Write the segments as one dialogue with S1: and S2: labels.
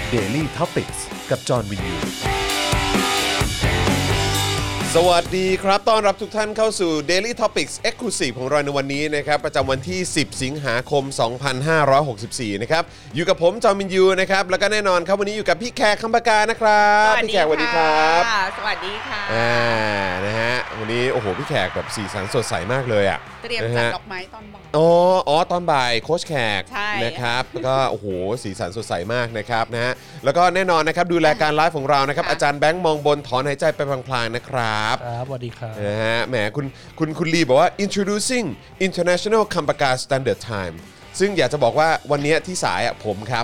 S1: Daily Topics กับจอห์นวินยูสวัสดีครับต้อนรับทุกท่านเข้าสู่ Daily Topics Exclusive ของเราในวันนี้นะครับประจำวันที่ 10 สิงหาคม 2564 นะครับอยู่กับผมจอห์นวินยูนะครับแล้วก็แน่นอนครับวันนี้อยู่กับพี่แขกคำปากานะครับพี่แขกสวัสดีครับ
S2: สวัสดีค่ะ
S1: นะฮะวันนี้โอ้โหพี่แขกแบบสีสันสดใสมากเลยอ่ะ
S2: เตรียมจัดดอกไม้ตอนบ่าย
S1: อ๋อตอนบ่ายโค้ชแขกนะครับแล้วก็โอ้โหสีสันสดใสมากนะครับนะฮะแล้วก็แน่นอนนะครับดูแลการไลฟ์ของเรานะครับอาจารย์แบงค์มองบนถอนหายใจไปพลางๆนะครับ
S3: ครับสวัสดีครับ
S1: นะฮะแหมคุณลีบอกว่า introducing international Kampaka Standard Time ซึ่งอยากจะบอกว่าวันนี้ที่สายอ่ะผมครับ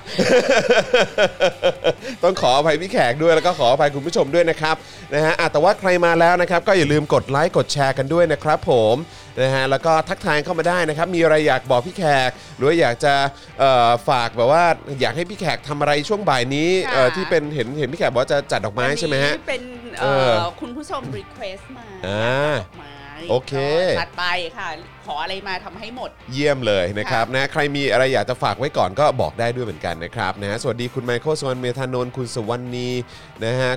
S1: ต้องขออภัยพี่แขกด้วยแล้วก็ขออภัยคุณผู้ชมด้วยนะครับนะฮะแต่ว่าใครมาแล้วนะครับก็อย่าลืมกดไลค์กดแชร์กันด้วยนะครับผมนะฮะแล้วก็ทักทายเข้ามาได้นะครับมีอะไรอยากบอกพี่แขกหรืออยากจะฝากแบบว่าอยากให้พี่แขกทำอะไรช่วงบ่ายนี้ที่เป็นเห็นพี่แขกบอกว่าจะจัดดอกไม้ใช่ไหมฮะ
S2: เป็นคุณผู้ชมรีเควสมาดอกไม้
S1: โอเค
S2: จัดไปค่ะขออะไรมาทำให้หมด
S1: เยี่ยมเลยนะครับนะใครมีอะไรอยากจะฝากไว้ก่อนก็บอกได้ด้วยเหมือนกันนะครับนะฮะสวัสดีคุณไมเคิลสวรรณเมธานนท์คุณสวรรณีนะฮะ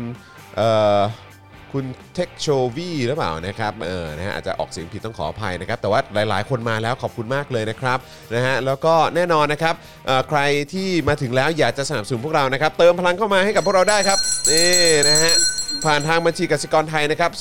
S1: คุณเทคโชวีหรือเปล่านะครับนะฮะอาจจะออกเสียงผิดต้องขออภัยนะครับแต่ว่าหลายๆคนมาแล้วขอบคุณมากเลยนะครับนะฮะแล้วก็แน่นอนนะครับใครที่มาถึงแล้วอยากจะสนับสนุนพวกเรานะครับเติมพลังเข้ามาให้กับพวกเราได้ครับนี่นะฮะผ่านทางบัญชีกสิกรไทยนะครับ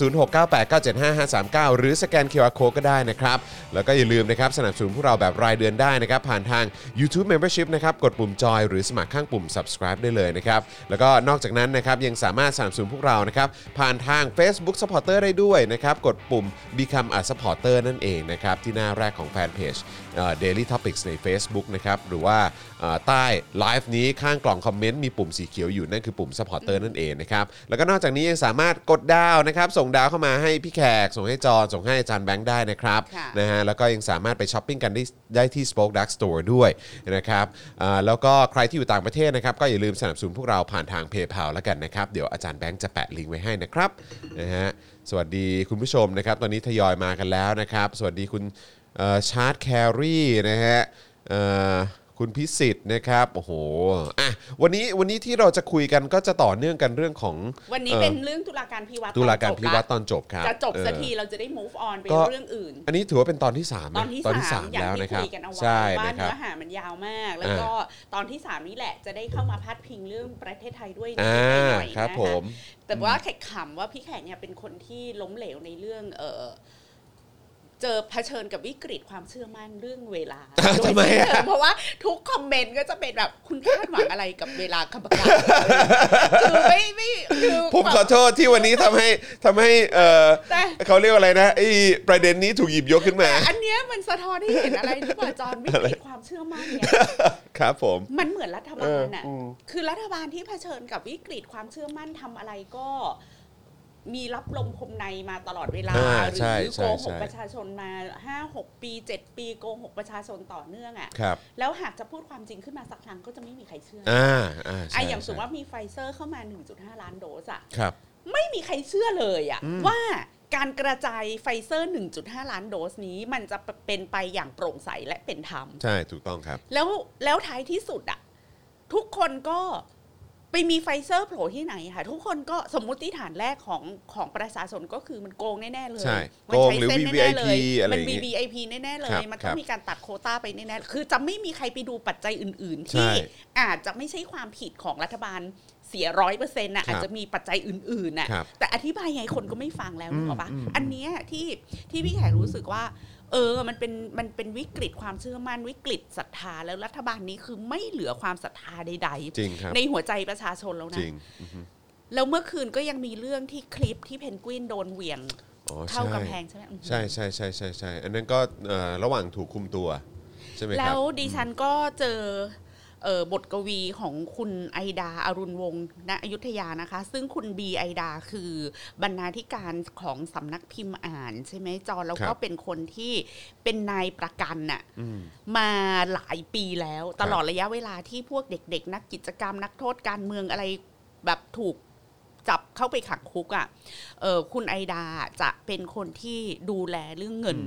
S1: 0698975539หรือสแกน QR Code ก็ได้นะครับแล้วก็อย่าลืมนะครับสนับสนุนพวกเราแบบรายเดือนได้นะครับผ่านทาง YouTube Membership นะครับกดปุ่มจอยหรือสมัครข้างปุ่ม Subscribe ได้เลยนะครับแล้วก็นอกจากนั้นนะครับยังสามารถสนับสนุนพวกเรานะครับผ่านทาง Facebook Supporter ได้ด้วยนะครับกดปุ่ม Become a Supporter นั่นเองนะครับที่หน้าแรกของแฟนเพจDaily Topics ใน Facebook นะครับหรือว่าใต้ไลฟ์นี้ข้างกล่องคอมเมนต์มีปุ่มสีเขียวอยู่นั่นคือปุ่ม Supporter นั่นเองนะครับแล้วก็นอกจากนี้ยังสามารถกดดาวนะครับส่งดาวเข้ามาให้พี่แขกส่งให้จอนส่งให้อาจารย์แบงค์ได้นะครับนะฮะแล้วก็ยังสามารถไปช้อปปิ้งกันได้ที่ Spoke Dark Store ด้วยนะครับแล้วก็ใครที่อยู่ต่างประเทศนะครับก็อย่าลืมสนับสนุนพวกเราผ่านทาง PayPal แล้วกันนะครับเดี๋ยวอาจารย์แบงค์จะแปะลิงก์ไว้ให้นะครับนะฮะสวัสดีคุณผู้ชมนะครับตอนนี้ทยอยมากันแล้วนะครับสวัสดีคุณชาร์ตแครี่นะฮะคุณพิสิทธิ์นะครับโอ้โหอ่ะวันนี้ที่เราจะคุยกันก็จะต่อเนื่องกันเรื่องของ
S2: วันนี้เป็นเรื่องตุลาการพิวัตร
S1: ตอนจบครับ
S2: จะจบสักทีเราจะได้ move on ไปเรื่องอื่น
S1: อันนี้ถือว่าเป็นตอนที่3ตอนที่3แล้วนะครับ
S2: ใช่นะครับเนื้อหามันยาวมากแล้วก็ตอนที่3นี้แหละจะได้เข้ามาพาดพิงเรื่องประเทศไทยด้วยนิดหน่อย
S1: ครับผม
S2: แต่ว่าแขกขำว่าพี่แขกเนี่ยเป็นคนที่ล้มเหลวในเรื่องเจอเผชิญกับวิกฤตความเชื่อมั่นเรื่องเวลา
S1: ทำไม
S2: เพราะว่าทุกคอมเมนต์ก็จะเป็นแบบคุณคาดหวังอะไรกับเวลาคำประกาศคือไม่คือ
S1: ผมขอโทษที่วันนี้ทำให้เขาเรียกว่าอะไรนะไอ้ประเด็นนี้ถูกหยิบยกขึ้นมา
S2: อันเนี้ยมันสะท้อนให้เห็นอะไรหรือเปล่าจอนวิกฤตความเชื่อมั่นเนี่ย
S1: ครับผม
S2: มันเหมือนรัฐบาลน่ะคือรัฐบาลที่เผชิญกับวิกฤตความเชื่อมั่นทำอะไรก็มีรับลมคมในมาตลอดเวลาหรือโกหกประชาชนมา 5-6 ปี 7 ปีโกหกประชาชนต่อเนื่องอ่ะแล้วหากจะพูดความจริงขึ้นมาสักครั้งก็จะไม่มีใครเชื่ออย่างสมมติว่ามีไฟเซอร์เข้ามา 1.5 ล้านโดสอ่ะไม่มีใครเชื่อเลยอ่ะว่าการกระจายไฟเซอร์ 1.5 ล้านโดสนี้มันจะเป็นไปอย่างโปร่งใสและเป็นธรรม
S1: ใช่ถูกต้องครับ
S2: แล้วท้ายที่สุดอ่ะทุกคนก็ไปมีไฟเซอร์โผล่ที่ไหนค่ะทุกคนก็สมมุติฐานแรกของประชาชนก็คือมันโกงแน่ๆเลย
S1: มันใช้เส้นแน่ๆเลย
S2: มัน VVIP แน่ๆเลยมันต้องมีการตัดโควต้าไปแน่ๆคือจะไม่มีใครไปดูปัจจัยอื่นๆที่อาจจะไม่ใช่ความผิดของรัฐบาลเสีย 100% น่ะอาจจะมีปัจจัยอื่นๆน่ะแต่อธิบายไงคนก็ไม่ฟังแล้วนึกออกปะอันเนี้ยที่พี่แขกรู้สึกว่ามันเป็นวิกฤตความเชื่อมั่นวิกฤตศรัทธาแล้วรัฐบาลนี้คือไม่เหลือความศรัทธาใดๆในหัวใจประชาชนแล้วนะแล้วเมื่อคืนก็ยังมีเรื่องที่คลิปที่เพนกวินโดนเหวี่ยงเข้ากำแพงใช่ไหม
S1: ใช่อันนั้นก็ระหว่างถูกคุมตัวใช่ไหมครับ
S2: แล้วดิฉันก็เจอบทกวีของคุณไอดาอรุณวงศ์ณอยุธยานะคะซึ่งคุณบีไอดาคือบรรณาธิการของสำนักพิมพ์อ่านใช่ไหมจอแล้วก็เป็นคนที่เป็นนายประกันน่ะมาหลายปีแล้วตลอดระยะเวลาที่พวกเด็กๆนักกิจกรรมนักโทษการเมืองอะไรแบบถูกจับเข้าไปขังคุกอ่ะคุณไอดาจะเป็นคนที่ดูแลเรื่องเงิน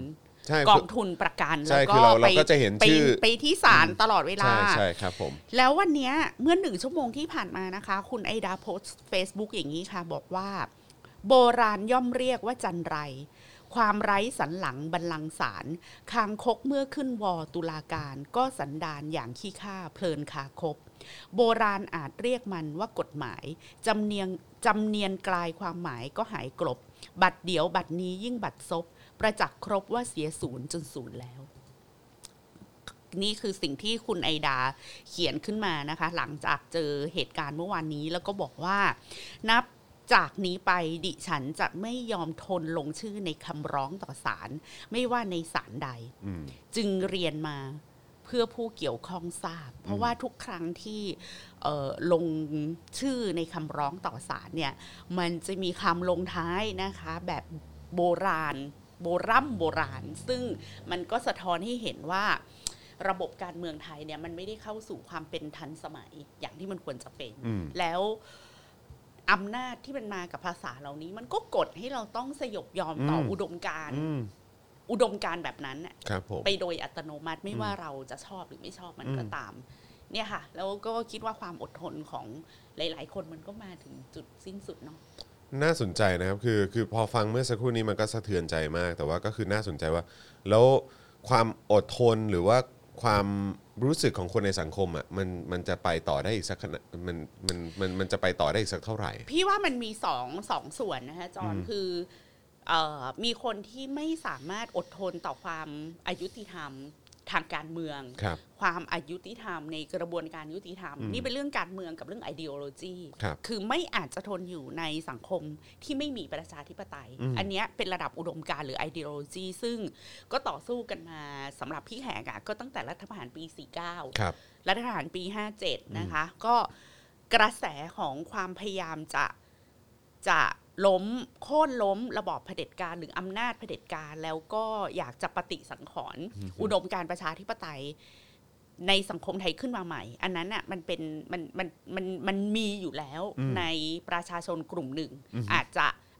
S2: กองทุนประกันแล้วก็ไปที่ศาลตลอดเวลา
S1: ใช่ครับผม
S2: แล้ววันนี้เมื่อ1 ชั่วโมงที่ผ่านมานะคะคุณไอดาโพสต์ Facebook อย่างนี้ค่ะบอกว่าโบราณย่อมเรียกว่าจันไรความไร้สันหลังบัลลังก์ศาลคางคกเมื่อขึ้นวอตุลาการก็สันดานอย่างขี้ข้าเพลินคาคบโบราณอาจเรียกมันว่ากฎหมายจำเนียนกลายความหมายก็หายกลบบัดเดี๋ยวบัดนี้ยิ่งบัดซบประจักษ์ครบว่าเสียศูนย์จนศูนย์แล้วนี่คือสิ่งที่คุณไอดาเขียนขึ้นมานะคะหลังจากเจอเหตุการณ์เมื่อวานนี้แล้วก็บอกว่านับจากนี้ไปดิฉันจะไม่ยอมทนลงชื่อในคำร้องต่อศาลไม่ว่าในศาลใดจึงเรียนมาเพื่อผู้เกี่ยวข้องทราบเพราะว่าทุกครั้งที่ลงชื่อในคำร้องต่อศาลเนี่ยมันจะมีคำลงท้ายนะคะแบบโบราณซึ่งมันก็สะท้อนให้เห็นว่าระบบการเมืองไทยเนี่ยมันไม่ได้เข้าสู่ความเป็นทันสมัยอย่างที่มันควรจะเป็นแล้วอำนาจที่มันมากับภาษาเหล่านี้มันก็กดให้เราต้องสยบยอมต่ออุดมการณ์แบบนั้นไปโดยอัตโนมัติไม่ว่าเราจะชอบหรือไม่ชอบมันก็ตามเนี่ยค่ะแล้วก็คิดว่าความอดทนของหลายๆคนมันก็มาถึงจุดสิ้นสุดเนาะ
S1: น่าสนใจนะครับคือพอฟังเมื่อสักครู่นี้มันก็สะเทือนใจมากแต่ว่าก็คือน่าสนใจว่าแล้วความอดทนหรือว่าความรู้สึกของคนในสังคมอ่ะมันจะไปต่อได้อีกสักขนาดมันจะไปต่อได้อีกสักเท่าไหร่
S2: พี่ว่ามันมีสองส่วนนะคะจอนคือมีคนที่ไม่สามารถอดทนต่อความอายุติธรรมทางการเมืองความอายุติธรรมในกระบวนการยุติธรรมนี่เป็นเรื่องการเมืองกับเรื่อง ideology คือไม่อาจจะทนอยู่ในสังคมที่ไม่มีประชาธิปไตยอันนี้เป็นระดับอุดมการณ์หรือ ideology ซึ่งก็ต่อสู้กันมาสำหรับพี่แขกก็ตั้งแต่รัฐประหารปี49รัฐประหารปี57นะคะก็กระแสของความพยายามจะโค่นล้มระบอบเผด็จการหรืออำนาจเผด็จการแล้วก็อยากจะปฏิสังขรณ์อุดมการณ์ประชาธิปไตยในสังคมไทยขึ้นมาใหม่อันนั้นน่ะมันมีอยู่แล้วในประชาชนกลุ่มหนึ่งอาจจะ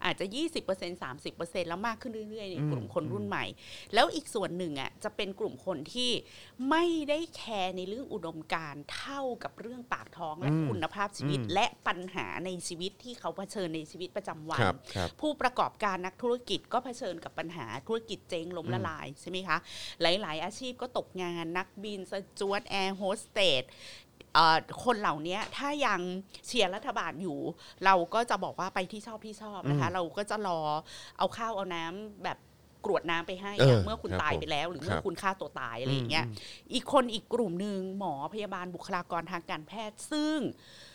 S2: 20% 30% แล้วมากขึ้นเรื่อยๆในกลุ่มคนรุ่นใหม่แล้วอีกส่วนหนึ่งอ่ะจะเป็นกลุ่มคนที่ไม่ได้แคร์ในเรื่องอุดมการณ์เท่ากับเรื่องปากท้องและคุณภาพชีวิตและปัญหาในชีวิตที่เขาเผชิญในชีวิตประจำวันผู้ประกอบการนักธุรกิจก็เผชิญกับปัญหาธุรกิจเจ๊งล้มละลายใช่ไหมคะหลายๆอาชีพก็ตกงานนักบินสจ๊วตแอร์โฮสเตสคนเหล่านี้ถ้ายังเชียร์รัฐบาลอยู่เราก็จะบอกว่าไปที่ชอบนะคะเราก็จะรอเอาข้าวเอาน้ำแบบกรวดน้ำไปให้เมื่อคุณตายไปแล้วหรือเมื่อคุณฆ่าตัวตายอะไรอย่างเงี้ยอีกกลุ่มนึงหมอพยาบาลบุคลากรทางการแพทย์ซึ่ง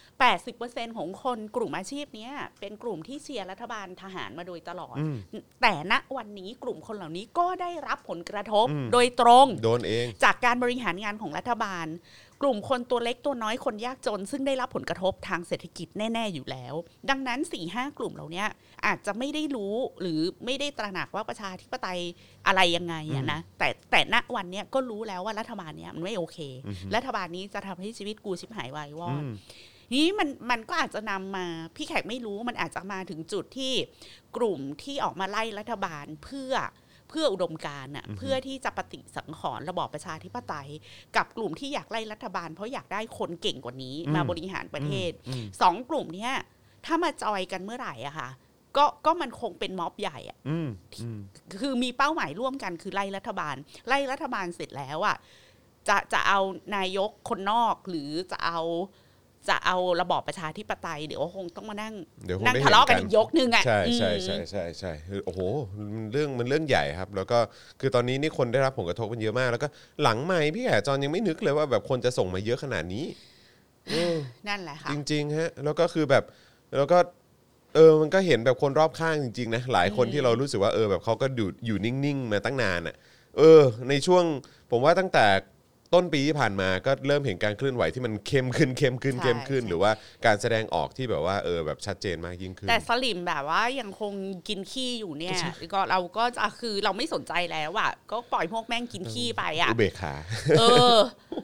S2: 80% ของคนกลุ่มอาชีพนี้เป็นกลุ่มที่เชียร์รัฐบาลทหารมาโดยตลอดแต่ณวันนี้กลุ่มคนเหล่านี้ก็ได้รับผลกระทบโดยตรง
S1: โดนเอง
S2: จากการบริหารงานของรัฐบาลกลุ่มคนตัวเล็กตัวน้อยคนยากจนซึ่งได้รับผลกระทบทางเศรษฐกิจแน่ๆอยู่แล้วดังนั้น 4-5 กลุ่มเหล่านี้อาจจะไม่ได้รู้หรือไม่ได้ตระหนักว่าประชาธิปไตยอะไรยังไงนะแต่ณวันนี้ก็รู้แล้วว่ารัฐบาลนี้มันไม่โอเครัฐบาลนี้จะทำให้ชีวิตกูชิบหายวายวอดนี้มันก็อาจจะนำมาพี่แขกไม่รู้มันอาจจะมาถึงจุดที่กลุ่มที่ออกมาไล่รัฐบาลเพื่ออุดมการณ์เพื่อที่จะปฏิสังขรณ์ระบอบประชาธิปไตยกับกลุ่มที่อยากไล่รัฐบาลเพราะอยากได้คนเก่งกว่านี้มาบริหารประเทศ2กลุ่มนี้ถ้ามาจอยกันเมื่อไหร่อะค่ะก็มันคงเป็นม็อบใหญ่อะคือมีเป้าหมายร่วมกันคือไล่รัฐบาลเสร็จแล้วอะจะเอานายกคนนอกหรือจะเอาระบอบประชาธิปไตยเดี๋ยวคงต้องมานั่งทะเลาะกันอีกยกนึงอ่ะ
S1: ใช่โอ้โหมันเรื่องใหญ่ครับแล้วก็คือตอนนี้นี่คนได้รับผลกระทบกันเยอะมากแล้วก็หลังใหม่พี่แขกจอนยังไม่นึกเลยว่าแบบคนจะส่งมาเยอะขนาดนี้
S2: นั่นแหละค่ะ
S1: จริงๆฮะแล้วก็คือแบบแล้วก็มันก็เห็นแบบคนรอบข้างจริงๆนะหลายคนที่เรารู้สึกว่าแบบเขาก็อยู่นิ่งๆมาตั้งนานอ่ะในช่วงผมว่าตั้งแต่ต้นปีที่ผ่านมาก็เริ่มเห็นการเคลื่อนไหวที่มันเข้มขึ้นหรือว่าการแสดงออกที่แบบว่าแบบชัดเจนมากยิ่งขึ้น
S2: แต่สลิมแบบว่ายังคงกินขี้อยู่เนี่ยก็เราก็จะคือเราไม่สนใจแล้วอ่ะก็ปล่อยพวกแม่งกินขี้ไปอ่ะ
S1: อุเบกขา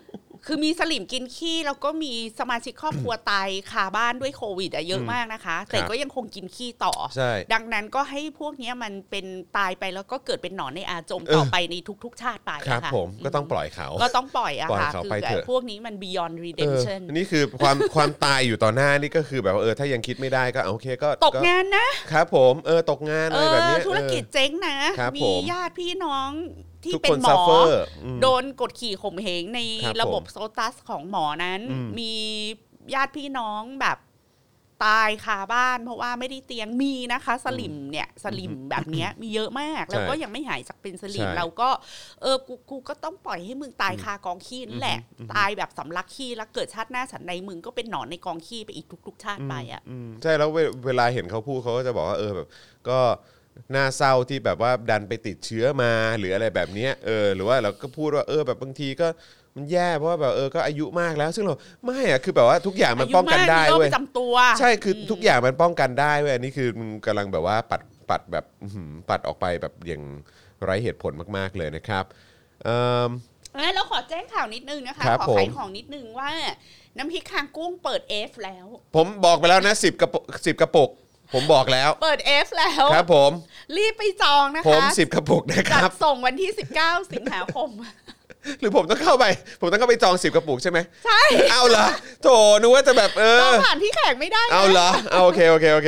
S2: คือมีสลิมกินขี้แล้วก็มีสมาชิกครอบครัวตายคาบ้านด้วยโควิดเยอะมากนะคะแต่ก็ยังคงกินขี้ต่อดังนั้นก็ให้พวกนี้มันเป็นตายไปแล้วก็เกิดเป็นหนอนในอาจมต่อไปในทุกๆชาติไป
S1: ครับผมก็ต้องปล่อยเขา
S2: ก็ต้องปล่อยอะค่ะคือพวกนี้มัน beyond redemption
S1: นี่คือความตายอยู่ต่อหน้านี่ก็คือแบบถ้ายังคิดไม่ได้ก็โอเคก็
S2: ตกงานนะครับ
S1: ผมตกงานอะไรแบบนี้
S2: ธุรกิจเจ๊งนะมีญาติพี่น้องที่
S1: เป็
S2: นหมอโดนกดขี่ข่มเหงในระบบโซตัสของหมอนั้นมีญาติพี่น้องแบบตายคาบ้านเพราะว่าไม่ได้เตียงมีนะคะสลิมเนี่ยสลิมแบบนี้มีเยอะมากแล้วก็ยังไม่หายจากเป็นสลิมเราก็กูก็ต้องปล่อยให้มึงตายคากองขี้นั่นแหละตายแบบสำลักขี้แล้วเกิดชาติหน้าฉันใดมึงก็เป็นหนอนในกองขี้ไปอีกทุกๆชาติไปอ่ะ
S1: ใช่แล้วเวลาเห็นเขาพูดเขาก็จะบอกว่าแบบก็น่าเศร้าที่แบบว่าดันไปติดเชื้อมาหรืออะไรแบบนี้หรือว่าเราก็พูดว่าแบบบางทีก็มันแย่เพราะว่าแบบก็อายุมากแล้วซึ่งเราไม่อะคือแบบว่าทุกอย่างมันป้องกันได้เว้ยใช่คือทุกอย่างมันป้องกันได้เว้ยอันนี้คือมึงกำลังแบบว่าปัดแบบปัดออกไปแบบอย่างไร้เหตุผลมากๆเลยนะครับ
S2: แล้วขอแจ้งข่าวนิดนึงนะคะขอขายของนิดนึงว่าน้ำพริกคางกุ้งเปิด F แล้ว
S1: ผมบอกไปแล้วนะ10 กระปุกผมบอกแล้ว
S2: เปิด F แล้ว
S1: ครับผม
S2: รีบไปจองนะคะ
S1: ผม10 กระปุกนะครับ
S2: จัดส่งวันที่19 สิงหาคม
S1: หรือผมต้องเข้าไปจอง10 กระปุกใช่ไหม
S2: ใช่
S1: เอาเหรอโถนึกว่าจะแบบ
S2: ต้องผ่านที่แขกไม่ได้
S1: เอาเหรอเอาโอเค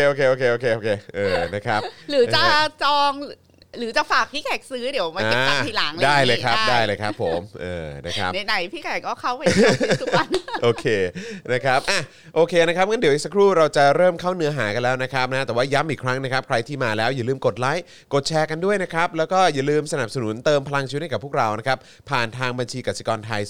S1: นะครับ
S2: หรือจะจองหรือจะฝากพี่แขกซื้อเดี๋ยวมาเก็บตังค์ทีหลัง
S1: ได้เลยครับผมนะครับ
S2: ไหนพี่แขกก็เข้าไปทุกวัน
S1: โอเคนะครับโอเคนะครับงั้นเดี๋ยวอีกสักครู่เราจะเริ่มเข้าเนื้อหากันแล้วนะครับนะแต่ว่าย้ำอีกครั้งนะครับใครที่มาแล้วอย่าลืมกดไลค์กดแชร์กันด้วยนะครับแล้วก็อย่าลืมสนับสนุนเติมพลังชีวิตให้กับพวกเรานะครับผ่านทางบัญชีกสิกรไทย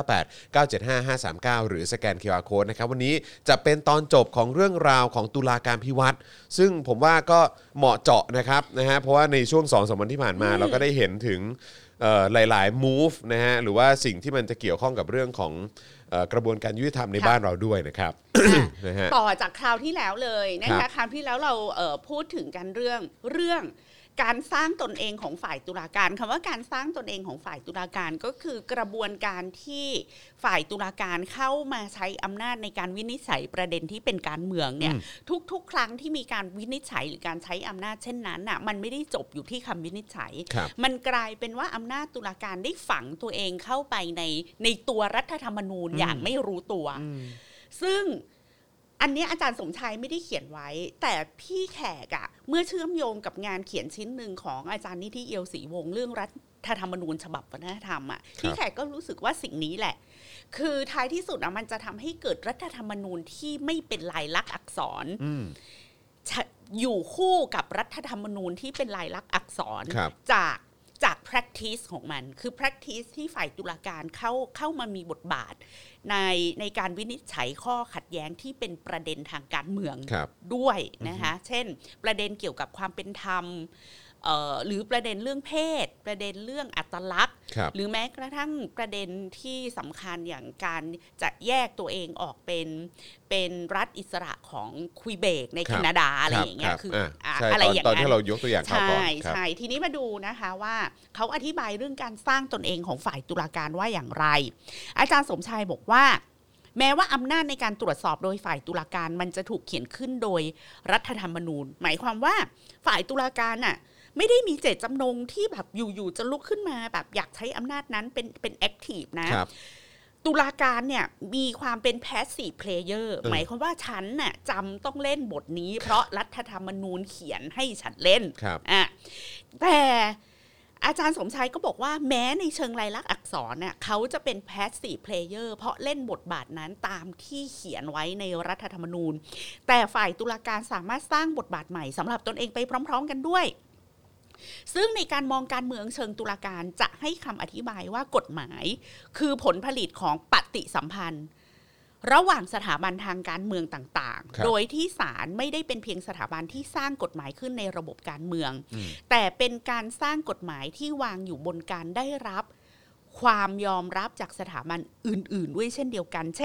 S1: 0698975539หรือสแกน QR Code นะครับวันนี้จะเป็นตอนจบของเรื่องราวของตุลาการพิวัตรซึ่งผมว่าก็เหมาะเจาะนะครับนะฮะเพราะว่าในช่วง 2-3 วันที่ผ่านมาเราก็ได้เห็นถึงหลายๆ move นะฮะหรือว่าสิ่งที่มันจะเกี่ยวข้องกับเรื่องของกระบวนการยุติธรรมในบ้านเราด้วยนะครับ
S2: นะฮะต่อจากคราวที่แล้วเลยนะคะคราวที่แล้วเราพูดถึงกันเรื่องการสร้างตนเองของฝ่ายตุลาการคำว่าการสร้างตนเองของฝ่ายตุลาการก็คือกระบวนการที่ฝ่ายตุลาการเข้ามาใช้อำนาจในการวินิจฉัยประเด็นที่เป็นการเมืองเนี่ยทุกครั้งที่มีการวินิจฉัยหรือการใช้อำนาจเช่นนั้นน่ะมันไม่ได้จบอยู่ที่คำวินิจฉัยมันกลายเป็นว่าอำนาจตุลาการได้ฝังตัวเองเข้าไปในตัวรัฐธรรมนูญอย่างไม่รู้ตัวซึ่งอันนี้อาจารย์สมชัยไม่ได้เขียนไว้แต่พี่แขกเมื่อเชื่อมโยงกับงานเขียนชิ้นหนึ่งของอาจารย์นิธิเอียวศรีวงศ์เรื่องรัฐธรรมนูญฉบับวัฒนธรรมพี่แขกก็รู้สึกว่าสิ่งนี้แหละคือท้ายที่สุดมันจะทำให้เกิดรัฐธรรมนูญที่ไม่เป็นลายลักษณ์อักษรอยู่คู่กับรัฐธรรมนูญที่เป็นลายลักษณ์อักษรจาก practice ของมันคือ practice ที่ฝ่ายตุลาการเข้ามามีบทบาทในการวินิจฉัยข้อขัดแย้งที่เป็นประเด็นทางการเมืองด้วยนะคะเช่นประเด็นเกี่ยวกับความเป็นธรรมหรือประเด็นเรื่องเพศประเด็นเรื่องอัตลักษณ์หรือแม้กระทั่งประเด็นที่สำคัญอย่างการจะแยกตัวเองออกเป็นรัฐอิสระของควีเบกในแคนาดาอะไรอย่างเงี้ยคืออะไรอย่างนั้น
S1: ตอนที่เรายกตัวอย่าง
S2: ใช่ทีนี้มาดูนะคะว่าเขาอธิบายเรื่องการสร้างตนเองของฝ่ายตุลาการว่าอย่างไรอาจารย์สมชัยบอกว่าแม้ว่าอำนาจในการตรวจสอบโดยฝ่ายตุลาการมันจะถูกเขียนขึ้นโดยรัฐธรรมนูญหมายความว่าฝ่ายตุลาการน่ะไม่ได้มีเจตจำนงที่แบบอยู่ๆจะลุกขึ้นมาแบบอยากใช้อำนาจนั้นเป็นแอคทีฟนะตุลาการเนี่ยมีความเป็น passive player หมายความว่าฉันน่ะจำต้องเล่นบทนี้เพราะรัฐธรรมนูญเขียนให้ฉันเล่นแต่อาจารย์สมชัยก็บอกว่าแม้ในเชิงลายลักษณ์อักษรเนี่ยเขาจะเป็น passive player เพราะเล่นบทบาทนั้นตามที่เขียนไว้ในรัฐธรรมนูญแต่ฝ่ายตุลาการสามารถสร้างบทบาทใหม่สำหรับตนเองไปพร้อมๆกันด้วยซึ่งในการมองการเมืองเชิงตุลาการจะให้คำอธิบายว่ากฎหมายคือผลผลิตของปฏิสัมพันธ์ระหว่างสถาบันทางการเมืองต่างๆโดยที่ศาลไม่ได้เป็นเพียงสถาบันที่สร้างกฎหมายขึ้นในระบบการเมืองแต่เป็นการสร้างกฎหมายที่วางอยู่บนการได้รับความยอมรับจากสถาบันอื่นๆด้วยเช่นเดียวกันเช่น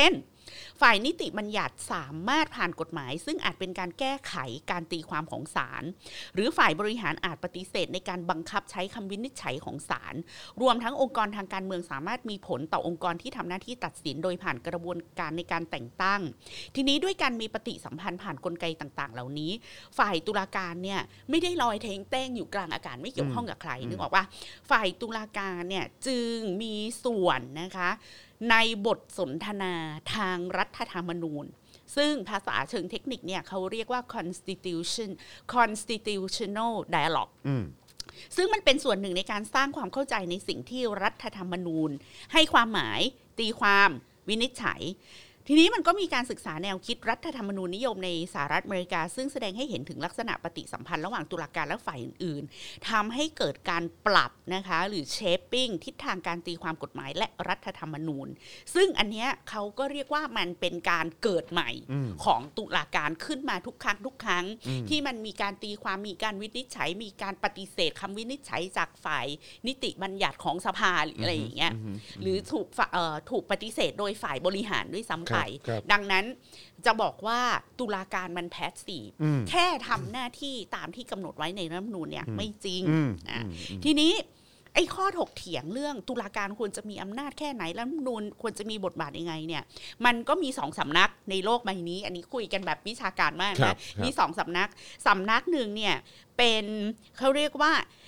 S2: ฝ่ายนิติบัญญัติสามารถผ่านกฎหมายซึ่งอาจเป็นการแก้ไขการตีความของศาลหรือฝ่ายบริหารอาจปฏิเสธในการบังคับใช้คำวินิจฉัยของศาลรวมทั้งองค์กรทางการเมืองสามารถมีผลต่อองค์กรที่ทำหน้าที่ตัดสินโดยผ่านกระบวนการในการแต่งตั้งทีนี้ด้วยการมีปฏิสัมพันธ์ผ่านกลไกต่างๆเหล่านี้ฝ่ายตุลาการเนี่ยไม่ได้ลอยเท้งเต้งอยู่กลางอากาศไม่เกี่ยวข้องกับใครนึกออกว่าฝ่ายตุลาการเนี่ยจึงมีส่วนนะคะในบทสนทนาทางรัฐธรรมนูญซึ่งภาษาเชิงเทคนิคเนี่ยเขาเรียกว่า constitutional dialogue ซึ่งมันเป็นส่วนหนึ่งในการสร้างความเข้าใจในสิ่งที่รัฐธรรมนูญให้ความหมายตีความวินิจฉัยทีนี้มันก็มีการศึกษาแนวคิดรัฐธรรมนูญนิยมในสหรัฐอเมริกาซึ่งแสดงให้เห็นถึงลักษณะปฏิสัมพันธ์ระหว่างตุลาการและฝ่ายอื่นๆทำให้เกิดการปรับนะคะหรือ shaping ทิศทางการตีความกฎหมายและรัฐธรรมนูญซึ่งอันเนี้ยเขาก็เรียกว่ามันเป็นการเกิดใหม่ของตุลาการขึ้นมาทุกครั้งที่มันมีการตีความมีการวินิจฉัยมีการปฏิเสธคำวินิจฉัยจากฝ่ายนิติบัญญัติของสภาหรืออะไรอย่างเงี้ยหรือถูกปฏิเสธโดยฝ่ายบริหารด้วยซ้ำดังนั้นจะบอกว่าตุลาการมันแพสซีฟแค่ทำหน้าที่ตามที่กำหนดไว้ในรัฐธรรมนูญเนี่ยไม่จริงทีนี้ไอ้ข้อถกเถียงเรื่องตุลาการควรจะมีอำนาจแค่ไหนรัฐธรรมนูญควรจะมีบทบาทยังไงเนี่ยมันก็มี2 สำนักในโลกใบนี้อันนี้คุยกันแบบวิชาการมากนะมี2 สำนักหนึ่งเนี่ยเป็นเขาเรียกว่า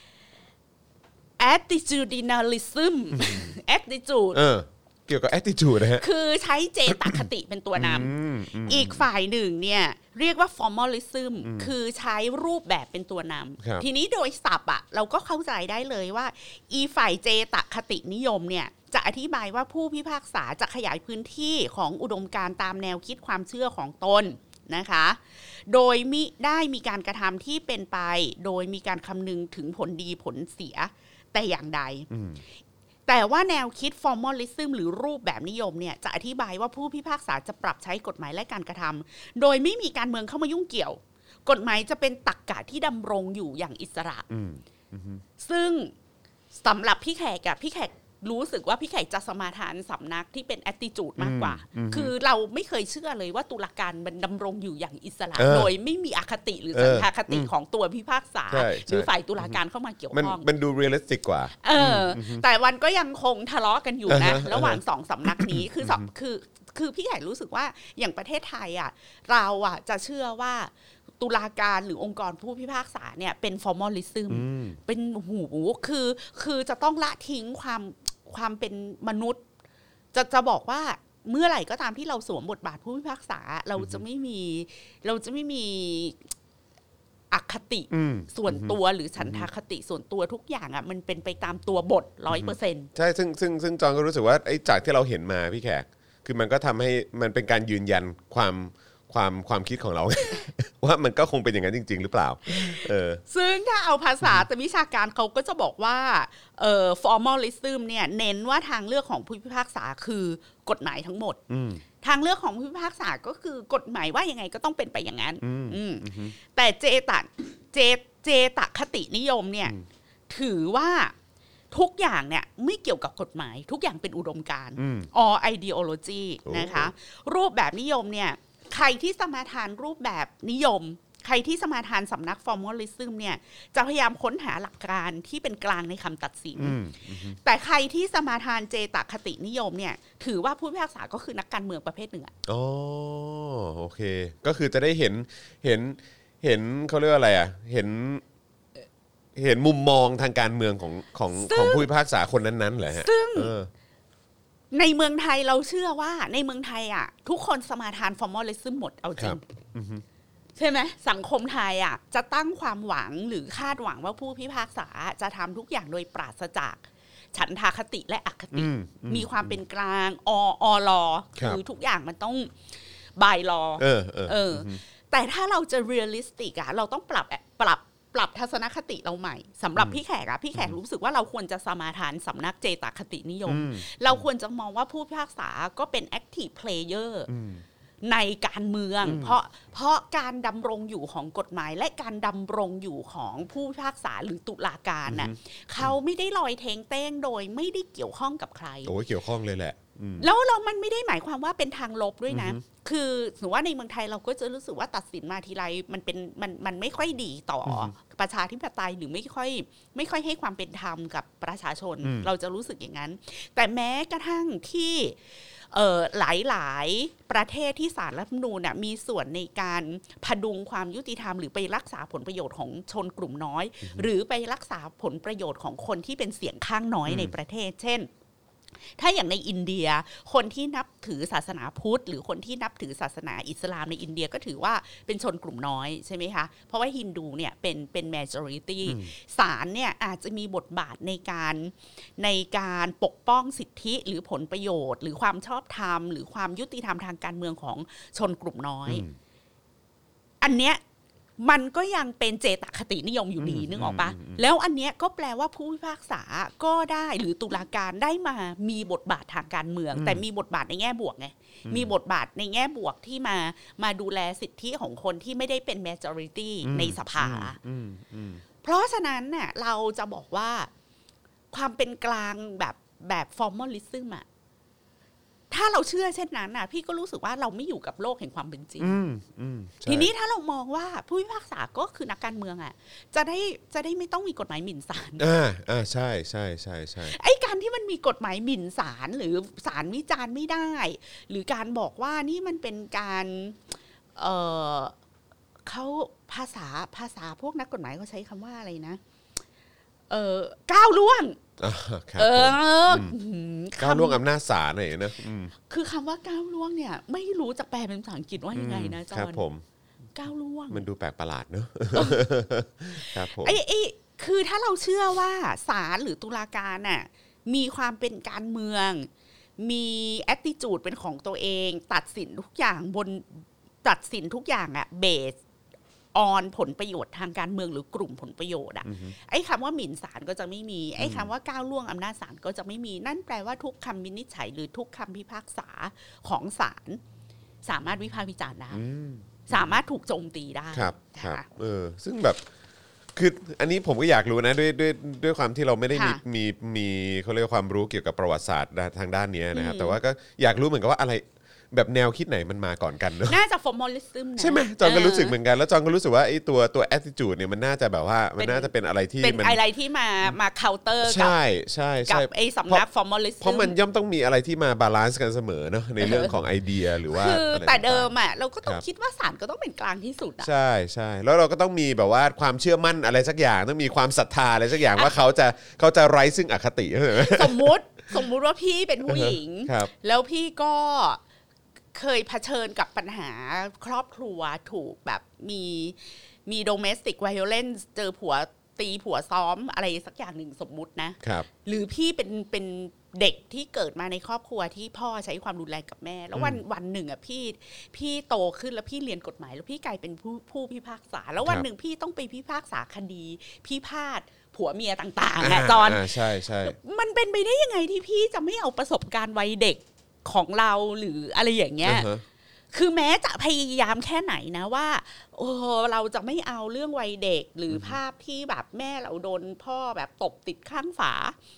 S2: attitudinalism attitude
S1: เกี่ยวกับ attitude นะฮะ
S2: คือใช้เจตคติเป็นตัวนำอีกฝ่ายหนึ่งเนี่ยเรียกว่า formalism คือใช้รูปแบบเป็นตัวนำทีนี้โดยศัพท์อ่ะเราก็เข้าใจได้เลยว่าอีฝ่ายเจตคตินิยมเนี่ยจะอธิบายว่าผู้พิพากษาจะขยายพื้นที่ของอุดมการณ์ตามแนวคิดความเชื่อของตนนะคะโดยมิได้มีการกระทำที่เป็นไปโดยมีการคำนึงถึงผลดีผลเสียแต่อย่างใดแต่ว่าแนวคิด formalism หรือรูปแบบนิยมเนี่ยจะอธิบายว่าผู้พิพากษาจะปรับใช้กฎหมายและการกระทำโดยไม่มีการเมืองเข้ามายุ่งเกี่ยวกฎหมายจะเป็นตรรกะที่ดำรงอยู่อย่างอิสระซึ่งสำหรับพี่แขกรู้สึกว่าพี่แขกจะสมาทานสำนักที่เป็น attitude มากกว่าคือเราไม่เคยเชื่อเลยว่าตุลาการมันดำรงอยู่อย่างอิสระโดยไม่มีอคติหรือสัญชาคติของตัวพิพากษาหรือฝ่ายตุลาการเข้ามาเกี่ยวข้อง
S1: มันดู realistic กว่า
S2: แต่วันก็ยังคงทะเลาะกันอยู่นะระหว่าง2 สำนักนี้คือพี่แขกรู้สึกว่าอย่างประเทศไทยอ่ะเราอ่ะจะเชื่อว่าตุลาการหรือองค์กรผู้พิพากษาเนี่ยเป็น formalism เป็นคือจะต้องละทิ้งความเป็นมนุษย์จะบอกว่าเมื่อไหร่ก็ตามที่เราสวมบทบาทผู้พิพากษาเราจะไม่มีอคติส่วนตัวหรือฉันทคติส่วนตัวทุกอย่างอ่ะมันเป็นไปตามตัวบท 100%
S1: ใช่ซึ่งจอนก็รู้สึกว่าไอ้จากที่เราเห็นมาพี่แขกคือมันก็ทำให้มันเป็นการยืนยันความคิดของเรา ว่ามันก็คงเป็นอย่างนั้นจริงๆหรือเปล่า
S2: ซึ่งถ้าเอาภาษาแต่วิชาการเขาก็จะบอกว่าformalism เนี่ยเน้นว่าทางเลือกของผู้พิพากษาคือกฎหมายทั้งหมดทางเลือกของผู้พิพากษาก็คือกฎหมายว่ายังไงก็ต้องเป็นไปอย่างนั้นแต่เจตคตินิยมเนี่ยถือว่าทุกอย่างเนี่ยไม่เกี่ยวกับกฎหมายทุกอย่างเป็นอุดมการณ์ all ideology นะคะรูปแบบนิยมเนี่ยใครที่สมาทานรูปแบบนิยมใครที่สมาทานสำนัก formalism เนี่ยจะพยายามค้นหาหลักการที่เป็นกลางในคำตัดสินแต่ใครที่สมาทานเจตคตินิยมเนี่ยถือว่าผู้พิพากษาก็คือนักการเมืองประเภทหนึ่ง
S1: อ๋อโอเคก็คือจะได้เห็นเขาเรียกอะไรอ่ะเห็นมุมมองทางการเมืองของผู้พิพากษาคนนั้นๆเหรอฮะ
S2: ซึ่งในเมืองไทยเราเชื่อว่าในเมืองไทยอ่ะทุกคนสมาทาน formalism หมดเอาจริงใช่ไหมสังคมไทยอ่ะจะตั้งความหวังหรือคาดหวังว่าผู้พิพากษาจะทำทุกอย่างโดยปราศจากฉันทคติและอคติมีความเป็นกลางอลอคือทุกอย่างมันต้องบายลอแต่ถ้าเราจะ realistic อ่ะเราต้องปรับทัศนคติเราใหม่สำหรับพี่แขกรู้สึกว่าเราควรจะสมาทานสำนักเจตคตินิยมเราควรจะมองว่าผู้พิพากษาก็เป็น active player ในการเมืองเพราะการดำรงอยู่ของกฎหมายและการดำรงอยู่ของผู้พิพากษาหรือตุลาการน่ะเขาไม่ได้ลอยเทงเต้งโดยไม่ได้เกี่ยวข้องกับใคร
S1: โอ้ยเกี่ยวข้องเลยแหละ
S2: แล้วมันไม่ได้หมายความว่าเป็นทางลบด้วยนะคือสมมติว่าในเมืองไทยเราก็จะรู้สึกว่าตัดสินมาทีไรมันไม่ค่อยดีต่อประชาธิปไตยหรือไม่ค่อยให้ความเป็นธรรมกับประชาชนเราจะรู้สึกอย่างนั้นแต่แม้กระทั่งที่หลายประเทศที่ศาลรัฐธรรมนูญมีส่วนในการพดุงความยุติธรรมหรือไปรักษาผลประโยชน์ของชนกลุ่มน้อยหรือไปรักษาผลประโยชน์ของคนที่เป็นเสียงข้างน้อยในประเทศเช่นถ้าอย่างในอินเดียคนที่นับถือศาสนาพุทธหรือคนที่นับถือศาสนาอิสลามในอินเดียก็ถือว่าเป็นชนกลุ่มน้อยใช่ไหมคะเพราะว่าฮินดูเนี่ยเป็น majority ศาลเนี่ยอาจจะมีบทบาทในการปกป้องสิทธิหรือผลประโยชน์หรือความชอบธรรมหรือความยุติธรรมทางการเมืองของชนกลุ่มน้อยอันเนี้ยมันก็ยังเป็นเจตคตินิยมอยู่ดีนึกออกปะแล้วอันเนี้ยก็แปลว่าผู้พิพากษาก็ได้หรือตุลาการได้มามีบทบาททางการเมืองแต่มีบทบาทในแง่บวกไงมีบทบาทในแง่บวกที่มาดูแลสิทธิของคนที่ไม่ได้เป็น majority ในสภาเพราะฉะนั้นน่ะเราจะบอกว่าความเป็นกลางแบบ formalism อะถ้าเราเชื่อเช่นนั้นน่ะพี่ก็รู้สึกว่าเราไม่อยู่กับโลกแห่งความเป็นจริงทีนี้ถ้าเรามองว่าผู้พิพากษาก็คือนักการเมืองอ่ะจะได้ไม่ต้องมีกฎหมายหมิ่นศาล
S1: ใช่ใช่ใช่ใช่
S2: ไอ้การที่มันมีกฎหมายหมิ่นศาลหรือศาลวิจารณ์ไม่ได้หรือการบอกว่านี่มันเป็นการเขาภาษาพวกนักกฎหมายเขาใช้คำว่าอะไรนะก้าวล่วง
S1: ก้าวล่วงอำนาจศาลหน่อยนะ
S2: คือคำว่าก้าวล่วงเนี่ยไม่รู้จะแปลเป็นภาษาอังกฤษว่ายังไงนะจอน
S1: ครับผม
S2: ก้าวล่วง
S1: มันดูแปลกประหลาดเนอะครับผม
S2: คือถ้าเราเชื่อว่าศาลหรือตุลาการน่ะมีความเป็นการเมืองมี attitude เป็นของตัวเองตัดสินทุกอย่างอะเบสออนผลประโยชน์ทางการเมืองหรือกลุ่มผลประโยชน์อ่ะไอ้คำว่าหมิ่นศาลก็จะไม่มีไอ้คำว่าก้าวล่วงอำนาจศาลก็จะไม่มีนั่นแปลว่าทุกคำวินิจฉัยหรือทุกคำพิพากษาของศาลสามารถวิพากษ์วิจารณ์ได้สามารถถูกโจมตีได้
S1: ครับซึ่งแบบคืออันนี้ผมก็อยากรู้นะด้วยความที่เราไม่ได้มีเขาเรียกความรู้เกี่ยวกับประวัติศาสตร์ทางด้านนี้นะครับแต่ว่าก็อยากรู้เหมือนกันว่าอะไรแบบแนวคิดไหนมันมาก่อนกันเนอะ
S2: น่าจะ formalism นะ
S1: ใช่ไหมจอนก็รู้สึกเหมือนกันแล้วจอนก็รู้สึกว่าไอ้ตัว attitude เนี่ยมันน่าจะแบบว่ามันน่าจะเป็นอะไรที่
S2: เป็นอะไรที่มา counter กับไอ้สำนัก formalism
S1: เพราะมันย่อมต้องมีอะไรที่มาบาลานซ์กันเสมอเนอะในเรื่องของไอเดียหรือว่า
S2: แต่เดิมอ่ะเราก็ต้องคิดว่าศาลก็ต้องเป็นกลางที่สุดอ่ะ
S1: ใช่แล้วเราก็ต้องมีแบบว่าความเชื่อมั่นอะไรสักอย่างต้องมีความศรัทธาอะไรสักอย่างว่าเขาจะไร้ซึ่งอคติ
S2: สมมุติว่าพี่เป็นผู้หญิงแล้วพี่ก็เคยเผชิญกับปัญหาครอบครัวถูกแบบมี domestic violence เจอผัวตีผัวซ้อมอะไรสักอย่างหนึ่งสมมุตินะหรือพี่เป็นเด็กที่เกิดมาในครอบครัวที่พ่อใช้ความรุนแรงกับแม่แล้ววันหนึ่งอ่ะพี่โตขึ้นแล้วพี่เรียนกฎหมายแล้วพี่กลายเป็นผู้พิพากษาแล้ววันหนึ่งพี่ต้องไปพิพากษาคดีพิพาทผัวเมียต่างๆอ่ะจอน
S1: ใช่
S2: มันเป็นไปได้ยังไงที่พี่จะไม่เอาประสบการณ์วัยเด็กของเราหรืออะไรอย่างเงี้ยคือแม้จะพยายามแค่ไหนนะว่าเราจะไม่เอาเรื่องวัยเด็กหรือภาพที่แบบแม่เราโดนพ่อแบบตบติดข้างฝา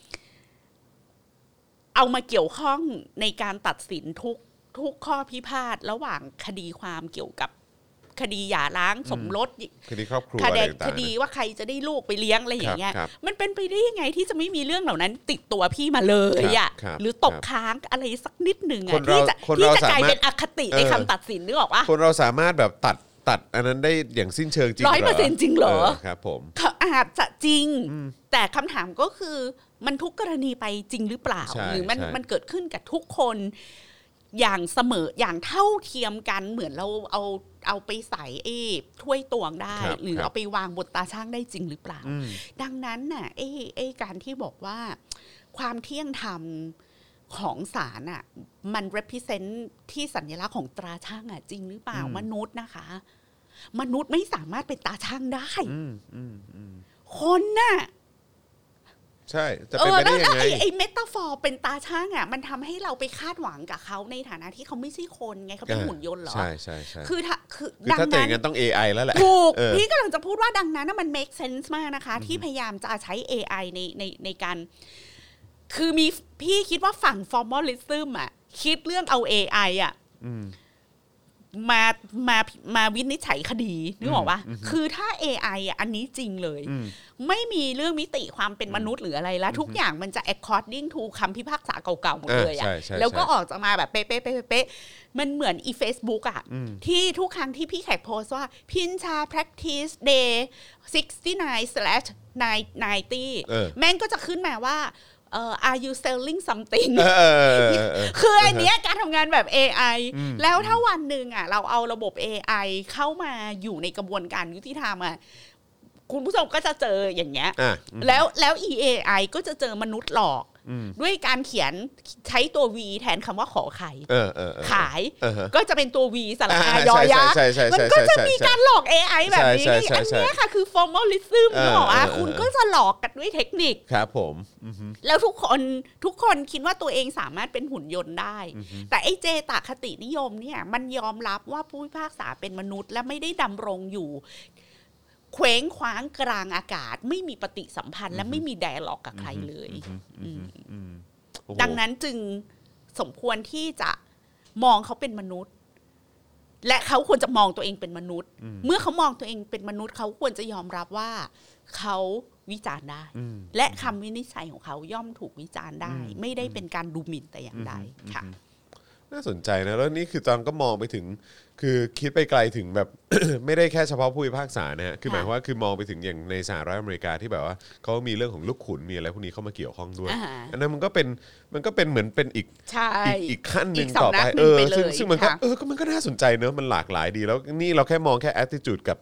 S2: เอามาเกี่ยวข้องในการตัดสินทุกข้อพิพาทระหว่างคดีความเกี่ยวกับคดีหย่าร้างสมรส
S1: คดีครอบครัว
S2: คดีว่าใครจะได้ลูกไปเลี้ยงอะไรอย่างเงี้ยมันเป็นไปได้ยังไงที่จะไม่มีเรื่องเหล่านั้นติดตัวพี่มาเลยอ่ะหรือตกค้างอะไรสักนิดนึงอ่ะที่จะกลายเป็นอคติในคำตัดสินนึกออกปะ
S1: คนเราสามารถแบบตัดอันนั้นได้อย่างสิ้นเชิงจริง
S2: 100% จริงเหรอ
S1: ครับผม
S2: อาจจะจริงแต่คำถามก็คือมันทุกกรณีไปจริงหรือเปล่าหรือมันเกิดขึ้นกับทุกคนอย่างเสมออย่างเท่าเทียมกันเหมือนเราเอาไปใส่ถ้วยตวงได้หรือเอาไปวางบนตาช่างได้จริงหรือเปล่าดังนั้นน่ะการที่บอกว่าความเที่ยงธรรมของศาลน่ะมัน represent ที่สัญลักษณ์ของตราช่างอ่ะจริงหรือเปล่ามนุษย์นะคะมนุษย์ไม่สามารถเป็นตาช่างได้คนน่ะ
S1: ใช่จะเป็นไปได้ยังไง
S2: ไอ้เมตาฟอร์เป็นตาช่างอ่ะมันทำให้เราไปคาดหวังกับเขาในฐานะที่เขาไม่ใช่คนไงเขาเป็นหุ่นยนต์เหรอ
S1: ใช่
S2: คือ
S1: ดังนั้นต้อง AI แล้วแหละ
S2: ถูกพี่กำลังจะพูดว่าดังนั้นมัน make sense มากนะคะที่พยายามจะใช้ AI ในการคือมีพี่คิดว่าฝั่ง formalism อ่ะคิดเรื่องเอา AI อ่ะมาวินิจฉัยคดีนึกออกป่ะคือถ้า AI อ่ะอันนี้จริงเลยไม่มีเรื่องมิติความเป็นมนุษย์หรืออะไรแล้วทุกอย่างมันจะ according to คำพิพากษาเก่าๆหมดเลยอ่ะแล้วก็ออกจะมาแบบเป๊ะๆๆมันเหมือนอี Facebook อ่ะที่ทุกครั้งที่พี่แขกโพสต์ว่าพินชา practice day 69/90 แม่งก็จะขึ้นมาว่าare you selling something คืออันเนี้ยการทำงานแบบ AI แล้วถ้าวันหนึ่งอ่ะเราเอาระบบ AI เข้ามาอยู่ในกระบวนการยุติธรรมอ่ะคุณผู้ชมก็จะเจออย่างเงี้ยแล้ว AI ก็จะเจอมนุษย์หลอกด้วยการเขียนใช้ตัว V แทนคำว่าขอไข่ขายก็จะเป็นตัว V สระอายอยักษ์มันก็จะมีการหลอก AI แบบนี้อันนี้ค่ะคือ formalism เนาะคุณก็จะหลอกกันด้วยเทคนิค
S1: ครับผม
S2: แล้วทุกคนคิดว่าตัวเองสามารถเป็นหุ่นยนต์ได้แต่ไอ้เจตคตินิยมเนี่ยมันยอมรับว่าผู้พิพากษาเป็นมนุษย์และไม่ได้ดำรงอยู่เคว้งคว้างกลางอากาศไม่มีปฏิสัมพันธ์และไม่มีไดอะล็อกกับใครเลยดังนั้นจึงสมควรที่จะมองเขาเป็นมนุษย์และเขาควรจะมองตัวเองเป็นมนุษย์เมื่อเขามองตัวเองเป็นมนุษย์เขาควรจะยอมรับว่าเขาวิจารณ์ได้และคำวินิจฉัยของเขาย่อมถูกวิจารณ์ได้ไม่ได้เป็นการดูหมิ่นแต่อย่างใดค่ะ
S1: น่าสนใจนะแล้วนี่คือจองก็มองไปถึงคือคิดไปไกลถึงแบบ ไม่ได้แค่เฉพาะผู้พิพากษานะฮะคือหมายว่าคือมองไปถึงอย่างในสหรัฐอเมริกาที่แบบว่าเขามีเรื่องของลูกขุนมีอะไรพวกนี้เข้ามาเกี่ยวข้องด้วยอันนั้นมันก็เป็นเหมือนเป็นอีกขั้นนึงต่อไปซึ่งมันก็น่าสนใจเนอะมันหลากหลายดีแล้วนี่เราแค่มองแค่ attitude กับ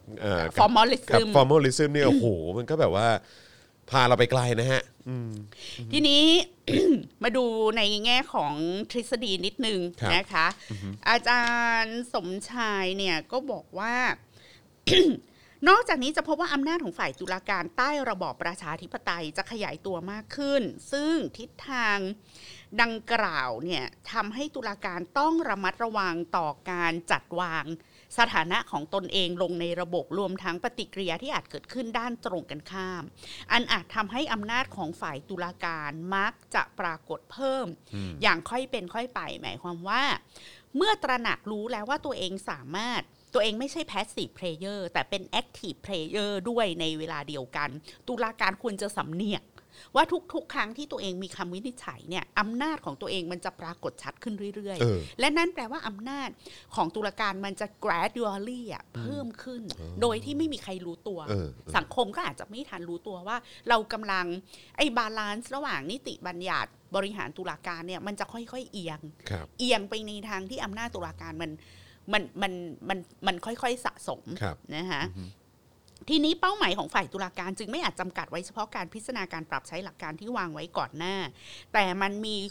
S1: formalism เนี่ยโอ้โหมันก็แบบว่าพาเราไปไกลนะฮะ
S2: ทีนี้ มาดูในแง่ของทฤษฎีนิดนึงนะคะอาจารย์สมชายเนี่ยก็บอกว่า นอกจากนี้จะพบว่าอำนาจของฝ่ายตุลาการใต้ระบอบประชาธิปไตยจะขยายตัวมากขึ้นซึ่งทิศทางดังกล่าวเนี่ยทำให้ตุลาการต้องระมัดระวังต่อการจัดวางสถานะของตนเองลงในระบบรวมทั้งปฏิกิริยาที่อาจเกิดขึ้นด้านตรงกันข้ามอันอาจทำให้อำนาจของฝ่ายตุลาการมักจะปรากฏเพิ่มอย่างค่อยเป็นค่อยไปหมายความว่าเมื่อตระหนักรู้แล้วว่าตัวเองสามารถตัวเองไม่ใช่ passive player แต่เป็น active player ด้วยในเวลาเดียวกันตุลาการควรจะสำเนียกว่าทุกๆครั้งที่ตัวเองมีคำวินิจฉัยเนี่ยอำนาจของตัวเองมันจะปรากฏชัดขึ้นเรื่อยๆและนั่นแปลว่าอำนาจของตุลาการมันจะ gradually เพิ่มขึ้นโดยที่ไม่มีใครรู้ตัวสังคมก็อาจจะไม่ทันรู้ตัวว่าเรากำลังไอ้บาลานซ์ระหว่างนิติบัญญัติบริหารตุลาการเนี่ยมันจะค่อยๆเอียงไปในทางที่อำนาจตุลาการมันค่อยๆสะสมนะคะทีนี้เป้าหมายของฝ่ายตุลาการจึงไม่อาจจำกัดไว้เฉพาะการพิจารณาการปรับใช้หลักการที่วางไว้ก่อนหน้าแต่มัน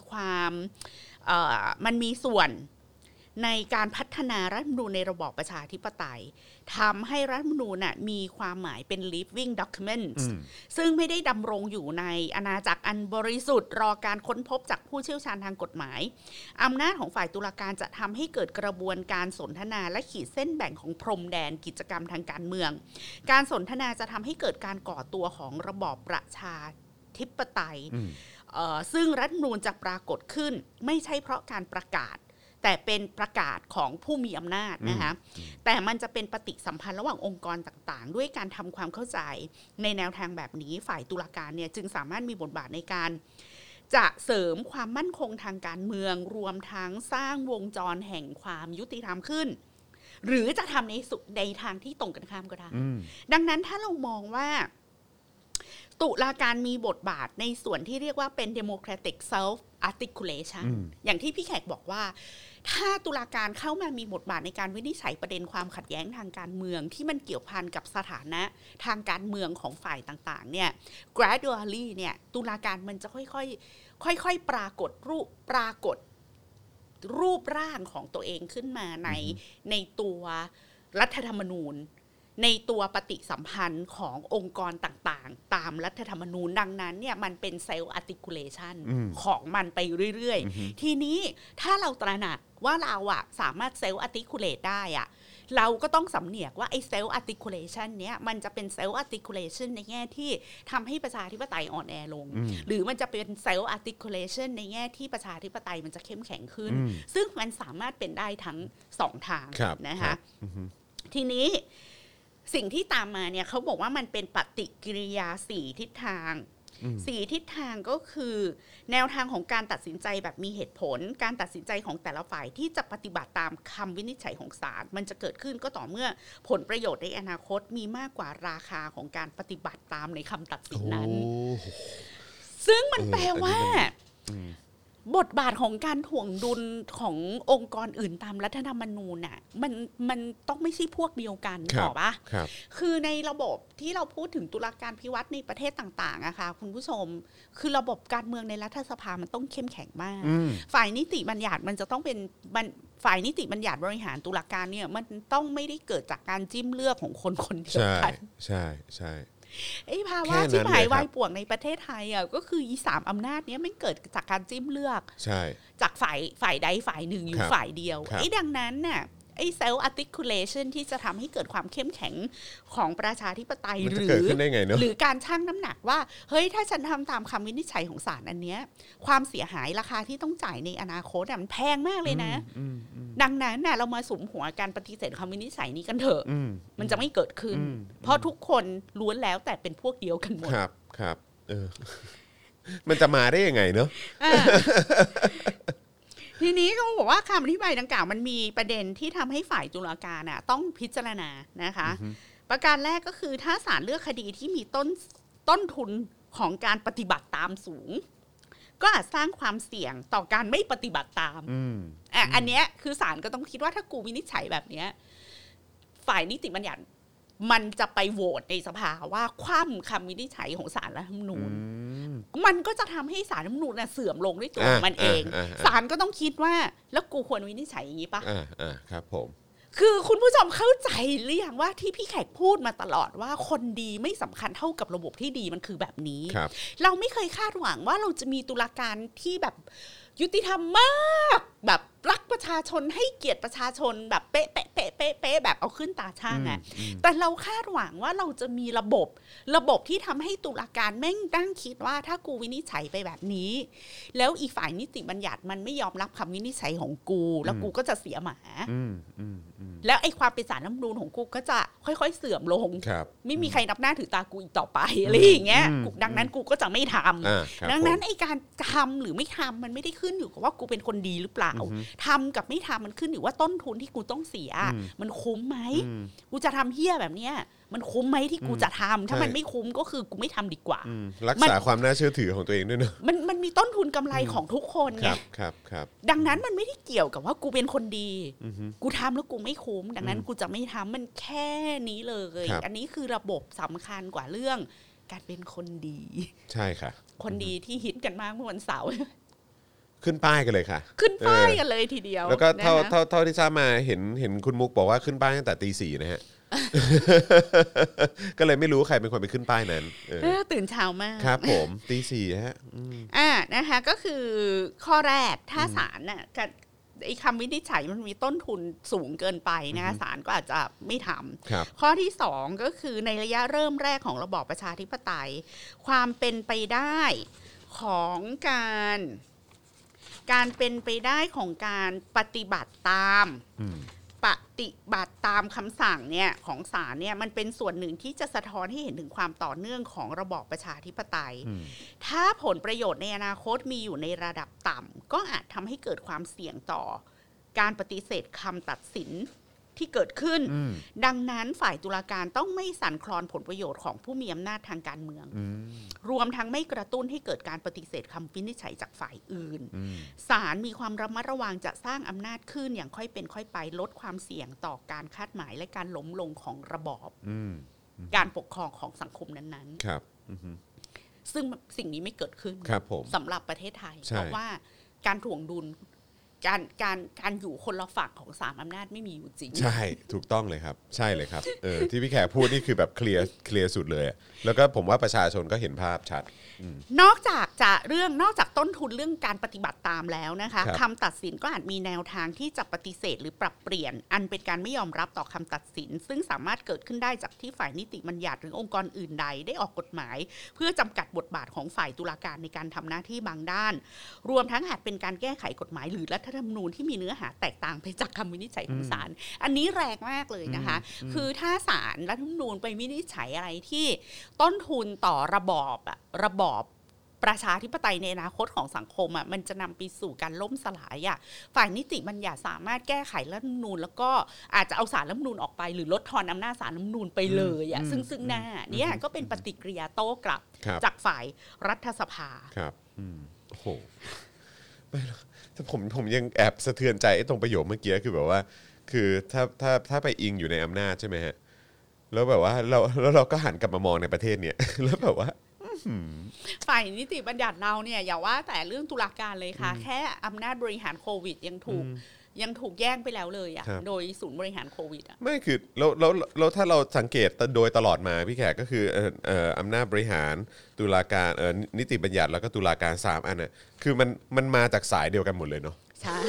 S2: มีส่วนในการพัฒนารัฐธรรมนูญในระบอบประชาธิปไตยทำให้รัฐธรรมนูญมีความหมายเป็น living document ซึ่งไม่ได้ดำรงอยู่ในอาณาจักรอันบริสุทธิ์รอการค้นพบจากผู้เชี่ยวชาญทางกฎหมายอำนาจของฝ่ายตุลาการจะทำให้เกิดกระบวนการสนทนาและขีดเส้นแบ่งของพรมแดนกิจกรรมทางการเมืองการสนทนาจะทำให้เกิดการก่อตัวของระบอบประชาธิปไตยซึ่งรัฐธรรมนูญจะปรากฏขึ้นไม่ใช่เพราะการประกาศแต่เป็นประกาศของผู้มีอำนาจนะคะแต่มันจะเป็นปฏิสัมพันธ์ระหว่างองค์กรต่างๆด้วยการทำความเข้าใจในแนวทางแบบนี้ฝ่ายตุลาการเนี่ยจึงสามารถมีบทบาทในการจะเสริมความมั่นคงทางการเมืองรวมทั้งสร้างวงจรแห่งความยุติธรรมขึ้นหรือจะทำในทางที่ตรงกันข้ามก็ได้ดังนั้นถ้าเรามองว่าตุลาการมีบทบาทในส่วนที่เรียกว่าเป็น democratic self articulation อย่างที่พี่แขกบอกว่าถ้าตุลาการเข้ามามีบทบาทในการวินิจฉัยประเด็นความขัดแย้งทางการเมืองที่มันเกี่ยวพันกับสถานะทางการเมืองของฝ่ายต่างๆเนี่ย gradually เนี่ยตุลาการมันจะค่อยๆปรากฏรูปร่างของตัวเองขึ้นมาในตัวรัฐธรรมนูญในตัวปฏิสัมพันธ์ขององค์กรต่างๆตามรัฐธรรมนูญดังนั้นเนี่ยมันเป็นเซลล์อาร์ติคูเลชันของมันไปเรื่อยๆทีนี้ถ้าเราตระหนักว่าเราสามารถเซลล์อาร์ติคูเลตได้เราก็ต้องสำเนียกว่าไอ้ self articulation เนี้ยมันจะเป็น self articulation ในแง่ที่ทำให้ประชาธิปไตยอ่อนแอลงหรือมันจะเป็น self articulation ในแง่ที่ประชาธิปไตยมันจะเข้มแข็งขึ้นซึ่งมันสามารถเป็นได้ทั้ง2ทางนะคะทีนี้สิ่งที่ตามมาเนี่ยเขาบอกว่ามันเป็นปฏิกิริยา4ทิศทาง4ทิศทางก็คือแนวทางของการตัดสินใจแบบมีเหตุผลการตัดสินใจของแต่ละฝ่ายที่จะปฏิบัติตามคำวินิจฉัยของศาลมันจะเกิดขึ้นก็ต่อเมื่อผลประโยชน์ในอนาคตมีมากกว่าราคาของการปฏิบัติตามในคำตัดสินนั้นซึ่งมันแปลว่าบทบาทของการถ่วงดุลขององค์กรอื่นตามรัฐธรรมนูญน่ะมันต้องไม่ใช่พวกเดียวกันถูกปะคือในระบบที่เราพูดถึงตุลาการพิวัตรในประเทศต่างๆอะค่ะคุณผู้ชมคือระบบการเมืองในรัฐสภามันต้องเข้มแข็งมากฝ่ายนิติบัญญัติมันจะต้องเป็นฝ่ายนิติบัญญัติบริหารตุลาการเนี่ยมันต้องไม่ได้เกิดจากการจิ้มเลือกของคนคนเดียวกัน
S1: ใช่ใช่
S2: ไอ้ภาวะที่หายวายป่วงในประเทศไทยอ่ะก็คืออี3อำนาจนี้ไม่เกิดจากการจิ้มเลือกจากฝ่ายใดฝ่ายหนึ่งอยู่ฝ่ายเดียวไอ้ดังนั้นน่ะไอ้ self articulation ที่จะทำให้เกิดความเข้มแข็งของประชาธิปไตยหรือการชั่งน้ำหนักว่าเฮ้ยถ้าฉันทำตามคำวินิจฉัยของศาลอันเนี้ยความเสียหายราคาที่ต้องจ่ายในอนาคตมันแพงมากเลยนะดังนั้นน่ะเรามาสุมหัวการปฏิเสธคำวินิจฉัยนี้กันเถอะมันจะไม่เกิดขึ้นเพราะทุกคนล้วนแล้วแต่เป็นพวกเดียวกันหมด
S1: ครับมันจะมาได้ยังไงเนอะ
S2: ทีนี้เขาบอกว่าคำอธิบายดังกล่าวมันมีประเด็นที่ทำให้ฝ่ายตุลาการต้องพิจารณานะคะประการแรกก็คือถ้าศาลเลือกคดีที่มีต้นทุนของการปฏิบัติตามสูงก็อาจสร้างความเสี่ยงต่อการไม่ปฏิบัติตามอันเนี้ยคือศาลก็ต้องคิดว่าถ้ากูวินิจฉัยแบบเนี้ยฝ่ายนิติบัญญัติมันจะไปโหวตในสภาว่าคว่ำคำวินิจฉัยของศาลรัฐธรรมนูญมันก็จะทำให้ศาลรัฐธรรมนูญเสื่อมลงด้วยตัวมันเองศาลก็ต้องคิดว่าแล้วกูควรวินิจฉัยอย่างนี้ปะ
S1: ครับผม
S2: คือคุณผู้ชมเข้าใจหรือยังว่าที่พี่แขกพูดมาตลอดว่าคนดีไม่สำคัญเท่ากับระบบที่ดีมันคือแบบนี้เราไม่เคยคาดหวังว่าเราจะมีตุลาการที่แบบยุติธรรมมากแบบรักประชาชนให้เกียรติประชาชนแบบเป๊ะเป๊ะเป๊ะเป๊ะเป๊ะแบบเอาขึ้นตาช่างอ่ะแต่เราคาดหวังว่าเราจะมีระบบที่ทำให้ตุลาการแม่งตั้งคิดว่าถ้ากูวินิจฉัยไปแบบนี้แล้วอีฝ่ายนิติบัญญัติมันไม่ยอมรับคำวินิจฉัยของกูแล้วกูก็จะเสียหมาแล้วไอ้ความเป็นศาลรัฐธรรมนูญของกูก็จะค่อยๆเสื่อมลงไม่มีใครนับหน้าถือตากูอีกต่อไปอะไรอย่างเงี้ยดังนั้นกูก็จะไม่ทำดังนั้นไอ้การทำหรือไม่ทำมันไม่ได้ขึ้นอยู่กับว่ากูเป็นคนดีหรือเปล่าทำกับไม่ทำมันขึ้นอยู่ว่าต้นทุนที่กูต้องเสียมันคุ้มไหมกูจะทำเหี้ยแบบเนี้ยมันคุ้มไหมที่กูจะทำถ้ามันไม่คุ้มก็คือกูไม่ทำดีกว่า
S1: รักษาความน่าเชื่อถือของตัวเองด้วยเนอะ
S2: มันมีต้นทุนกำไรของทุกคนไงดังนั้นมันไม่ได้เกี่ยวกับว่ากูเป็นคนดีกูทำแล้วกูไม่คุ้มดังนั้นกูจะไม่ทำมันแค่นี้เลยอันนี้คือระบบสำคัญกว่าเรื่องการเป็นคนดี
S1: ใช่ค่ะ
S2: คนดีที่ฮิตกันมากเมื่อวันเสาร์
S1: ขึ้นป้ายกันเลยค่ะ
S2: ขึ้นป้ายกันเลยทีเดียว
S1: แล้วก็เท่าที่ทราบมาเห็นคุณมุกบอกว่าขึ้นป้ายตั้งแต่ตี 4นะฮะ ก็เลยไม่รู้ใครเป็นคนไปขึ้นป้ายนั้น
S2: ตื่นเช้ามาก
S1: ครับผมตี 4ฮะ
S2: นะคะก็คือข้อแรกถ้าศาลน่ะไอ้คำวินิจฉัยมันมีต้นทุนสูงเกินไปนะศาลก็อาจจะไม่ทำข้อที่2ก็คือในระยะเริ่มแรกของระบอบประชาธิปไตยความเป็นไปได้ของการเป็นไปได้ของการปฏิบัติตามคำสั่งเนี่ยของศาลเนี่ยมันเป็นส่วนหนึ่งที่จะสะท้อนให้เห็นถึงความต่อเนื่องของระบอบประชาธิปไตยถ้าผลประโยชน์ในอนาคตมีอยู่ในระดับต่ำก็อาจทำให้เกิดความเสี่ยงต่อการปฏิเสธคำตัดสินที่เกิดขึ้นดังนั้นฝ่ายตุลาการต้องไม่สั่นคลอนผลประโยชน์ของผู้มีอำนาจทางการเมืองรวมทั้งไม่กระตุ้นให้เกิดการปฏิเสธคำวินิจฉัยจากฝ่ายอื่นศาลมีความระมัดระวังจะสร้างอำนาจขึ้นอย่างค่อยเป็นค่อยไปลดความเสี่ยงต่อการคาดหมายและการล้มลงของระบอบการปกครองของสังคมนั้น
S1: ๆครับ
S2: ซึ่งสิ่งนี้ไม่เกิดขึ้น
S1: ครับผม
S2: สำหรับประเทศไทยเพราะว่าการถ่วงดุลการอยู่คนละฝั่งของ3อำนาจไม่มีอยู่จริง
S1: ใช่ถูกต้องเลยครับใช่เลยครับที่พี่แขกพูดนี่คือแบบเคลียร์สุดเลยแล้วก็ผมว่าประชาชนก็เห็นภาพชัด
S2: นอกจากต้นทุนเรื่องการปฏิบัติตามแล้วนะคะคำตัดสินก็อาจมีแนวทางที่จะปฏิเสธหรือปรับเปลี่ยนอันเป็นการไม่ยอมรับต่อคำตัดสินซึ่งสามารถเกิดขึ้นได้จากที่ฝ่ายนิติบัญญัติหรือองค์กรอื่นใดได้ออกกฎหมายเพื่อจำกัดบทบาทของฝ่ายตุลาการในการทำหน้าที่บางด้านรวมทั้งอาจเป็นการแก้ไขกฎหมายหรือรัฐธรรมนูญที่มีเนื้อหาแตกต่างไปจากคำวินิจฉัยของศาลอันนี้แรงมากเลยนะคะคือถ้าศาลรัฐธรรมนูญไปวินิจฉัยอะไรที่ต้นทุนต่อระบอบประชาธิปไตยในอนาคตของสังคมมันจะนำไปสู่การล่มสลายฝ่ายนิติบัญญัติสามารถแก้ไขรัฐธรรมนูญแล้วก็อาจจะเอาศาลรัฐธรรมนูญออกไปหรือลดทอนอำนาจศาลรัฐธรรมนูญไปเลยซึ่งหน้านี้ก็เป็นปฏิกิริยาโต้กลับจากฝ่ายรัฐสภา
S1: ครับโอ้โหผมยังแอบสะเทือนใจตรงประโยคเมื่อกี้คือแบบว่าคือถ้าไปอิงอยู่ในอำนาจใช่ไหมฮะแล้วแบบว่าเราก็หันกลับมามองในประเทศเนี่ยแล้วแบบว่า
S2: ฝ่ายนิติบัญญัติเราเนี่ยอย่าว่าแต่เรื่องตุลาการเลยค่ะแค่อำนาจบริหารโควิดยังถูกแย่งไปแล้วเลยโดยศูนย์บริหารโควิด
S1: ไม่คือแล้วถ้าเราสังเกตโดยตลอดมาพี่แขกก็คืออำนาจบริหารตุลาการนิติบัญญัติแล้วก็ตุลาการ3อันน่ะคือมันมาจากสายเดียวกันหมดเลยเนาะ
S2: ใช่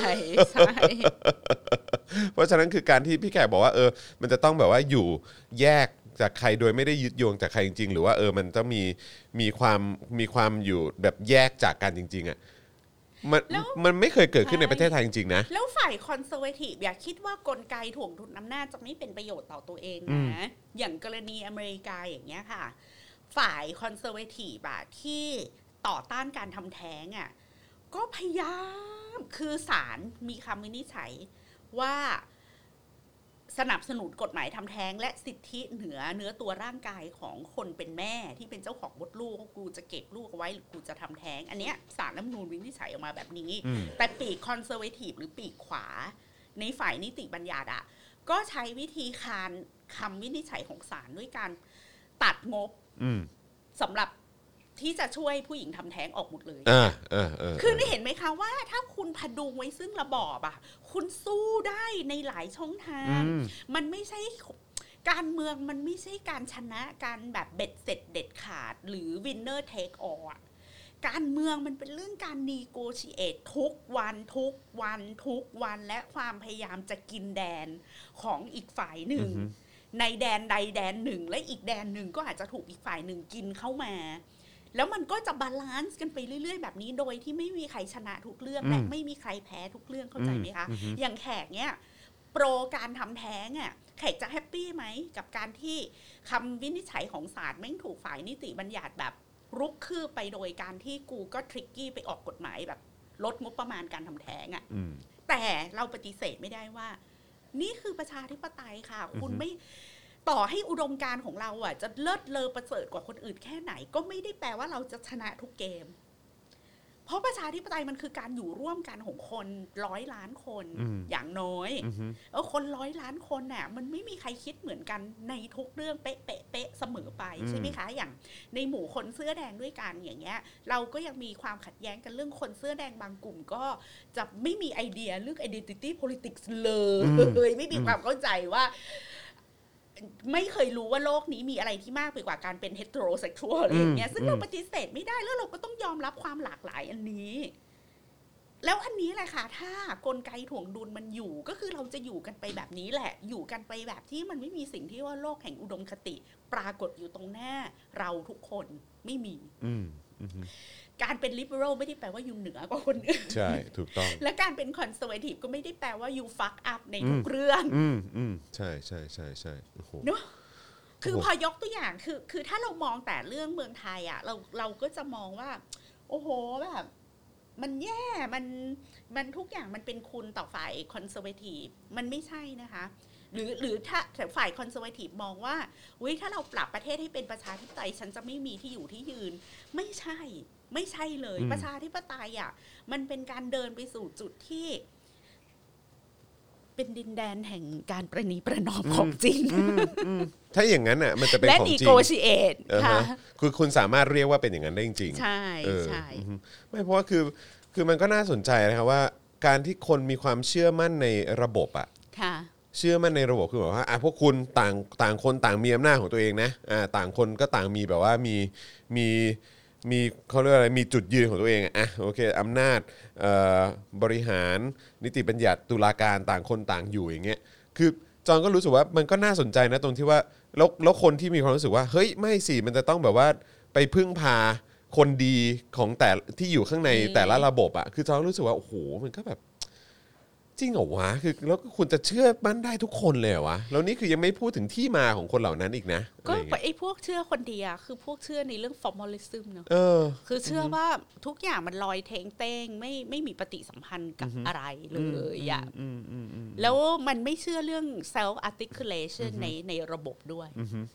S1: เพราะฉะนั้นคือการที่พี่แขกบอกว่ามันจะต้องแบบว่าอยู่แยกจากใครโดยไม่ได้ยึดโยงจากใครจริงๆหรือว่ามันต้องมีความอยู่แบบแยกจากกันจริงๆอ่ะมันไม่เคยเกิดขึ้นในประเทศไทยจริงๆนะ
S2: แล้วฝ่ายคอนเซอร์เวทีฟอย่าคิดว่ากลไกถ่วงดุลอำนาจจะไม่เป็นประโยชน์ต่อตัวเองนะอย่างกรณีอเมริกาอย่างเงี้ยค่ะฝ่ายคอนเซอร์เวทีฟที่ต่อต้านการทำแท้งก็พยายามคือศาลมีคำวินิจฉัยว่าสนับสนุนกฎหมายทำแท้งและสิทธิเหนือเนื้อตัวร่างกายของคนเป็นแม่ที่เป็นเจ้าของมดลูกกูจะเก็บลูกเอาไว้หรือกูจะทำแท้งอันเนี้ยศาลรัฐธรรมนูญวินิจฉัยออกมาแบบนี้แต่ปีกคอนเซอร์เวทีฟหรือปีกขวาในฝ่ายนิติบัญญัติก็ใช้วิธีคำวินิจฉัยของศาลด้วยการตัดงบสำหรับที่จะช่วยผู้หญิงทำแท้งออกหมดเลยคือได้เห็นไหมคะว่าถ้าคุณพดุงไว้ซึ่งระบอบคุณสู้ได้ในหลายช่องทางมันไม่ใช่การเมืองมันไม่ใช่การชนะการแบบเบ็ดเสร็จเด็ดขาดหรือ winner take all การเมืองมันเป็นเรื่องการ negotiate ทุกวันและความพยายามจะกินแดนของอีกฝ่ายหนึ่งในแดนใดแดนหนึ่งและอีกแดนหนึ่งก็อาจจะถูกอีกฝ่ายหนึ่งกินเข้ามาแล้วมันก็จะบาลานซ์กันไปเรื่อยๆแบบนี้โดยที่ไม่มีใครชนะทุกเรื่องและไม่มีใครแพ้ทุกเรื่องเข้าใจไหมคะอย่างแขกเนี่ยโปรการทำแท้งแขกจะแฮปปี้ไหมกับการที่คำวินิจฉัยของศาลไม่ถูกฝ่ายนิติบัญญัติแบบรุกคืบไปโดยการที่กูก็ทริกกี้ไปออกกฎหมายแบบลดงบประมาณการทำแท้งแต่เราปฏิเสธไม่ได้ว่านี่คือประชาธิปไตยค่ะคุณไม่ต่อให้อุดมการณ์ของเราจะเลิศเลอประเสริฐกว่าคนอื่นแค่ไหนก็ไม่ได้แปลว่าเราจะชนะทุกเกมเพราะประชาธิปไตยมันคือการอยู่ร่วมกันของคน100 ล้านคนอย่างน้อยคน100 ล้านคนมันไม่มีใครคิดเหมือนกันในทุกเรื่องเป๊ะเสมอไปใช่ไหมคะอย่างในหมู่คนเสื้อแดงด้วยกันอย่างเงี้ยเราก็ยังมีความขัดแย้งกันเรื่องคนเสื้อแดงบางกลุ่มก็จะไม่มีไอเดียเรื่อง identity politics เลยไม่มีความเข้าใจว่าไม่เคยรู้ว่าโลกนี้มีอะไรที่มากไปกว่าการเป็น heterosexual อะไรอย่างเงี้ยซึ่งเราปฏิเสธไม่ได้แล้วเราก็ต้องยอมรับความหลากหลายอันนี้แล้วอันนี้แหละค่ะถ้ากลไกถ่วงดุลมันอยู่ก็คือเราจะอยู่กันไปแบบนี้แหละอยู่กันไปแบบที่มันไม่มีสิ่งที่ว่าโลกแห่งอุดมคติปรากฏอยู่ตรงหน้าเราทุกคนไม่มีการเป็น liberal ไม่ได้แปลว่าอยู่เหนือกว่าคนอื่น
S1: ใช่ถูกต้อง
S2: และการเป็น conservative ก็ไม่ได้แปลว่า you fuck up ในทุกเรื่อง
S1: ใช่ใช่ใช่ใช่โอ้โห
S2: เนาะคือพอยกตัวอย่างคือถ้าเรามองแต่เรื่องเมืองไทยเราก็จะมองว่าโอ้โหแบบมันแย่มันทุกอย่างมันเป็นคุณต่อฝ่าย conservative มันไม่ใช่นะคะหรือถ้าฝ่ายคอนเซอร์เวทีฟมองว่าถ้าเราปรับประเทศให้เป็นประชาธิปไตยฉันจะไม่มีที่อยู่ที่ยืนไม่ใช่เลยประชาธิปไตยมันเป็นการเดินไปสู่จุดที่เป็นดินแดนแห่งการประนีประนอมของจริง
S1: ถ้าอย่างนั้นมันจะเป็นของจริง
S2: และ negotiate ค่ะ
S1: คือคุณสามารถเรียกว่าเป็นอย่างนั้นได้จริง
S2: ใช่ใช่
S1: ไม่เพราะว่าคือมันก็น่าสนใจนะครับว่าการที่คนมีความเชื่อมั่นในระบบอะเชื่อมั่นในระบบคือแบบว่าพวกคุณต่างคนต่างมีอำนาจของตัวเองนะต่างคนก็ต่างมีแบบว่ามีเขาเรียกอะไรมีจุดยืนของตัวเองโอเคอำนาจบริหารนิติบัญญัติตุลาการต่างคนต่างอยู่อย่างเงี้ยคือจอนก็รู้สึกว่ามันก็น่าสนใจนะตรงที่ว่าแล้วคนที่มีความรู้สึกว่าเฮ้ยไม่สิมันจะต้องแบบว่าไปพึ่งพาคนดีของแต่ที่อยู่ข้างในแต่ละระบบคือจอนรู้สึกว่าโอ้โหมันก็แบบจริงเหรอวะคือแล้วคุณจะเชื่อมั่นได้ทุกคนเลยเหรอวะแล้วนี่คือยังไม่พูดถึงที่มาของคนเหล่านั้นอีกนะ
S2: ก็ไอ้พวกเชื่อคนเดียวคือพวกเชื่อในเรื่อง formalism เนอะคือเชื่อว่าทุกอย่างมันลอยเท้งเต้งไม่มีปฏิสัมพันธ์กับอะไรเลยแล้วมันไม่เชื่อเรื่อง self articulation ในระบบด้วย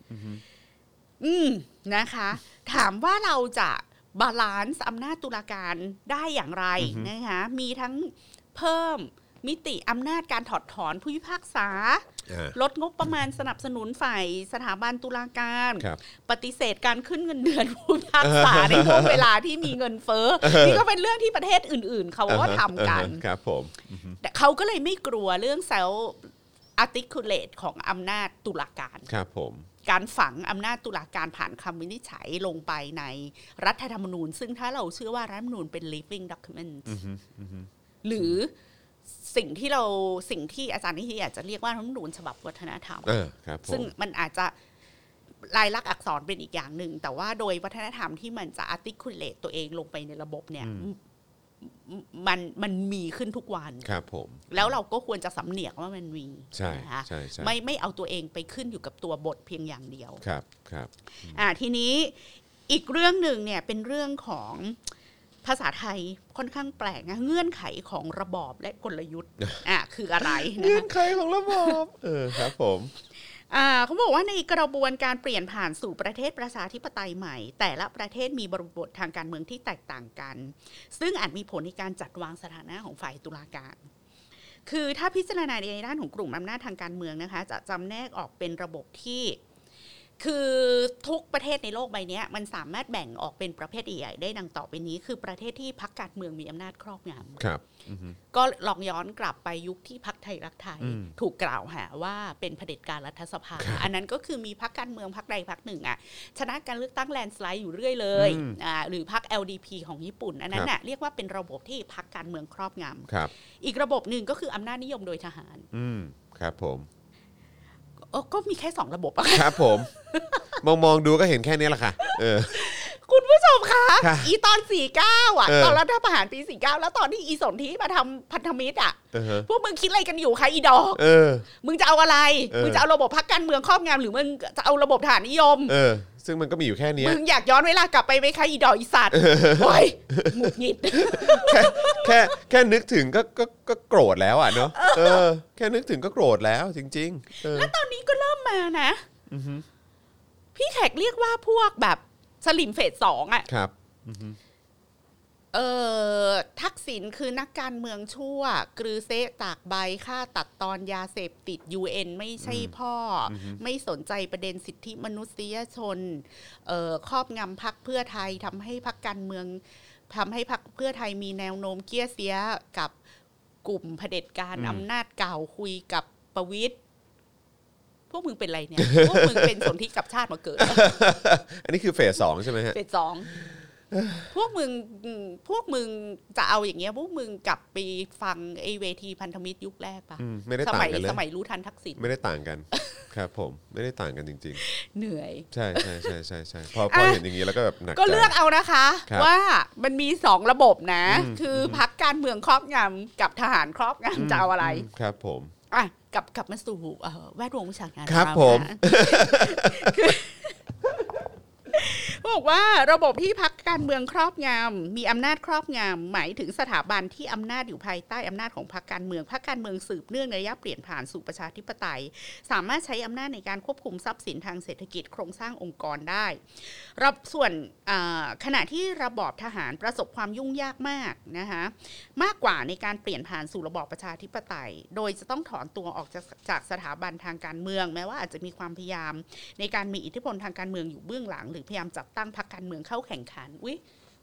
S2: นะคะถามว่าเราจะบาลานซ์อำนาจตุลาการได้อย่างไรนะคะมีทั้งเพิ่มมิติอำนาจการถอดถอนผู้พิพากษาลดงบประมาณสนับสนุนฝ่ายสถาบันตุลาการปฏิเสธการขึ้นเงินเดือนผู้พิพากษาในช่วงเวลาที่มีเงินเฟ้อนี่ก็เป็นเรื่องที่ประเทศอื่นๆเขาก็ทำกัน
S1: ครับผม
S2: แต่เขาก็เลยไม่กลัวเรื่อง self articulate ของอำนาจตุลาการ
S1: ครับผม
S2: การฝังอำนาจตุลาการผ่านคำวินิจฉัยลงไปในรัฐธรรมนูญซึ่งถ้าเราเชื่อว่ารัฐธรรมนูญเป็น living document หรือสิ่งที่อาจารย์นิธิอาจจะเรียกว่ารัฐธรรมนูญฉบับวัฒนธรรมซึ่งมันอาจจะลายลักษณ์อักษรเป็นอีกอย่างหนึ่งแต่ว่าโดยวัฒนธรรมที่มันจะ articulate ตัวเองลงไปในระบบเนี่ยมันมีขึ้นทุกวัน
S1: ครับผม
S2: แล้วเราก็ควรจะสำเนียกว่ามันมี
S1: ใช่
S2: นะคะ
S1: ใช่
S2: ไม่เอาตัวเองไปขึ้นอยู่กับตัวบทเพียงอย่างเดียว
S1: ครับ
S2: ทีนี้อีกเรื่องหนึ่งเนี่ยเป็นเรื่องของภาษาไทยค่อนข้างแปลกนะเงื่อนไขของระบอบและกลยุทธ์คืออะไรนะ
S1: เงื่อนไขของระบอบครับผม
S2: เขาบอกว่าในกระบวนการเปลี่ยนผ่านสู่ประเทศประชาธิปไตยใหม่แต่ละประเทศมีบริบททางการเมืองที่แตกต่างกันซึ่งอาจมีผลในการจัดวางสถานะของฝ่ายตุลาการคือถ้าพิจารณาในด้านของกลุ่มอำนาจทางการเมืองนะคะจะจำแนกออกเป็นระบบที่คือทุกประเทศในโลกใบนี้มันสามารถแบ่งออกเป็นประเภทใหญ่ได้ดังต่อไปนี้คือประเทศที่พรรคการเมืองมีอำนาจครอบงำ
S1: ครับ
S2: ก็ลองย้อนกลับไปยุคที่พรรคไทยรักไทยถูกกล่าวหาว่าเป็นเผด็จการรัฐสภาอันนั้นก็คือมีพรรคการเมืองพรรคใดพรรคหนึ่งชนะการเลือกตั้งแลนด์สไลด์อยู่เรื่อยเลยหรือพรรค LDP ของญี่ปุ่นอันนั้นเรียกว่าเป็นระบบที่พรรคการเมืองครอบงำอีกระบบหนึ่งก็คืออำนาจนิยมโดยทหาร
S1: ครับผม
S2: ก็มีแค่2ระบบ
S1: ครับผมมองดูก็เห็นแค่นี้แหละค่ะ
S2: คุณผู้ชมคะอีตอน49ตอนรัฐประหารปี49แล้วตอนที่อีสนธิมาทำพันธมิตรพวกมึงคิดอะไรกันอยู่คะอีดอกมึงจะเอาอะไรมึงจะเอาระบบพรรคการเมืองครอบงำหรือมึงจะเอาระบบทหารนิยม
S1: ซึ่งมันก็มีอยู่แค่นี้
S2: มึงอยากย้อนเวลากลับไปไหมคะอีดอกอีสัตว์โอ้ยหงุดหงิด
S1: แค่นึกถึงก็โกรธแล้วเนาะแค่นึกถึงก็โกรธแล้วจริง
S2: ๆแล้วตอนนี้ก็เริ่มมานะพี่แขกเรียกว่าพวกแบบสลิมเฟส2
S1: ครับ
S2: ทักษิณคือนักการเมืองชั่วกรือเซะตากใบฆ่าตัดตอนยาเสพติด UN ไม่ใช่พ่อไม่สนใจประเด็นสิทธิมนุษยชนครอบงำพรรคเพื่อไทยทำให้พรรคการเมืองทำให้พรรคเพื่อไทยมีแนวโน้มเกี้ยเสียกับกลุ่มเผด็จการอำนาจเก่าคุยกับประวิตรพวกมึงเป็นอะไรเนี่ยพวกมึงเป็นสนธิกับชาติมาเกิด
S1: อันนี้คือเฟส2ใช่ไหมฮะ
S2: เฟส2พวกมึงจะเอาอย่างเงี้ยพวกมึงกลับไปฟังไอเวทีพันธมิตรยุคแรกปะ
S1: ไม่ได้ต่างกันเลย
S2: สมัยรู้ทันทักษิณ
S1: ไม่ได้ต่างกันครับผมไม่ได้ต่างกันจริง
S2: ๆเหนื่อย
S1: ใช่พอเห็นอย่างงี้แล้วก็แบบหนัก
S2: ก็เลือกเอานะคะว่ามันมี2ระบบนะคือพรรคการเมืองครอบงำกับทหารครอบงำจะเอาอะไร
S1: ครับผม
S2: กลับมาสู่แวดวงวิชาการ
S1: ครับผม
S2: บอกว่าระบบที่พรรคการเมืองครอบงำมีอำนาจครอบงำหมายถึงสถาบันที่อำนาจอยู่ภายใต้อำนาจของพรรคการเมืองสืบเนื่องในระยะเปลี่ยนผ่านสู่ประชาธิปไตยสามารถใช้อำนาจในการควบคุมทรัพย์สินทางเศรษฐกิจโครงสร้างองค์กรได้ส่วนขณะที่ระบอบทหารประสบความยุ่งยากมากนะคะมากกว่าในการเปลี่ยนผ่านสู่ระบอบประชาธิปไตยโดยจะต้องถอนตัวออกจากสถาบันทางการเมืองแม้ว่าอาจจะมีความพยายามในการมีอิทธิพลทางการเมืองอยู่เบื้องหลังหรือพยายามจัดตั้งพรรคการเมืองเข้าแข่งขันอุ๊ยผ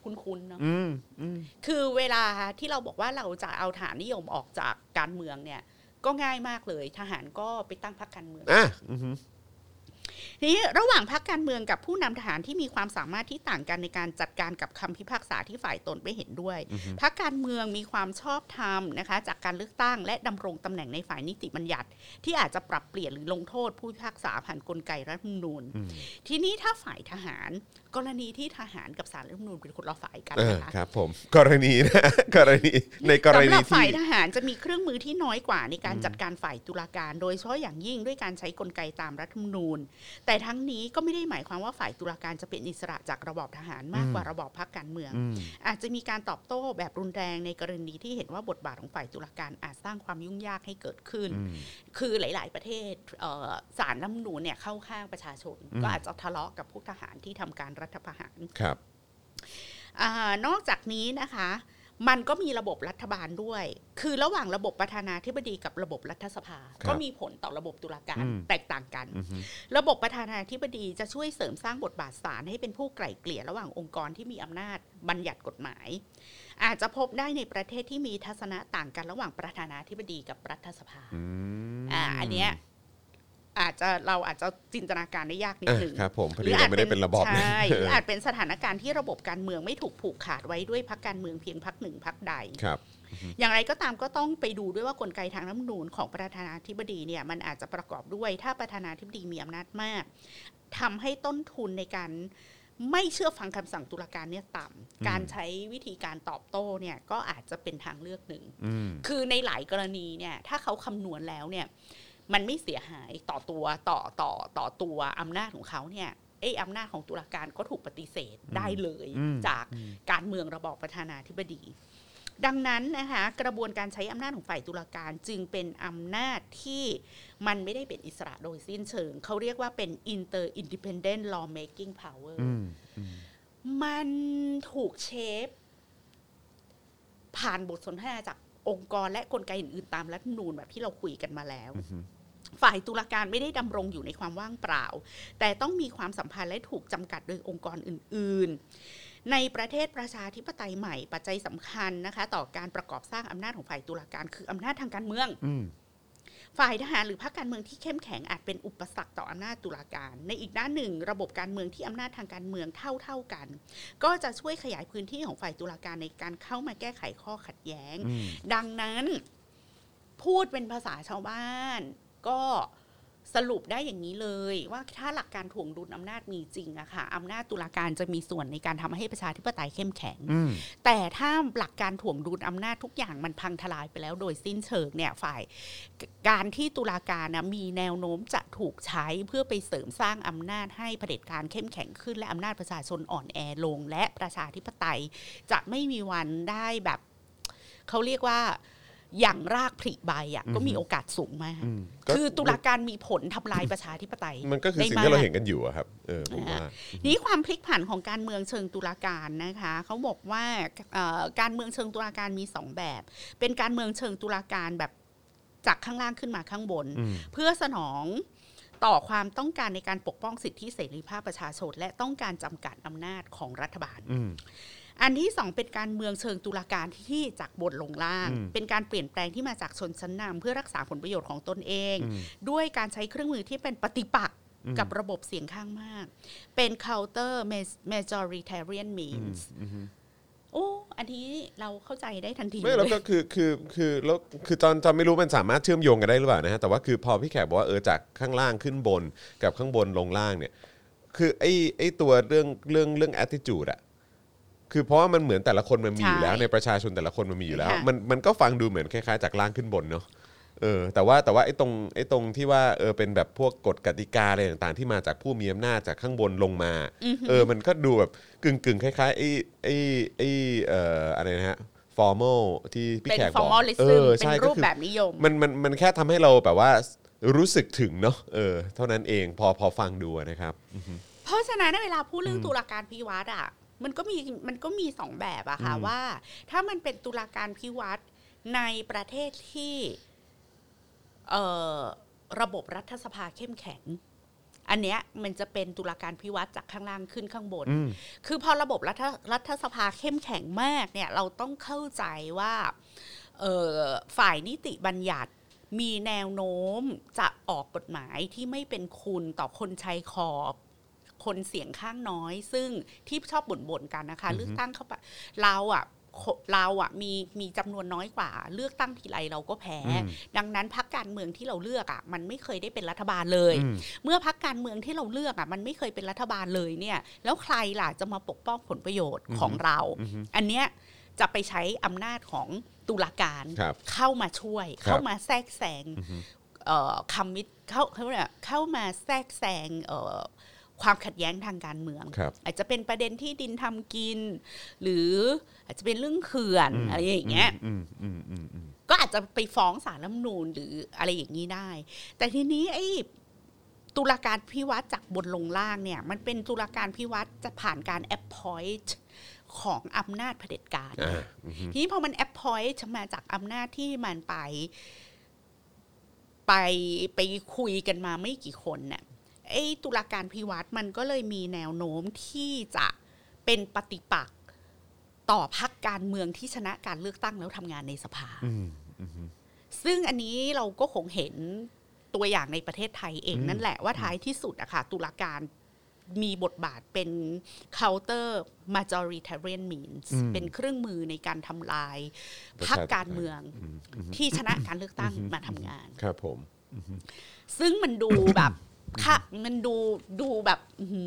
S2: คุ้นๆเนาะคือเวลาที่เราบอกว่าเราจะเอาฐานนิยมออกจากการเมืองเนี่ยก็ง่ายมากเลยทหารก็ไปตั้งพรรคการเมืองทีนี้ระหว่างพรรคการเมืองกับผู้นำทหารที่มีความสามารถที่ต่างกันในการจัดการกับคำพิพากษาที่ฝ่ายตนไม่เห็นด้วยพรรคการเมืองมีความชอบธรรมนะคะจากการเลือกตั้งและดำรงตำแหน่งในฝ่ายนิติบัญญัติที่อาจจะปรับเปลี่ยนหรือลงโทษผู้พิพากษาผ่านกลไกรัฐธรรมนูญทีนี้ถ้าฝ่ายทหารกรณีที่ทหารกับศาลรัฐธรรมนูญเป็นคนละฝ่ายกันนะคะ
S1: ครับผมกรณีนะกรณีในกรณีที่สำหรับ
S2: ฝ่ายทหารจะมีเครื่องมือที่น้อยกว่าในการจัดการฝ่ายตุลาการโดยเฉพาะอย่างยิ่งด้วยการใช้กลไกตามรัฐธรรมนูญแต่ทั้งนี้ก็ไม่ได้หมายความว่าฝ่ายตุลาการจะเป็นอิสระจากระบอบทหารมากกว่าระบอบพรรคการเมืองอาจจะมีการตอบโต้แบบรุนแรงในกรณีที่เห็นว่าบทบาทของฝ่ายตุลาการอาจสร้างความยุ่งยากให้เกิดขึ้นคือหลายๆประเทศศาลรัฐธรรมนูญเนี่ยเข้าข้างประชาชนก็อาจจะทะเลาะกับพวกทหารที่ทำการรัฐประหาร
S1: ครับ
S2: นอกจากนี้นะคะมันก็มีระบบรัฐบาลด้วยคือระหว่างระบบประธานาธิบดีกับระบบรัฐสภาก็มีผลต่อระบบตุลาการแตกต่างกันระบบประธานาธิบดีจะช่วยเสริมสร้างบทบาทศาลให้เป็นผู้ไกล่เกลี่ยระหว่างองค์กรที่มีอำนาจบัญญัติกฎหมายอาจจะพบได้ในประเทศที่มีทัศนะต่างกันระหว่างประธานาธิบดีกับรัฐสภาอันเนี้ยเราอาจจะจินตนาการได้ยากนิดนึง
S1: ครับผมพอดีเราไม่ได้เป็นระบอบ
S2: ใช่หรืออาจเป็นสถานการณ์ที่ระบบการเมืองไม่ถูกผูกขาดไว้ด้วยพรรคการเมืองเพียงพรรคหนึ่งพรรคใดอย่างไรก็ตามก็ต้องไปดูด้วยว่ากลไกทางรัฐธรรมนูญของประธานาธิบดีเนี่ยมันอาจจะประกอบด้วยถ้าประธานาธิบดีมีอำนาจมากทำให้ต้นทุนในการไม่เชื่อฟังคำสั่งตุลาการเนี่ยต่ำการใช้วิธีการตอบโต้เนี่ยก็อาจจะเป็นทางเลือกหนึ่งคือในหลายกรณีเนี่ยถ้าเขาคำนวณแล้วเนี่ยมันไม่เสียหายต่อตัวอำนาจของเขาเนี่ยอำนาจของตุลาการก็ถูกปฏิเสธได้เลยจากการเมืองระบอบประธานาธิบดีดังนั้นนะคะกระบวนการใช้อำนาจของฝ่ายตุลาการจึงเป็นอำนาจที่มันไม่ได้เป็นอิสระโดยสิ้นเชิงเขาเรียกว่าเป็น interdependent lawmaking power มันถูกเชฟผ่านบทสนทนาจากองค์กรและกลไกอื่นๆตามรัฐธรรมนูญแบบที่เราคุยกันมาแล้วฝ่ายตุลาการไม่ได้ดำรงอยู่ในความว่างเปล่าแต่ต้องมีความสัมพันธ์และถูกจำกัดโดยองค์กรอื่นๆในประเทศประชาธิปไตยใหม่ปัจจัยสำคัญนะคะต่อการประกอบสร้างอำนาจของฝ่ายตุลาการคืออำนาจทางการเมืองฝ่ายทหารหรือพรรคการเมืองที่เข้มแข็งอาจเป็นอุปสรรคต่ออำนาจตุลาการในอีกด้านหนึ่งระบบการเมืองที่อำนาจทางการเมืองเท่ากันก็จะช่วยขยายพื้นที่ของฝ่ายตุลาการในการเข้ามาแก้ไขข้อขัดแย้งดังนั้นพูดเป็นภาษาชาวบ้านก็สรุปได้อย่างนี้เลยว่าถ้าหลักการถ่วงดุลอำนาจมีจริงอะค่ะอำนาจตุลาการจะมีส่วนในการทำให้ประชาธิปไตยเข้มแข็งแต่ถ้าหลักการถ่วงดุลอำนาจทุกอย่างมันพังทลายไปแล้วโดยสิ้นเชิงเนี่ยฝ่ายการที่ตุลาการนะมีแนวโน้มจะถูกใช้เพื่อไปเสริมสร้างอำนาจให้เผด็จการเข้มแข็งขึ้นและอำนาจประชาชนอ่อนแอลงและประชาธิปไตยจะไม่มีวันได้แบบเขาเรียกว่าอย่างรากผลิใบอ่ะก็มีโอกาสสูงมากคือตุลาการมีผลทำลายประชาธิปไตย
S1: มันก็คือสิ่งที่เราเห็นกันอยู่อะครับผมว่า
S2: นี้ความพลิกผันของการเมืองเชิงตุลาการนะคะเขาบอกว่าการเมืองเชิงตุลาการมี2แบบเป็นการเมืองเชิงตุลาการแบบจากข้างล่างขึ้นมาข้างบนเพื่อสนองต่อความต้องการในการปกป้องสิทธิเสรีภาพประชาชนและต้องการจำกัดอำนาจของรัฐบาลอันที่2เป็นการเมืองเชิงตุลาการที่จากบนลงล่างเป็นการเปลี่ยนแปลงที่มาจากชนชั้นนำเพื่อรักษาผลประโยชน์ของตนเองด้วยการใช้เครื่องมือที่เป็นปฏิปักษ์กับระบบเสียงข้างมากเป็น counter majoritarian means โอ้อันนี้เราเข้าใจได้ทันที
S1: ไม่แล้วก็คือแล้วคือตอนไม่รู้มันสามารถเชื่อมโยงกันได้หรือเปล่านะฮะแต่ว่าคือพอพี่แขกบอกว่าจากข้างล่างขึ้นบนกับข้างบนลงล่างเนี่ยคือไอ้ตัวเรื่อง attitude อะคือเพราะว่ามันเหมือนแต่ละคนมันมีอยู่แล้วในประชาชนแต่ละคนมันมีอยู่แล้วมันก็ฟังดูเหมือนคล้ายๆจากล่างขึ้นบนเนาะแต่ว่าไอ้ตรงที่ว่าเป็นแบบพวกกฎกติกาอะไรต่างๆที่มาจากผู้มีอำนาจจากข้างบนลงมามันก็ดูแบบกึ่งคล้ายๆไอ้อะไรนะฮะ formal ที่พี่แขกบอก
S2: เป็นรูปแบบนิยม
S1: มันแค่ทำให้เราแบบว่ารู้สึกถึงเนาะเท่านั้นเองพอฟังดูนะครับ
S2: เพราะฉะนั้นเวลาพูดเรื่องตุลาการพิวัตรอ่ะมันก็มี2แบบอะค่ะว่าถ้ามันเป็นตุลาการพิวัตรในประเทศที่ระบบรัฐสภาเข้มแข็งอันเนี้ยมันจะเป็นตุลาการพิวัตรจากข้างล่างขึ้นข้างบนคือพอระบบรัฐสภาเข้มแข็งมากเนี่ยเราต้องเข้าใจว่าฝ่ายนิติบัญญัติมีแนวโน้มจะออกกฎหมายที่ไม่เป็นคุณต่อคนชายขอบคนเสียงข้างน้อยซึ่งที่ชอบบ่นกันนะคะเลือกตั้งเข้าไปเรามีจำนวนน้อยกว่าเลือกตั้งทีไรเราก็แพ้ดังนั้นพรรคการเมืองที่เราเลือกมันไม่เคยได้เป็นรัฐบาลเลยเมื่อพรรคการเมืองที่เราเลือกมันไม่เคยเป็นรัฐบาลเลยเนี่ยแล้วใครล่ะจะมาปกป้องผลประโยชน์ของเราอันเนี้ยจะไปใช้อำนาจของตุลาการเข้ามาช่วยเข้ามาแทรกแซงเข้ามาแทรกแซงความขัดแย้งทางการเมืองอาจจะเป็นประเด็นที่ดินทำกินหรืออาจจะเป็นเรื่องเขื่อนอะไรอย่างเงี้ยก็อาจจะไปฟ้องศาลรัฐธรรมนูญหรืออะไรอย่างนี้ได้แต่ทีนี้ไอ้ตุลาการพิวัตรจากบนลงล่างเนี่ยมันเป็นตุลาการพิวัตรจะผ่านการ appoint ของอำนาจเผด็จการทีนี้พอมัน appoint มาจากอำนาจที่มันไปคุยกันมาไม่กี่คนเนี่ยไอ้ตุลาการพิวัตรมันก็เลยมีแนวโน้มที่จะเป็นปฏิปักษ์ต่อพรรคการเมืองที่ชนะการเลือกตั้งแล้วทำงานในสภาซึ่งอันนี้เราก็คงเห็นตัวอย่างในประเทศไทยเองนั่นแหละว่าท้ายที่สุดอะค่ะตุลาการมีบทบาทเป็น counter majoritarian means เป็นเครื่องมือในการทำลายพรรคการเมืองที่ชนะการเลือกตั้งมาทำงาน
S1: ครับผม
S2: ซึ่งมันดูแบบค่ะมันดูแบบ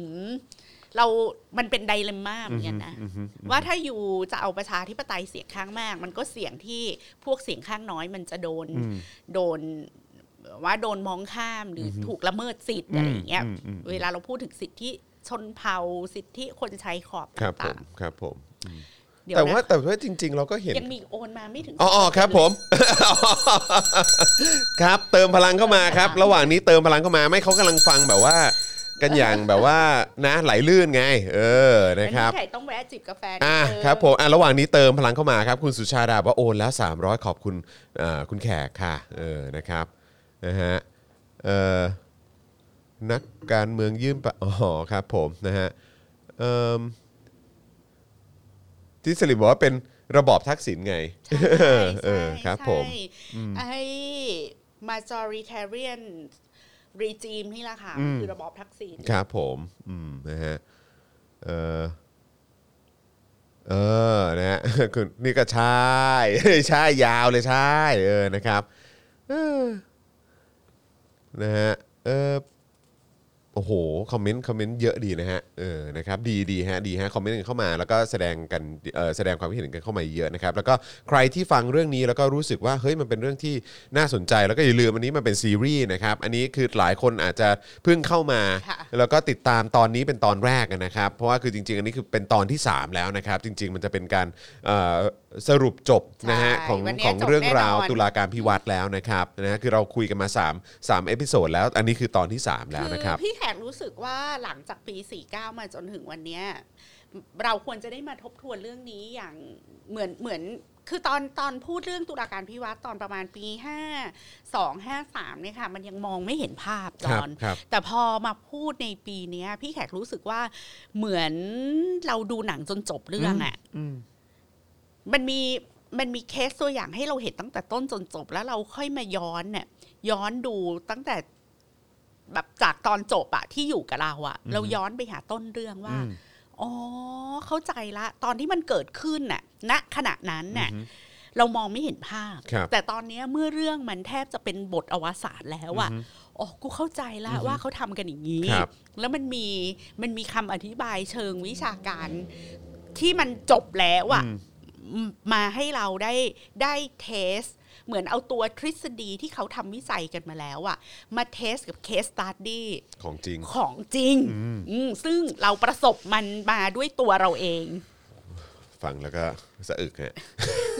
S2: มันเป็นไดเลมม่าเหมือนกันนะว่าถ้าอยู่จะเอาประชาธิปไตยเสียงข้างมากมันก็เสี่ยงที่พวกเสียงข้างน้อยมันจะโดนมองข้ามหรือถูกละเมิดสิทธิ์อะไรอย่างเงี้ยเวลาเราพูดถึงสิทธิชนเผ่าสิทธิคนชายขอบต่าง
S1: ๆครับผมแต่ว่าจริงๆเราก็เห็น
S2: ยังมีโอนมาไม่ถึง
S1: ครับผมครับเติมพลังเข้ามาครับระหว่างนี้เติมพลังเข้ามาไม่เขากำลังฟังแบบว่ากันอย่างแบบว่านะไหลลื่นไงนะครับ
S2: ต้องแวะจิบกาแฟ
S1: ครับผมระหว่างนี้เติมพลังเข้ามาครับคุณสุชาดาบอกว่าโอนแล้ว300ขอบคุณคุณแขกค่ะนะครับนะฮะนักการเมืองยื่นครับผมนะฮะที่สลิมบอกว่าเป็นระบอบทักษิณไงครับผม
S2: ไอ้ majoritarian regime นี่แหละค่ะคือระบอบทักษิณ
S1: ครับผมนะฮะนะฮะคุณนี่ก็ใช่ยาวเลยใช่นะครับนะฮะโอ้โหคอมเมนต์เยอะดีนะฮะนะครับดีฮะคอมเมนต์กันเข้ามาแล้วก็แสดงความคิดเห็นกันเข้ามาเยอะนะครับแล้วก็ใครที่ฟังเรื่องนี้แล้วก็รู้สึกว่าเฮ้ยมันเป็นเรื่องที่น่าสนใจแล้วก็อย่าลืมอันนี้มันเป็นซีรีส์นะครับอันนี้คือหลายคนอาจจะเพิ่งเข้ามาแล้วก็ติดตามตอนนี้เป็นตอนแรกนะครับเพราะว่าคือจริงๆอันนี้คือเป็นตอนที่3แล้วนะครับจริงๆมันจะเป็นการสรุปจบนะฮะของเรื่องราวตุลาการพิวัตรแล้วนะครับนะคือเราคุยกันมา3เอพิโซดแล้วอันนี้คือตอนที่3แล้วนะครับ
S2: พี่แขกรู้สึกว่าหลังจากปี49มาจนถึงวันนี้เราควรจะได้มาทบทวนเรื่องนี้อย่างเหมือนคือตอนพูดเรื่องตุลาการพิวัตรตอนประมาณปี52-53เนี่ยค่ะมันยังมองไม่เห็นภาพตอนแต่พอมาพูดในปีนี้พี่แขกรู้สึกว่าเหมือนเราดูหนังจนจบเรื่องอ่ะมันมีเคสตัวอย่างให้เราเห็นตั้งแต่ต้นจนจบแล้วเราค่อยมาย้อนดูตั้งแต่แบบจากตอนจบอะที่อยู่กับเราอะเราย้อนไปหาต้นเรื่องว่าอ๋อเข้าใจละตอนที่มันเกิดขึ้นน่ะณขณะนั้นน่ะเรามองไม่เห็นภาพแต่ตอนนี้เมื่อเรื่องมันแทบจะเป็นบทอวสานแล้วอะอ๋อกูเข้าใจแล้วว่าเขาทำกันอย่างนี้แล้วมันมีคำอธิบายเชิงวิชาการที่มันจบแล้วอะมาให้เราได้เทสเหมือนเอาตัวทฤษฎีที่เขาทำวิจัยกันมาแล้วอะมาเทสกับเคสสตั๊ดดี้
S1: ของจ
S2: ริงซึ่งเราประสบมันมาด้วยตัวเราเอง
S1: ฟังแล้วก็สะอึกฮะ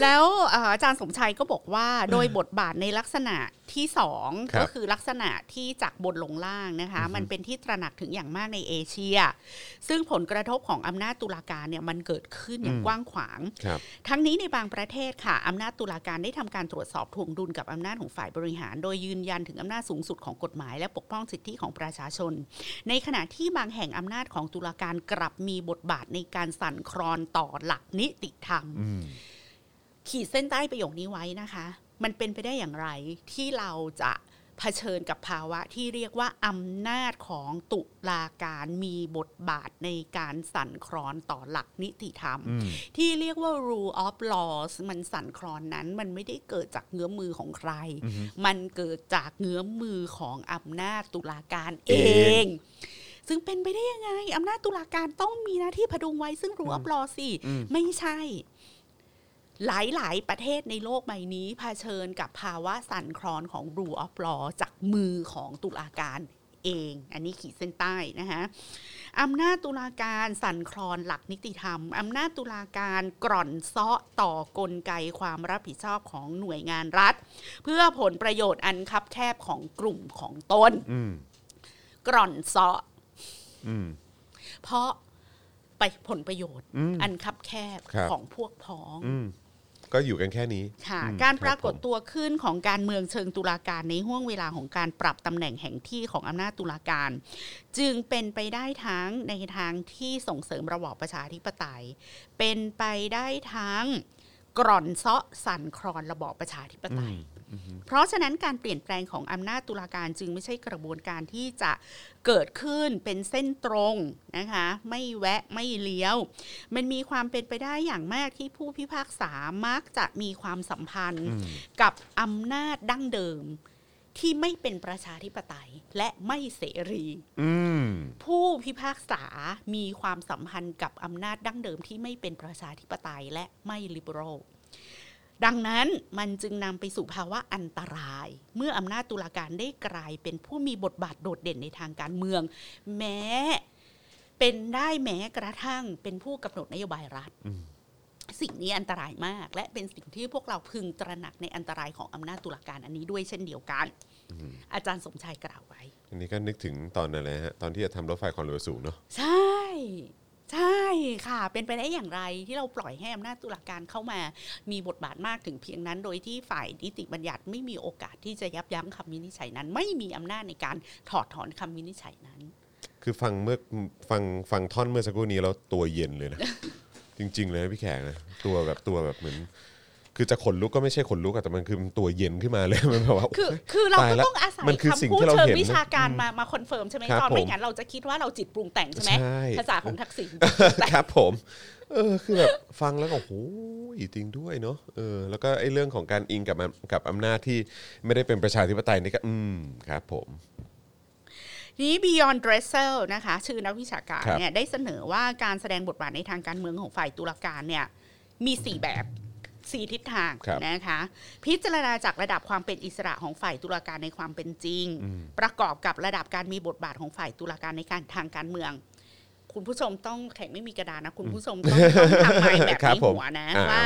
S2: แล้วอาจารย์สมชัยก็บอกว่าโดยบทบาทในลักษณะที่2ก็คือลักษณะที่จากบนลงล่างนะคะมันเป็นที่ตระหนักถึงอย่างมากในเอเชียซึ่งผลกระทบของอำนาจตุลาการเนี่ยมันเกิดขึ้นอย่างกว้างขวางทั้งนี้ในบางประเทศค่ะอำนาจตุลาการได้ทำการตรวจสอบถ่วงดุลกับอำนาจของฝ่ายบริหารโดยยืนยันถึงอำนาจสูงสุดของกฎหมายและปกป้องสิทธิของประชาชนในขณะที่บางแห่งอำนาจของตุลาการกลับมีบทบาทในการสั่นคลอนต่อหลักนิติธรรมขีดเส้นใต้ประโยคนี้ไว้นะคะมันเป็นไปได้อย่างไรที่เราจะเผชิญกับภาวะที่เรียกว่าอำนาจของตุลาการมีบทบาทในการสั่นคลอนต่อหลักนิติธรรมที่เรียกว่า rule of laws มันสั่นคลอนนั้นมันไม่ได้เกิดจากเงื้อมือของใครมันเกิดจากเงื้อมือของอำนาจตุลาการเองซึ่งเป็นไปได้ยังไงอำนาจตุลาการต้องมีหน้าที่พดุงไว้ซึ่ง rule of law สิไม่ใช่หลายประเทศในโลกใบนี้เผชิญกับภาวะสั่นคลอนของ rule of law จากมือของตุลาการเองอันนี้ขีดเส้นใต้นะคะอำนาจตุลาการสั่นคลอนหลักนิติธรรมอำนาจตุลาการกร่อนเซาะต่อกลไกความรับผิดชอบของหน่วยงานรัฐเพื่อผลประโยชน์อันคับแคบของกลุ่มของตนกร่อนเซาะเพราะไปผลประโยชน์อันคับแคบของพวกพ้อง
S1: ก็อยู่กันแค่นี้
S2: ค่ะการปรากฏตัวขึ้นของการเมืองเชิงตุลาการในห้วงเวลาของการปรับตำแหน่งแห่งที่ของอำนาจตุลาการจึงเป็นไปได้ทั้งในทางที่ส่งเสริมระบอบประชาธิปไตยเป็นไปได้ทั้งกร่อนเซาะสั่นคลอนระบอบประชาธิปไตยเพราะฉะนั้นการเปลี่ยนแปลงของอำนาจตุลาการจึงไม่ใช่กระบวนการที่จะเกิดขึ้นเป็นเส้นตรงนะคะไม่แวะไม่เลี้ยวมันมีความเป็นไปได้อย่างมากที่ผู้พิพากษามักจะมีความสัมพันธ์กับอำนาจดั้งเดิมที่ไม่เป็นประชาธิปไตยและไม่เสรีผู้พิพากษามีความสัมพันธ์กับอำนาจดั้งเดิมที่ไม่เป็นประชาธิปไตยและไม่ลิเบอรัลดังนั้นมันจึงนำไปสู่ภาวะอันตรายเมื่ออำนาจตุลาการได้กลายเป็นผู้มีบทบาทโดดเด่นในทางการเมืองแม้เป็นได้แม้กระทั่งเป็นผู้กำหนดนโยบายรัฐสิ่งนี้อันตรายมากและเป็นสิ่งที่พวกเราพึงตระหนักในอันตรายของอำนาจตุลาการอันนี้ด้วยเช่นเดียวกันอาจารย์สมชัยกล่าวไว้
S1: อันนี้ก็นึกถึงตอนอะไรฮะตอนที่จะทำรถไฟความเร็วสูงเนาะ
S2: ใช่ใช่ค่ะเป็นไปได้อย่างไรที่เราปล่อยให้อำนาจตุลาการเข้ามามีบทบาทมากถึงเพียงนั้นโดยที่ฝ่ายนิติบัญญัติไม่มีโอกาสที่จะยับยั้งคำวินิจฉัยนั้นไม่มีอำนาจในการถอดถอนคำวินิจฉัยนั้น
S1: คือฟังท่อนเมื่อสักครู่นี้แล้วตัวเย็นเลยนะ จริงๆเลยพี่แขกนะตัวแบบเหมือนคือจะขนลุกก็ไม่ใช่ขนลุกแต่มันคือตัวเย็นขึ้นมาเลยมันแบบว่า
S2: คือเราก็ต้องอาศัยคำพูดเชิงวิชาการมาคอนเฟิร์มใช่ไหมตอนไม่งั้นเราจะคิดว่าเราจิตปรุงแต่งใช่ไหมภาษาของทักษิณ
S1: ครับผมคือแบบฟังแล้วก็โอ้โหจริงด้วยเนาะแล้วก็ไอ้เรื่องของการอิงกับอำนาจที่ไม่ได้เป็นประชาธิปไตยนี่ก็ครับผม
S2: นี้ Beyond Dressel นะคะชื่อนักวิชาการเนี่ยได้เสนอว่าการแสดงบทบาทในทางการเมืองของฝ่ายตุลาการเนี่ยมี4แบบ4ทิศทางนะคะพิจารณาจากระดับความเป็นอิสระของฝ่ายตุลาการในความเป็นจริงประกอบกับระดับการมีบทบาทของฝ่ายตุลาการในการทางการเมืองคุณผู้ชมต้องแข่งไม่มีกระดานนะคุณผู้ชมต้องทำใหม่แบบในหัวนะว่า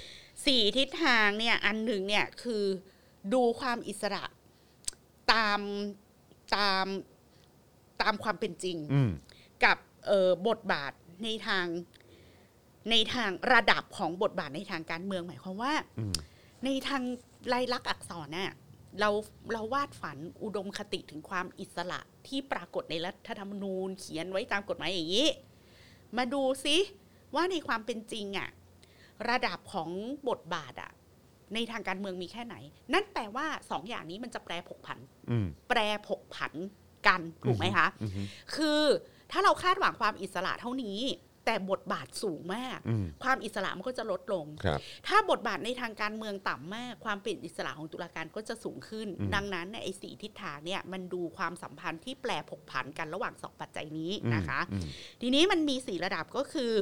S2: 4ทิศทางเนี่ยอันหนึ่งเนี่ยคือดูความอิสระตามความเป็นจริงกับบทบาทในทางระดับของบทบาทในทางการเมืองหมายความว่าในทางลายลักษณ์อักษรน่ะเราวาดฝันอุดมคติถึงความอิสระที่ปรากฏในรัฐธรรมนูญเขียนไว้ตามกฎหมายอย่างนี้มาดูซิว่าในความเป็นจริงอ่ะระดับของบทบาทอ่ะในทางการเมืองมีแค่ไหนนั่นแปลว่า2อย่างนี้มันจะแปรผกผันกันถูกไหมคะคือถ้าเราคาดหวังความอิสระเท่านี้แต่บทบาทสูงมากความอิสระมันก็จะลดลงถ้าบทบาทในทางการเมืองต่ำมากความเป็นอิสระของตุลาการก็จะสูงขึ้นดังนั้นไอ้4ทิศทางเนี่ยมันดูความสัมพันธ์ที่แปรผกผันกันระหว่าง2ปัจจัยนี้นะคะทีนี้มันมี4ระดับก็คือ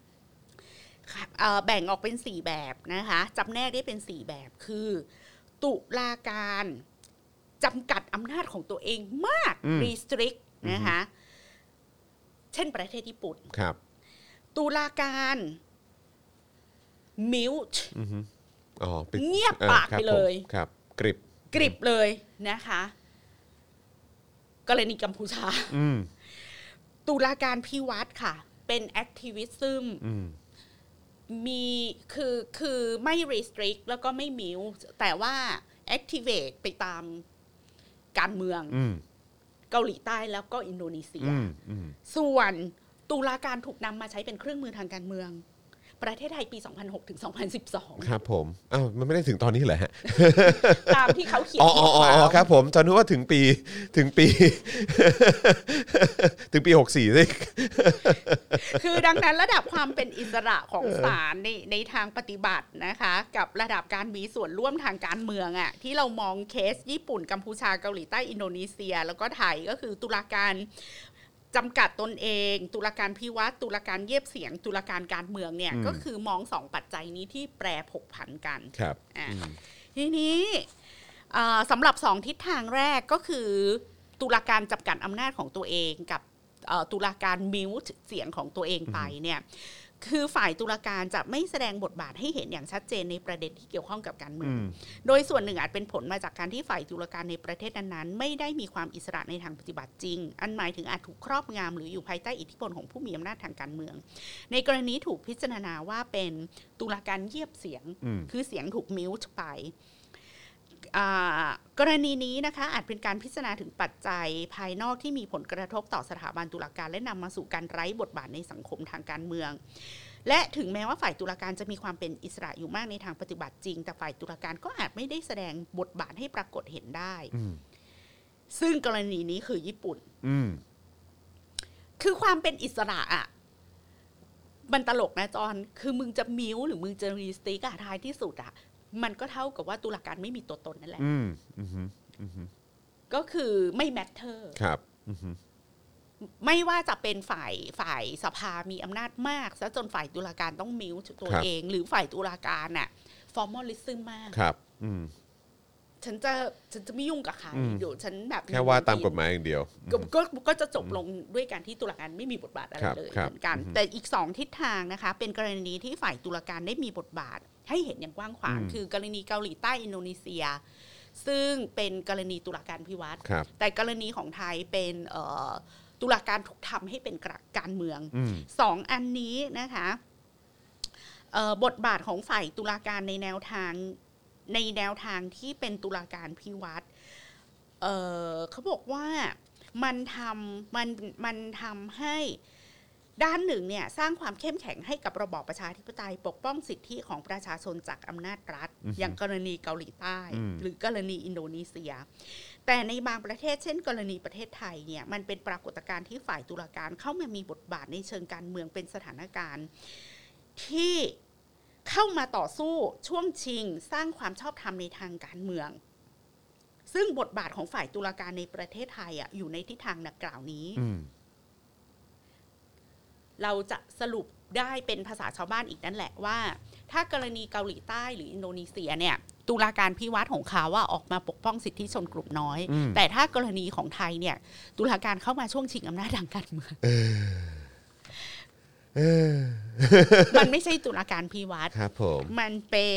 S2: แบ่งออกเป็น4แบบนะคะจำแนกได้เป็น4แบบคือตุลาการจำกัดอำนาจของตัวเองมาก restrict นะคะเช่นประเทศญี่ปุ่นตุลาการ mute เงียบปากไปเลย
S1: ครับก
S2: ริบเลยนะคะกรณีกัมพูชาตุลาการพิวัตรค่ะเป็นแอคทิวิซึมมีคือไม่ restrict แล้วก็ไม่มิวแต่ว่า activate ไปตามการเมืองเกาหลีใต้แล้วก็อินโดนีเซียส่วนตุลาการถูกนำมาใช้เป็นเครื่องมือทางการเมืองประเทศไทยปี 2006 ถึง 2012
S1: ครับผมมันไม่ได้ถึงตอนนี้เหรอฮะ
S2: ตามที่เขาเขียน
S1: ครับผมจำนึกว่าถึงปีถึงปี 64สิ
S2: คือดังนั้นระดับความเป็นอิสระของศาลในทางปฏิบัตินะคะกับระดับการมีส่วนร่วมทางการเมืองอ่ะที่เรามองเคสญี่ปุ่นกัมพูชาเกาหลีใต้อินโดนีเซียแล้วก็ไทยก็คือตุลาการจำกัดตนเองตุลาการพิวัตรตุลาการเยียบเสียงตุลาการการเมืองเนี่ยก็คือมองสองปัจจัยนี้ที่แปรผกผันกัน
S1: ครับ
S2: ทีนี้สำหรับสองทิศทางแรกก็คือตุลาการจำกัดอำนาจของตัวเองกับตุลาการมิวต์เสียงของตัวเองไปเนี่ยคือฝ่ายตุลาการจะไม่แสดงบทบาทให้เห็นอย่างชัดเจนในประเด็นที่เกี่ยวข้องกับการเมืองโดยส่วนหนึ่งอาจเป็นผลมาจากการที่ฝ่ายตุลาการในประเทศนั้นๆไม่ได้มีความอิสระในทางปฏิบัติจริงอันหมายถึงอาจถูกครอบงำหรืออยู่ภายใต้อิทธิพลของผู้มีอำนาจทางการเมืองในกรณีถูกพิจารณาว่าเป็นตุลาการเยียบเสียงคือเสียงถูกมิวต์ไปกรณีนี้นะคะอาจเป็นการพิจารณาถึงปัจจัยภายนอกที่มีผลกระทบต่อสถาบันตุลาการและนำมาสู่การไร้บทบาทในสังคมทางการเมืองและถึงแม้ว่าฝ่ายตุลาการจะมีความเป็นอิสระอยู่มากในทางปฏิบัติจริงแต่ฝ่ายตุลาการก็อาจไม่ได้แสดงบทบาทให้ปรากฏเห็นได้ซึ่งกรณีนี้คือญี่ปุ่นคือความเป็นอิสระอ่ะมันตลกนะจอนคือมึงจะมิวหรือมึงจะรีสติ๊กท้ายที่สุดอ่ะมันก็เท่ากับว่าตุลาการไม่มีตัวตนนั่นแหละก็คือไม่แมทเทอร์
S1: ครับ
S2: ไม่ว่าจะเป็นฝ่ายสภามีอำนาจมากซะจนฝ่ายตุลาการต้องมิวตัวเองหรือฝ่ายตุลาการน่ะฟอร์มอลิซึมมาก
S1: ครับ
S2: ฉันจะไม่ยุ่งกับใครเดี๋ยวฉันแบบ
S1: แค่ว่าตามกฎหมายอย่างเดียว
S2: ก็จะจบลงด้วยการที่ตุลาการไม่มีบทบาทอะไรเลยเหมือนกันแต่อีก2ทิศทางนะคะเป็นกรณีที่ฝ่ายตุลาการได้มีบทบาทให้เห็นอย่างกว้างขวางคือกรณีเกาหลีใต้อินโดนีเซียซึ่งเป็นกรณีตุลาการพิวัตรแต่กรณีของไทยเป็นตุลาการถูกทำให้เป็นการเมือง2อันนี้นะคะบทบาทของฝ่ายตุลาการในแนวทางที่เป็นตุลาการพิวัตรเขาบอกว่ามันทำให้ด้านหนึ่งเนี่ยสร้างความเข้มแข็งให้กับระบอบประชาธิปไตยปกป้องสิทธิของประชาชนจากอำนาจรัฐอย่างกรณีเกาหลีใต้หรือกรณีอินโดนีเซียแต่ในบางประเทศเช่นกรณีประเทศไทยเนี่ยมันเป็นปรากฏการณ์ที่ฝ่ายตุลาการเข้ามามีบทบาทในเชิงการเมืองเป็นสถานการณ์ที่เข้ามาต่อสู้ช่วงชิงสร้างความชอบธรรมในทางการเมืองซึ่งบทบาทของฝ่ายตุลาการในประเทศไทยอยู่ในทิศทางดังกล่าวนี้เราจะสรุปได้เป็นภาษาชาวบ้านอีกนั่นแหละว่าถ้ากรณีเกาหลีใต้หรืออินโดนีเซียเนี่ยตุลาการพิวัตรของเขาว่าออกมาปกป้องสิทธิชนกลุ่มน้อยแต่ถ้ากรณีของไทยเนี่ยตุลาการเข้ามาช่วงชิงอำนาจทางการเมืองมันไม่ใช่ตุลาการพิวัตรมันเป็น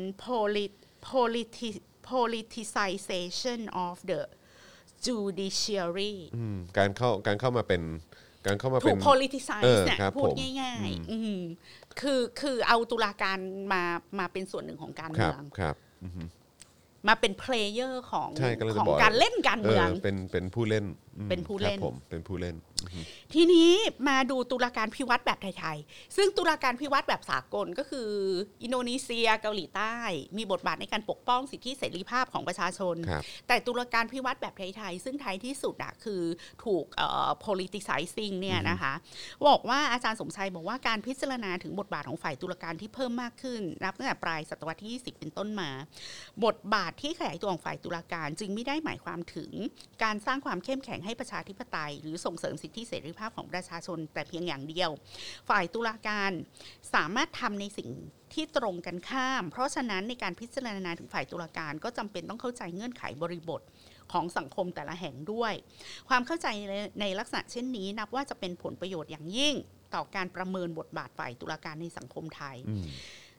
S2: politicization of the judiciary
S1: การเข้ามาเป็น
S2: ถูก politicize เนี่ยพูดง่ายๆคือเอาตุลาการมาเป็นส่วนหนึ่งของการเมืองมาเป็นเพลเยอร์ของการเล่นการเมือง
S1: เป็นผู้เล่น
S2: ผม
S1: เป็นผู้เล่น
S2: ทีนี้มาดูตุลาการพิวัตรแบบไทยๆซึ่งตุลาการพิวัตรแบบสากลก็คืออินโดนีเซียเกาหลีใต้มีบทบาทในการปกป้องสิทธิเสรีภาพของประชาชนแต่ตุลาการพิวัตรแบบไทยๆซึ่งท้ายที่สุดคือถูกpoliticizing เนี่ยนะคะบอกว่าอาจารย์สมชัยบอกว่าการพิจารณาถึงบทบาทของฝ่ายตุลาการที่เพิ่มมากขึ้นนับตั้งแต่ปลายศตวรรษที่20เป็นต้นมาบทบาทที่ขยายตัวของฝ่ายตุลาการจึงไม่ได้หมายความถึงการสร้างความเข้มแข็งให้ประชาธิปไตยหรือส่งเสริมสิทธิเสรีภาพของประชาชนแต่เพียงอย่างเดียวฝ่ายตุลาการสามารถทำในสิ่งที่ตรงกันข้ามเพราะฉะนั้นในการพิจารณาถึงฝ่ายตุลาการก็จำเป็นต้องเข้าใจเงื่อนไขบริบทของสังคมแต่ละแห่งด้วยความเข้าใจในลักษณะเช่นนี้นับว่าจะเป็นผลประโยชน์อย่างยิ่งต่อการประเมินบทบาทฝ่ายตุลาการในสังคมไทย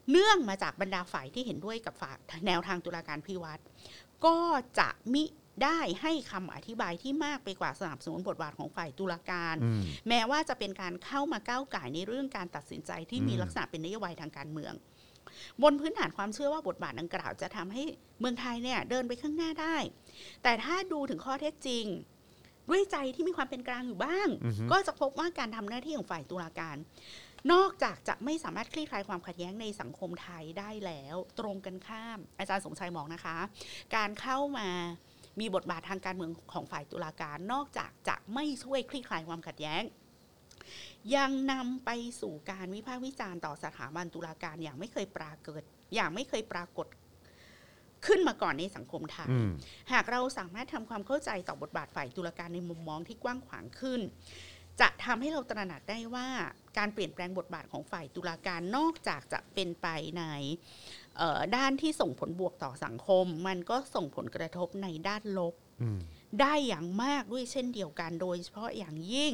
S2: เนื่องมาจากบรรดาฝ่ายที่เห็นด้วยกับฝ่ายแนวทางตุลาการพิวัตรก็จะมิได้ให้คำอธิบายที่มากไปกว่าสนับสนุนบทบาทของฝ่ายตุลาการแม้ว่าจะเป็นการเข้ามาก้าวก่ายในเรื่องการตัดสินใจที่มีลักษณะเป็นนโยบายทางการเมืองบนพื้นฐานความเชื่อว่าบทบาทดังกล่าวจะทำให้เมืองไทยเนี่ยเดินไปข้างหน้าได้แต่ถ้าดูถึงข้อเท็จจริงด้วยใจที่มีความเป็นกลางอยู่บ้างก็จะพบว่าการทำหน้าที่ของฝ่ายตุลาการนอกจากจะไม่สามารถคลี่คลายความขัดแย้งในสังคมไทยได้แล้วตรงกันข้ามอาจารย์สมชัยมองนะคะการเข้ามามีบทบาททางการเมืองของฝ่ายตุลาการนอกจากจะไม่ช่วยคลี่คลายความขัดแย้งยังนำไปสู่การวิพากษ์วิจารณ์ต่อสถาบันตุลาการอย่างไม่เคยปรากฏขึ้นมาก่อนในสังคมไทยหากเราสามารถทำความเข้าใจต่อบทบาทฝ่ายตุลาการในมุมมองที่กว้างขวางขึ้นจะทำให้เราตระหนักได้ว่าการเปลี่ยนแปลงบทบาทของฝ่ายตุลาการนอกจากจะเป็นไปในด้านที่ส่งผลบวกต่อสังคมมันก็ส่งผลกระทบในด้านลบได้อย่างมากด้วยเช่นเดียวกันโดยเฉพาะอย่างยิ่ง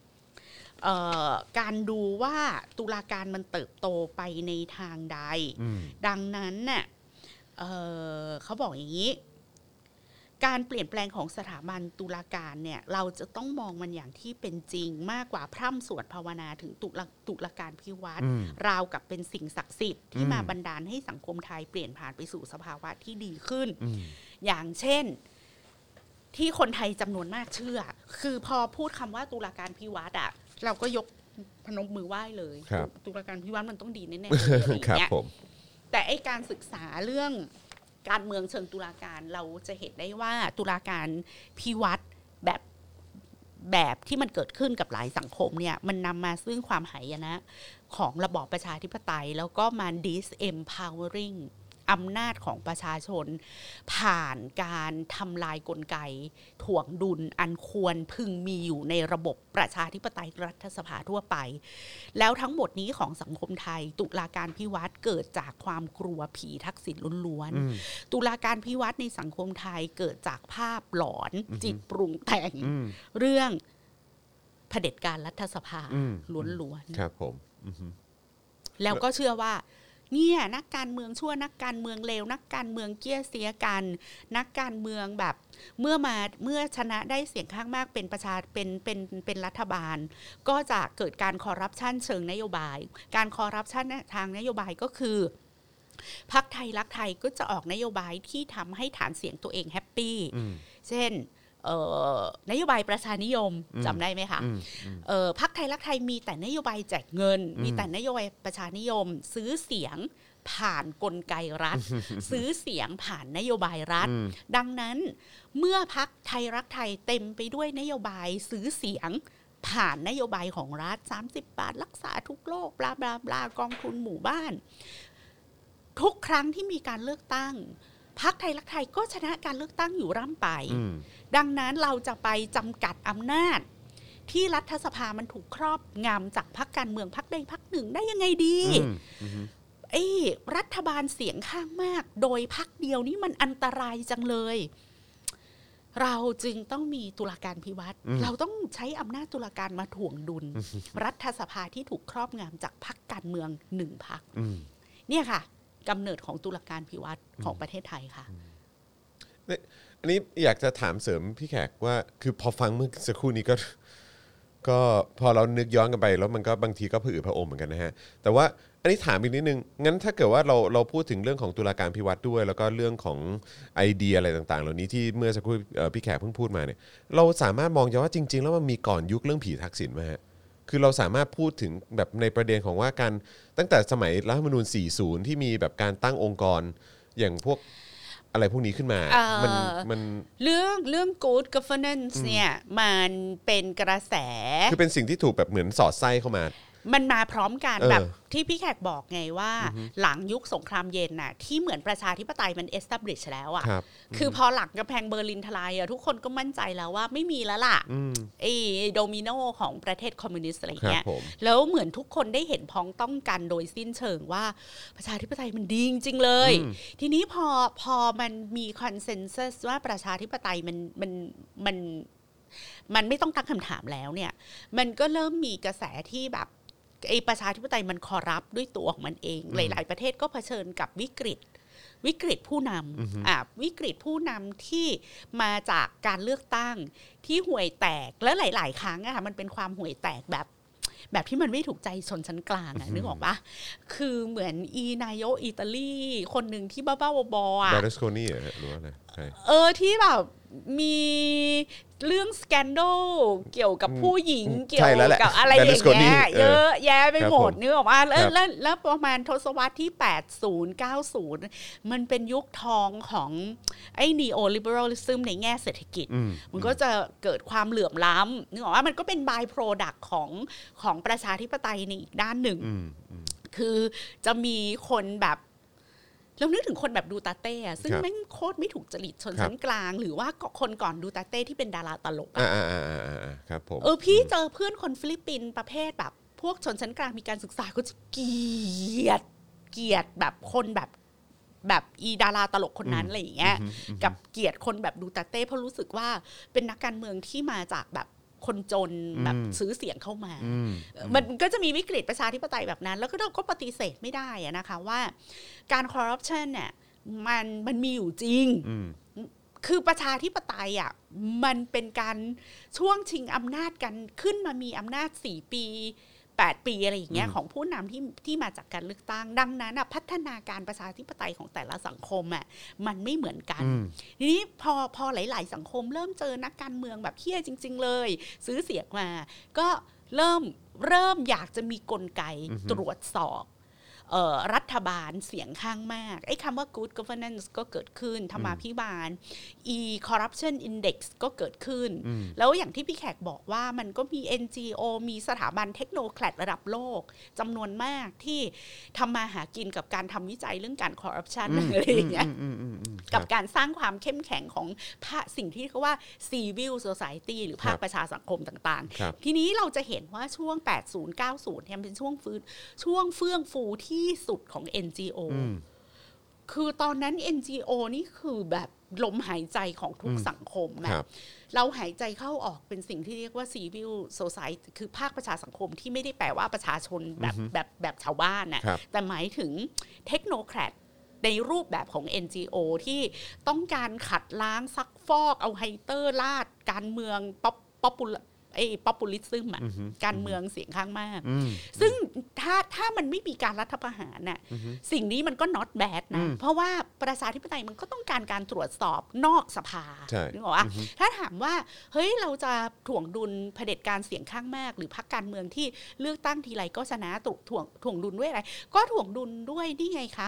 S2: การดูว่าตุลาการมันเติบโตไปในทางใดดังนั้นน่ะเขาบอกอย่างนี้การเปลี่ยนแปลงของสถาบันตุลาการเนี่ยเราจะต้องมองมันอย่างที่เป็นจริงมากกว่าพร่ำสวดภาวนาถึงตุลาการพิวัตรราวกับเป็นสิ่งศักดิ์สิทธิ์ที่มาบันดาลให้สังคมไทยเปลี่ยนผ่านไปสู่สภาวะที่ดีขึ้นอย่างเช่นที่คนไทยจำนวนมากเชื่อคือพอพูดคำว่าตุลาการพิวัตรอ่ะเราก็ยกพนมมือไหว้เลยตุลาการพิวัตรมันต้องดีแน่ๆอะไรอย่างเงี้ยแต่ไอ้การศึกษาเรื่องการเมืองเชิงตุลาการเราจะเห็นได้ว่าตุลาการพิวัตรแบบที่มันเกิดขึ้นกับหลายสังคมเนี่ยมันนำมาซึ่งความหายนะของระบอบประชาธิปไตยแล้วก็มา disempowering อำนาจของประชาชนผ่านการทำลายกลไกถ่วงดุลอันควรพึงมีอยู่ในระบบประชาธิปไตยรัฐสภาทั่วไปแล้วทั้งหมดนี้ของสังคมไทยตุลาการพิวัตรเกิดจากความกลัวผีทักษิณล้วนๆตุลาการพิวัตรในสังคมไทยเกิดจากภาพหลอนจิตปรุงแต่งเรื่องเผด็จการรัฐสภาล้วนๆ
S1: ครับผม
S2: แล้วก็เชื่อว่าเนี่ยนักการเมืองชั่วนักการเมืองเลวนักการเมืองเกี้ยเสียกันนักการเมืองแบบเมื่อชนะได้เสียงข้างมากเป็นรัฐบาลก็จะเกิดการคอร์รัปชันเชิงนโยบายการคอร์รัปชันทางนโยบายก็คือพรรคไทยรักไทยก็จะออกนโยบายที่ทำให้ฐานเสียงตัวเองแฮปปี้เช่นนโยบายประชานิยมจำได้ไหมคะพรรคไทยรักไทยมีแต่นโยบายแจกเงินมีแต่นโยบายประชานิยมซื้อเสียงผ่านกลไกรัฐ ซื้อเสียงผ่านนโยบายรัฐดังนั้นเมื่อพรรคไทยรักไทยเต็มไปด้วยนโยบายซื้อเสียงผ่านนโยบายของรัฐ30 บาทรักษาทุกโรคบลาบลาบลากองทุนหมู่บ้านทุกครั้งที่มีการเลือกตั้งพรรคไทยรักไทยก็ชนะการเลือกตั้งอยู่ร่ำไปดังนั้นเราจะไปจำกัดอำนาจที่รัฐสภามันถูกครอบงำจากพรรคการเมืองพรรคใดพรรคหนึ่งได้ยังไงดีรัฐบาลเสียงข้างมากโดยพรรคเดียวนี่มันอันตรายจังเลยเราจึงต้องมีตุลาการพิวัตรเราต้องใช้อำนาจตุลาการมาถ่วงดุลรัฐสภาที่ถูกครอบงำจากพรรคการเมือง1 พรรคเนี่ยค่ะกำเนิดของตุลาการพิวัตรของประเทศไทยค่ะ
S1: อันนี้อยากจะถามเสริมพี่แขกว่าคือพอฟังเมื่อสักครู่นี้ก็พอเรานึกย้อนกันไปแล้วมันก็บางทีก็ผะอืดผะอมเหมือนกันนะฮะแต่ว่าอันนี้ถามอีกนิดนึงงั้นถ้าเกิดว่าเราพูดถึงเรื่องของตุลาการพิวัตรด้วยแล้วก็เรื่องของไอเดียอะไรต่างๆเหล่านี้ที่เมื่อสักครู่พี่แขกเพิ่งพูดมาเนี่ยเราสามารถมองว่าจริงๆแล้วมันมีก่อนยุคเรื่องผีทักษิณไหมฮะคือเราสามารถพูดถึงแบบในประเด็นของว่าการตั้งแต่สมัยรัฐธรรมนูญ40ที่มีแบบการตั้งองค์กรอย่างพวกอะไรพวกนี้ขึ้นมามัน
S2: เรื่อง good governance เนี่ยมันเป็นกระแส
S1: คือเป็นสิ่งที่ถูกแบบเหมือนสอดไส้เข้ามา
S2: มันมาพร้อมกันแบบที่พี่แขกบอกไงว่าหลังยุคสงครามเย็นน่ะที่เหมือนประชาธิปไตยมัน establish แล้วอ่ะคือพอหลังกำแพงเบอร์ลินทลายอ่ะทุกคนก็มั่นใจแล้วว่าไม่มีแล้วล่ะไอ้โดมิโนของประเทศคอมมิวนิสต์อะไรเงี้ยแล้วเหมือนทุกคนได้เห็นพ้องต้องกันโดยสิ้นเชิงว่าประชาธิปไตยมันดีจริงๆเลยทีนี้พอมันมีคอนเซนแซสว่าประชาธิปไตยมันไม่ต้องตั้งคำถามแล้วเนี่ยมันก็เริ่มมีกระแสที่แบบไอ้ประชาธิปไตยมันคอร์รัปด้วยตัวของมันเองหลายๆประเทศก็เผชิญกับวิกฤตผู้นำวิกฤตผู้นำที่มาจากการเลือกตั้งที่ห่วยแตกและหลายๆครั้งอะค่ะมันเป็นความห่วยแตกแบบที่มันไม่ถูกใจชนชั้นกลางอะนึกออกปะคือเหมือนนายกอิตาลีคนหนึ่งที่บ้าๆบอๆอะ
S1: บาร์เดสโคนี่หรือว่าอะไร
S2: ที่แบบมีเรื่องสแกนโดลเกี่ยวกับผู้หญิงเกี่ยวกับอะไรอย่างเงี้ยเยอะแยะไปหมดนึกออกป่ะแล้วประมาณทศวรรษที่80 90มันเป็นยุคทองของไอ้ neoliberalism ในแง่เศรษฐกิจมันก็จะเกิดความเหลื่อมล้ำนึกออกว่ามันก็เป็น by product ของประชาธิปไตยในอีกด้านหนึ่งคือจะมีคนแบบเรานึกถึงคนแบบดูตาเต้ซึ่งแม่งโคตรไม่ถูกจริตชนชั้นกลางหรือว่าคนก่อนดูตาเต้ที่เป็นดาราตลก
S1: ครับผม
S2: พี่เจอเพื่อนคนฟิลิปปินส์ประเภทแบบพวกชนชั้นกลางมีการศึกษาก็จะเกลียดแบบคนแบบดาราตลกคนนั้นอะไรอย่างเงี้ยกับเกลียดคนแบบดูตาเต้เพราะรู้สึกว่าเป็นนักการเมืองที่มาจากแบบคนจนแบบซื้อเสียงเข้ามามันก็จะมีวิกฤตประชาธิปไตยแบบนั้นแล้วก็เราก็ปฏิเสธไม่ได้นะคะว่าการคอร์รัปชันเนี่ยมันมีอยู่จริงคือประชาธิปไตยอ่ะมันเป็นการช่วงชิงอำนาจกันขึ้นมามีอำนาจ4 ปี 8 ปีอะไรอย่างเงี้ยของผู้นำที่มาจากการเลือกตั้งดังนั้นพัฒนาการประชาธิปไตยของแต่ละสังคมอ่ะมันไม่เหมือนกันทีนี้พอหลายๆสังคมเริ่มเจอนักการเมืองแบบเหี้ยจริงๆเลยซื้อเสียงมาก็เริ่มอยากจะมีกลไกตรวจสอบรัฐบาลเสียงข้างมากไอ้คำว่า good governance ก็เกิดขึ้นธรรมาภิบาล corruption index ก็เกิดขึ้นแล้วอย่างที่พี่แขกบอกว่ามันก็มี NGO มีสถาบันเทคโนแครดระดับโลกจำนวนมากที่ทำมาหากินกับการทำวิจัยเรื่องการ corruption อะไรอย่างเงี้ยกับการสร้างความเข้มแข็งของสิ่งที่เรียกว่า civil society หรือภาคประชาสังคมต่างๆทีนี้เราจะเห็นว่าช่วง 80-90 เนี่ยเป็นช่วงเฟื่องฟูที่สุดของ NGO คือตอนนั้น NGO นี่คือแบบลมหายใจของทุกสังคมนะเราหายใจเข้าออกเป็นสิ่งที่เรียกว่า civil society คือภาคประชาสังคมที่ไม่ได้แปลว่าประชาชนแบบชาวบ้านนะแต่หมายถึงเทคโนแครดในรูปแบบของ NGO ที่ต้องการขัดล้างซักฟอกเอาไฮเตอร์ลาดการเมืองpopulism อ่ะการเมืองเสียงข้างมากซึ่งถ้ามันไม่มีการรัฐประหารน่ะสิ่งนี้มันก็ not bad นะเพราะว่าประชาธิปไตยมันก็ต้องการตรวจสอบนอกสภานึกออกป่ะถ้าถามว่าเฮ้ยเราจะถ่วงดุลเผด็จการเสียงข้างมากหรือพรรคการเมืองที่เลือกตั้งทีไรก็ชนะถ่วงดุลด้วยอะไรก็ถ่วงดุลด้วยนี่ไงคะ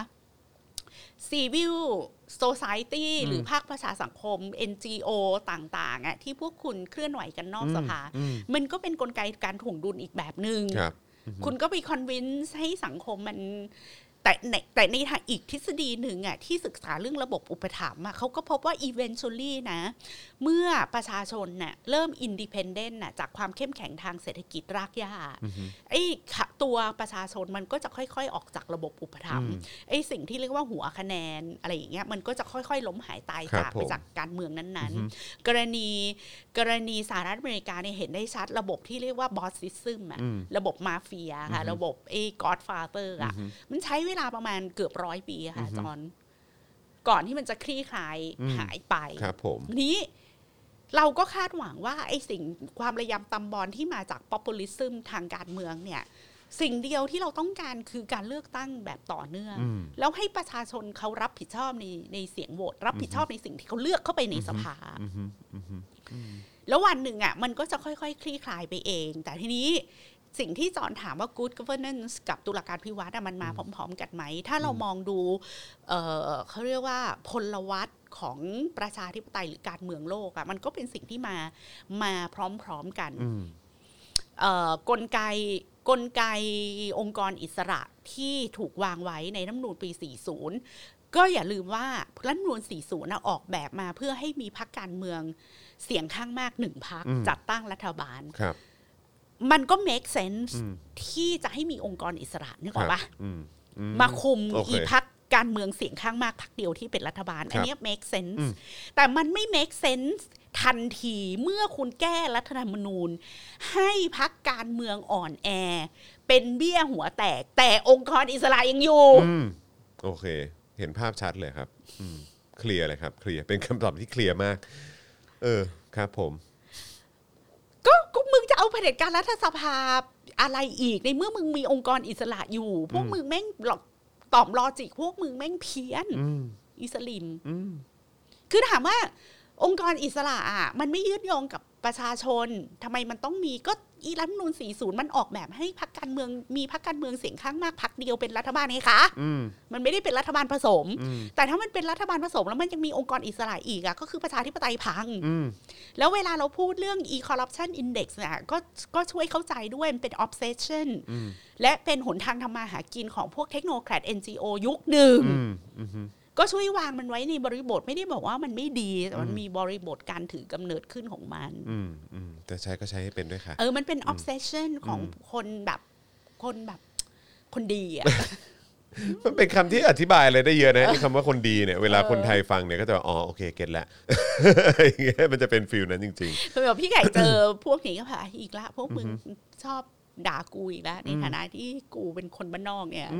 S2: civil society หรือภาคประชาสังคม NGO ต่างๆอ่ะที่พวกคุณเคลื่อนไหวกันนอกสภามันก็เป็นกลไกการถ่วงดุลอีกแบบนึงคุณก็ไป convince ให้สังคมมันแต่ในทางอีกทฤษฎีหนึ่งอ่ะที่ศึกษาเรื่องระบบอุปถัมภ์เขาก็พบว่า eventually นะเมื่อประชาชนน่ะเริ่ม independent น่ะจากความเข้มแข็งทางเศรษฐกิจรากหญ้าไอ้ตัวประชาชนมันก็จะค่อยๆออกจากระบบอุปถัมภ์ไอ้สิ่งที่เรียกว่าหัวคะแนนอะไรอย่างเงี้ยมันก็จะค่อยๆล้มหายตายจากไปจากการเมืองนั้นๆกรณีสหรัฐอเมริกาเนี่ยเห็นได้ชัดระบบที่เรียกว่า bossism อ่ะระบบมาเฟียค่ะระบบไอ้ godfather อ่ะมันใช้เวลาประมาณเกือบ100 ปีค่ะจอนก่อนที่มันจะคลี่คลายหายไปนี้เราก็คาดหวังว่าไอ้สิ่งความระยำตำบอลที่มาจาก populism ทางการเมืองเนี่ยสิ่งเดียวที่เราต้องการคือการเลือกตั้งแบบต่อเนื่องแล้วให้ประชาชนเขารับผิดชอบในเสียงโหวตรับผิดชอบในสิ่งที่เขาเลือกเข้าไปในสภาแล้ววันหนึ่งอ่ะมันก็จะค่อยๆคลี่คลายไปเองแต่ทีนี้สิ่งที่จอนถามว่า good governance กับตุลาการพิวัตรมันมาพร้อมๆกันไหมถ้าเรามองดูเขาเรียกว่าพลวัตของประชาธิปไตยหรือการเมืองโลกอ่ะมันก็เป็นสิ่งที่มาพร้อมๆกันกลไกองค์กรอิสระที่ถูกวางไว้ในรัฐธรรมนูญปี 40 ก็อย่าลืมว่ารัฐธรรมนูญ 40 ออกแบบมาเพื่อให้มีพรรคการเมืองเสียงข้างมาก1พรรคจัดตั้งรัฐบาลมันก็ make sense ที่จะให้มีองค์กรอิสระนึกออกปะมาคุมอีพรรคการเมืองเสียงข้างมากพรรคเดียวที่เป็นรัฐบาลอันนี้ make sense แต่มันไม่ make sense ทันทีเมื่อคุณแก้รัฐธรรมนูญให้พรรคการเมืองอ่อนแอเป็นเบี้ยหัวแตกแต่องค์กรอิสระยังอยู่
S1: โอเคเห็นภาพชัดเลยครับเคลียร์เลยครับเคลียร์เป็นคำตอบที่เคลียร์มากครับผม
S2: ก็มึงจะเอาเผด็จการรัฐสภาอะไรอีกในเมื่อมึงมีองค์กรอิสระอยู่พวกมึงแม่งตอบลอจิกพวกมึงแม่งเพี้ยนอิสลิมคือถามว่าองค์กรอิสระอ่ะมันไม่ยึดโยงกับประชาชนทำไมมันต้องมีก็รัฐธรรมนูญ40มันออกแบบให้พรรคการเมืองมีพรรคการเมืองเสียงข้างมากพรรคเดียวเป็นรัฐบาลไงคะมันไม่ได้เป็นรัฐบาลผสมแต่ถ้ามันเป็นรัฐบาลผสมแล้วมันยังมีองค์กรอิสระอีกอ่ะก็คือประชาธิปไตยพังแล้วเวลาเราพูดเรื่อง e-corruption index เนี่ยก็ช่วยเข้าใจด้วยมันเป็น obsession และเป็นหนทางทำมาหากินของพวกเทคโนแครด NGO ยุคหนึ่งก็ช่วยวางมันไว้ในบริบทไม่ได้บอกว่ามันไม่ดีแต่มันมีบริบทการถือกำเนิดขึ้นของมัน
S1: แต่ใช้ก็ใช้ให้เป็นด้วยค่ะ
S2: มันเป็น obsession ของคนคนดีอ่ะ
S1: มันเป็นคำที่อธิบายอะไรได้เยอะนะคำว่าคนดีเนี่ยเวลาคนไทยฟังเนี่ยก็จะอ๋อโอเคเก็ตแล้วอย่างเงี้ยมันจะเป็นฟีลนั้นจริงๆ
S2: คือแบบพี่ไก่เจอพวกนี้ก็ผ่าอีกละพวกมึงชอบด่ากูอีกแล้วในฐานะที่กูเป็นคนบ้านนอกเนี่ย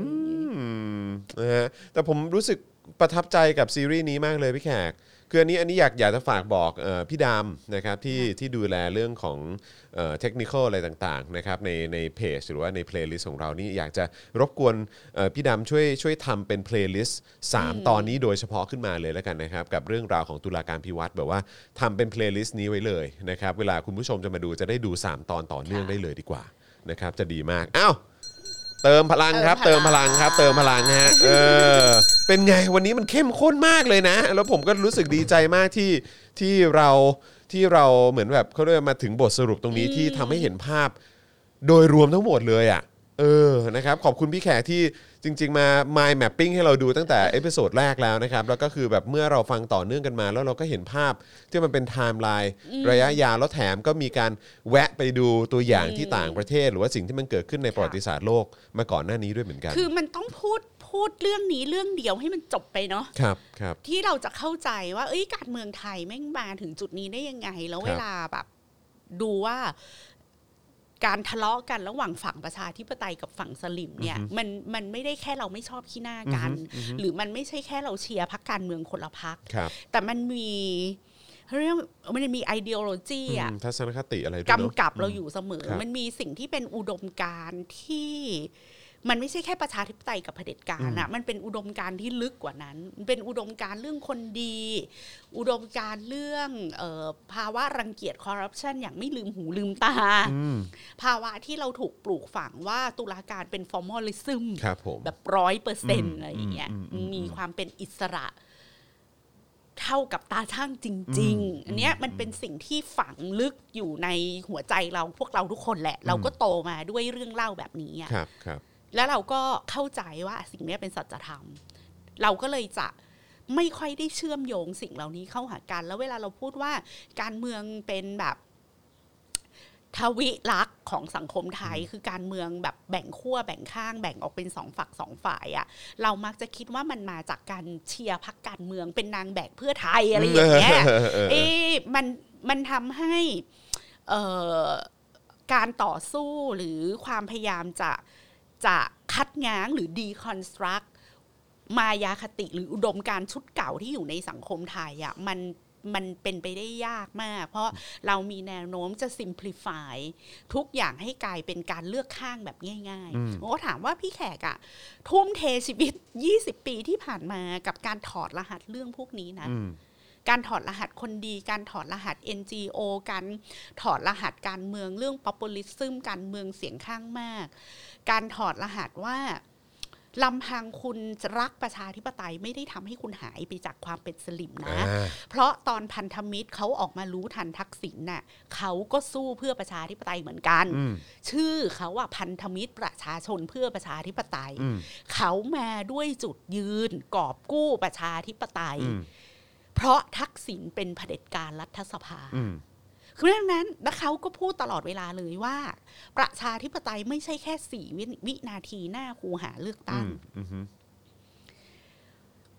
S1: แต่ผมรู้สึกประทับใจกับซีรีส์นี้มากเลยพี่แขกคืออันนี้อยากจะฝากบอกพี่ดำนะครับที่ดูแลเรื่องของเทคนิคอะไรต่างๆนะครับในเพจหรือว่าในเพลย์ลิสต์ของเรานี่อยากจะรบกวนพี่ดำช่วยทำเป็นเพลย์ลิสต์3ตอนนี้โดยเฉพาะขึ้นมาเลยแล้วกันนะครับกับเรื่องราวของตุลาการพิวัตรแบบว่าทำเป็นเพลย์ลิสต์นี้ไว้เลยนะครับเวลาคุณผู้ชมจะมาดูจะได้ดู3ตอนต่อเนื่องได้เลยดีกว่านะครับจะดีมากอ้าวเติมพลังครับเติมพลังครับเติมพลังฮะเป็นไงวันนี้มันเข้มข้นมากเลยนะแล้วผมก็รู้สึกดีใจมากที่เราเหมือนแบบเขาเรียกมาถึงบทสรุปตรงนี้ที่ทำให้เห็นภาพโดยรวมทั้งหมดเลยอ่ะนะครับขอบคุณพี่แขกที่จริงๆมา mind mapping ให้เราดูตั้งแต่เอพิโซดแรกแล้วนะครับแล้วก็คือแบบเมื่อเราฟังต่อเนื่องกันมาแล้วเราก็เห็นภาพที่มันเป็นไทม์ไลน์ระยะยาวแล้วแถมก็มีการแวะไปดูตัวอย่างที่ต่างประเทศหรือว่าสิ่งที่มันเกิดขึ้นในประวัติศาสตร์โลกมาก่อนหน้านี้ด้วยเหมือนกัน
S2: คือมันต้องพูดเรื่องนี้เรื่องเดียวให้มันจบไปเนาะ
S1: ครับ
S2: ที่เราจะเข้าใจว่าการเมืองไทยแม่งมาถึงจุดนี้ได้ยังไงแล้วเวลาแบบดูว่าการทะเลาะกันระหว่างฝั่งประชาธิปไตยกับฝั่งสลิมเนี่ยมันไม่ได้แค่เราไม่ชอบขี้หน้ากันหรือมันไม่ใช่แค่เราเชียร์พรรคการเมืองคนละพรรคแต่มันมีเรื่องมันมีไอเดียโลจีอะ
S1: ทัศนคติอะไร
S2: กำกับเราอยู่เสมอมันมีสิ่งที่เป็นอุดมการณ์ที่มันไม่ใช่แค่ประชาธิปไตยกับเผด็จการนะมันเป็นอุดมการณ์ที่ลึกกว่านั้นมันเป็นอุดมการณ์เรื่องคนดีอุดมการณ์เรื่องภาวะรังเกียจคอร์รัปชันอย่างไม่ลืมหูลืมตาภาวะที่เราถูกปลูกฝังว่าตุลาการเป็นฟอร์มอลิซึมแบบ 100% อะไรอย่างเงี้ยมีความเป็นอิสระเท่ากับตาช่างจริงๆอันเนี้ยมันเป็นสิ่งที่ฝังลึกอยู่ในหัวใจเราพวกเราทุกคนแหละเราก็โตมาด้วยเรื่องเล่าแบบนี้
S1: ครับ
S2: แล้วเราก็เข้าใจว่าสิ่งนี้เป็นสัจธรรมเราก็เลยจะไม่ค่อยได้เชื่อมโยงสิ่งเหล่านี้เข้าหากันแล้วเวลาเราพูดว่าการเมืองเป็นแบบทวิลักษณ์ของสังคมไทยคือการเมืองแบบแบ่งขั้วแบ่งข้างแบ่งออกเป็น2ฝัก2ฝ่ายอ่ะเรามักจะคิดว่ามันมาจากการเชียร์พรรคการเมืองเป็นนางแบกเพื่อไทยอะไรอย่างเงี้ยมันทำให้การต่อสู้หรือความพยายามจะคัดง้างหรือ deconstruct มายาคติหรืออุดมการณ์ชุดเก่าที่อยู่ในสังคมไทยอ่ะมันเป็นไปได้ยากมากเพราะเรามีแนวโน้มจะ simplify ทุกอย่างให้กลายเป็นการเลือกข้างแบบง่ายๆผมก็ถามว่าพี่แขกอ่ะทุ่มเทชีวิต20ปีที่ผ่านมากับการถอดรหัสเรื่องพวกนี้นะการถอดรหัสคนดีการถอดรหัส NGO การถอดรหัสการเมืองเรื่อง populism การเมืองเสียงข้างมากการถอดรหัสว่าลำพังคุณรักประชาธิปไตยไม่ได้ทำให้คุณหายไปจากความเป็นสลิมนะเพราะตอนพันธมิตรเขาออกมารู้ทันทักษิณน่ะเขาก็สู้เพื่อประชาธิปไตยเหมือนกันชื่อเขาว่าพันธมิตรประชาชนเพื่อประชาธิปไตยเขามาด้วยจุดยืนกอบกู้ประชาธิปไตยเพราะทักษิณเป็นเผด็จการรัฐสภาคือดังนั้นแล้วเขาก็พูดตลอดเวลาเลยว่าประชาธิปไตยไม่ใช่แค่4 วินาทีหน้าคูหาเลือกตั้ง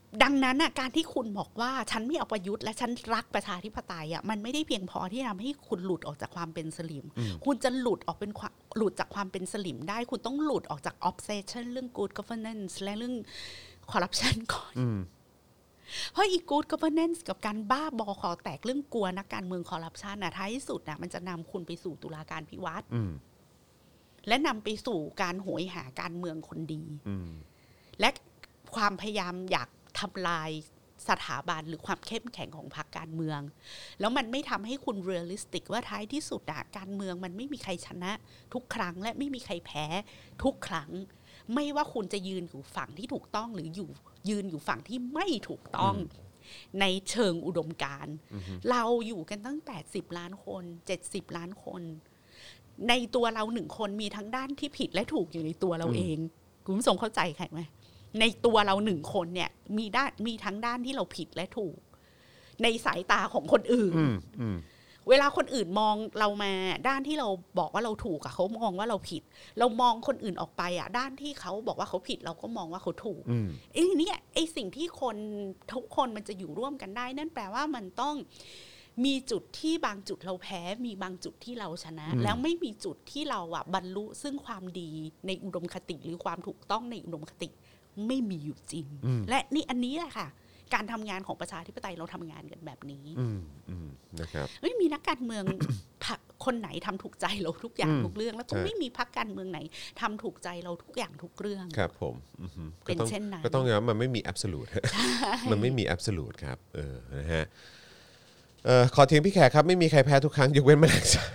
S2: ดังนั้นการที่คุณบอกว่าฉันไม่เอาประยุทธ์และฉันรักประชาธิปไตยมันไม่ได้เพียงพอที่ทำให้คุณหลุดออกจากความเป็นสลิมคุณจะหลุดจากความเป็นสลิมได้คุณต้องหลุดออกจาก obsession เรื่อง good governance และเรื่อง corruption ก่อนเพราะอีก good governance กับการบ้าบอคอแตกเรื่องกลัวนักการเมือง corruption ท้ายที่สุดมันจะนำคุณไปสู่ตุลาการพิวัตรและนำไปสู่การโหยหาการเมืองคนดีและความพยายามอยากทำลายสถาบันหรือความเข้มแข็งของพรรคการเมืองแล้วมันไม่ทำให้คุณเรียลลิสติกว่าท้ายที่สุดการเมืองมันไม่มีใครชนะทุกครั้งและไม่มีใครแพ้ทุกครั้งไม่ว่าคุณจะยืนอยู่ฝั่งที่ถูกต้องหรือยืนอยู่ฝั่งที่ไม่ถูกต้องในเชิงอุดมการณ์เราอยู่กันตั้ง80 ล้านคน70 ล้านคนในตัวเรา1คนมีทั้งด้านที่ผิดและถูกอยู่ในตัวเราเองคุณผู้ชมเข้าใจใครไหมในตัวเรา1คนเนี่ยมีทั้งด้านที่เราผิดและถูกในสายตาของคนอื่นเวลาคนอื่นมองเรามาด้านที่เราบอกว่าเราถูกเขามองว่าเราผิดเรามองคนอื่นออกไปด้านที่เขาบอกว่าเขาผิดเราก็มองว่าเขาถูกไอ้สิ่งที่คนทุกคนมันจะอยู่ร่วมกันได้นั่นแปลว่ามันต้องมีจุดที่บางจุดเราแพ้มีบางจุดที่เราชนะแล้วไม่มีจุดที่เราบรรลุซึ่งความดีในอุดมคติหรือความถูกต้องในอุดมคติไม่มีอยู่จริงและนี่อันนี้แหละค่ะการทำงานของประชาธิปไตยเราทำงานกันแบบนี้
S1: นะครับ
S2: ไม่มีนักการเมือง คนไหนทำถูกใจเราทุกอย่างทุกเรื่องแล้วก็ไม่มีพรรคการเมืองไหนทำถูกใจเราทุกอย่างทุกเรื่อง
S1: ครับผม
S2: เป็นเช่นนั้น
S1: ก็ต้องมันไม่มี absolute มันไม่มี absolute ครับนะฮะขอเทียงพี่แขกครับไม่มีใครแพ้ทุกครั้งยกเว้นแมลงสาบ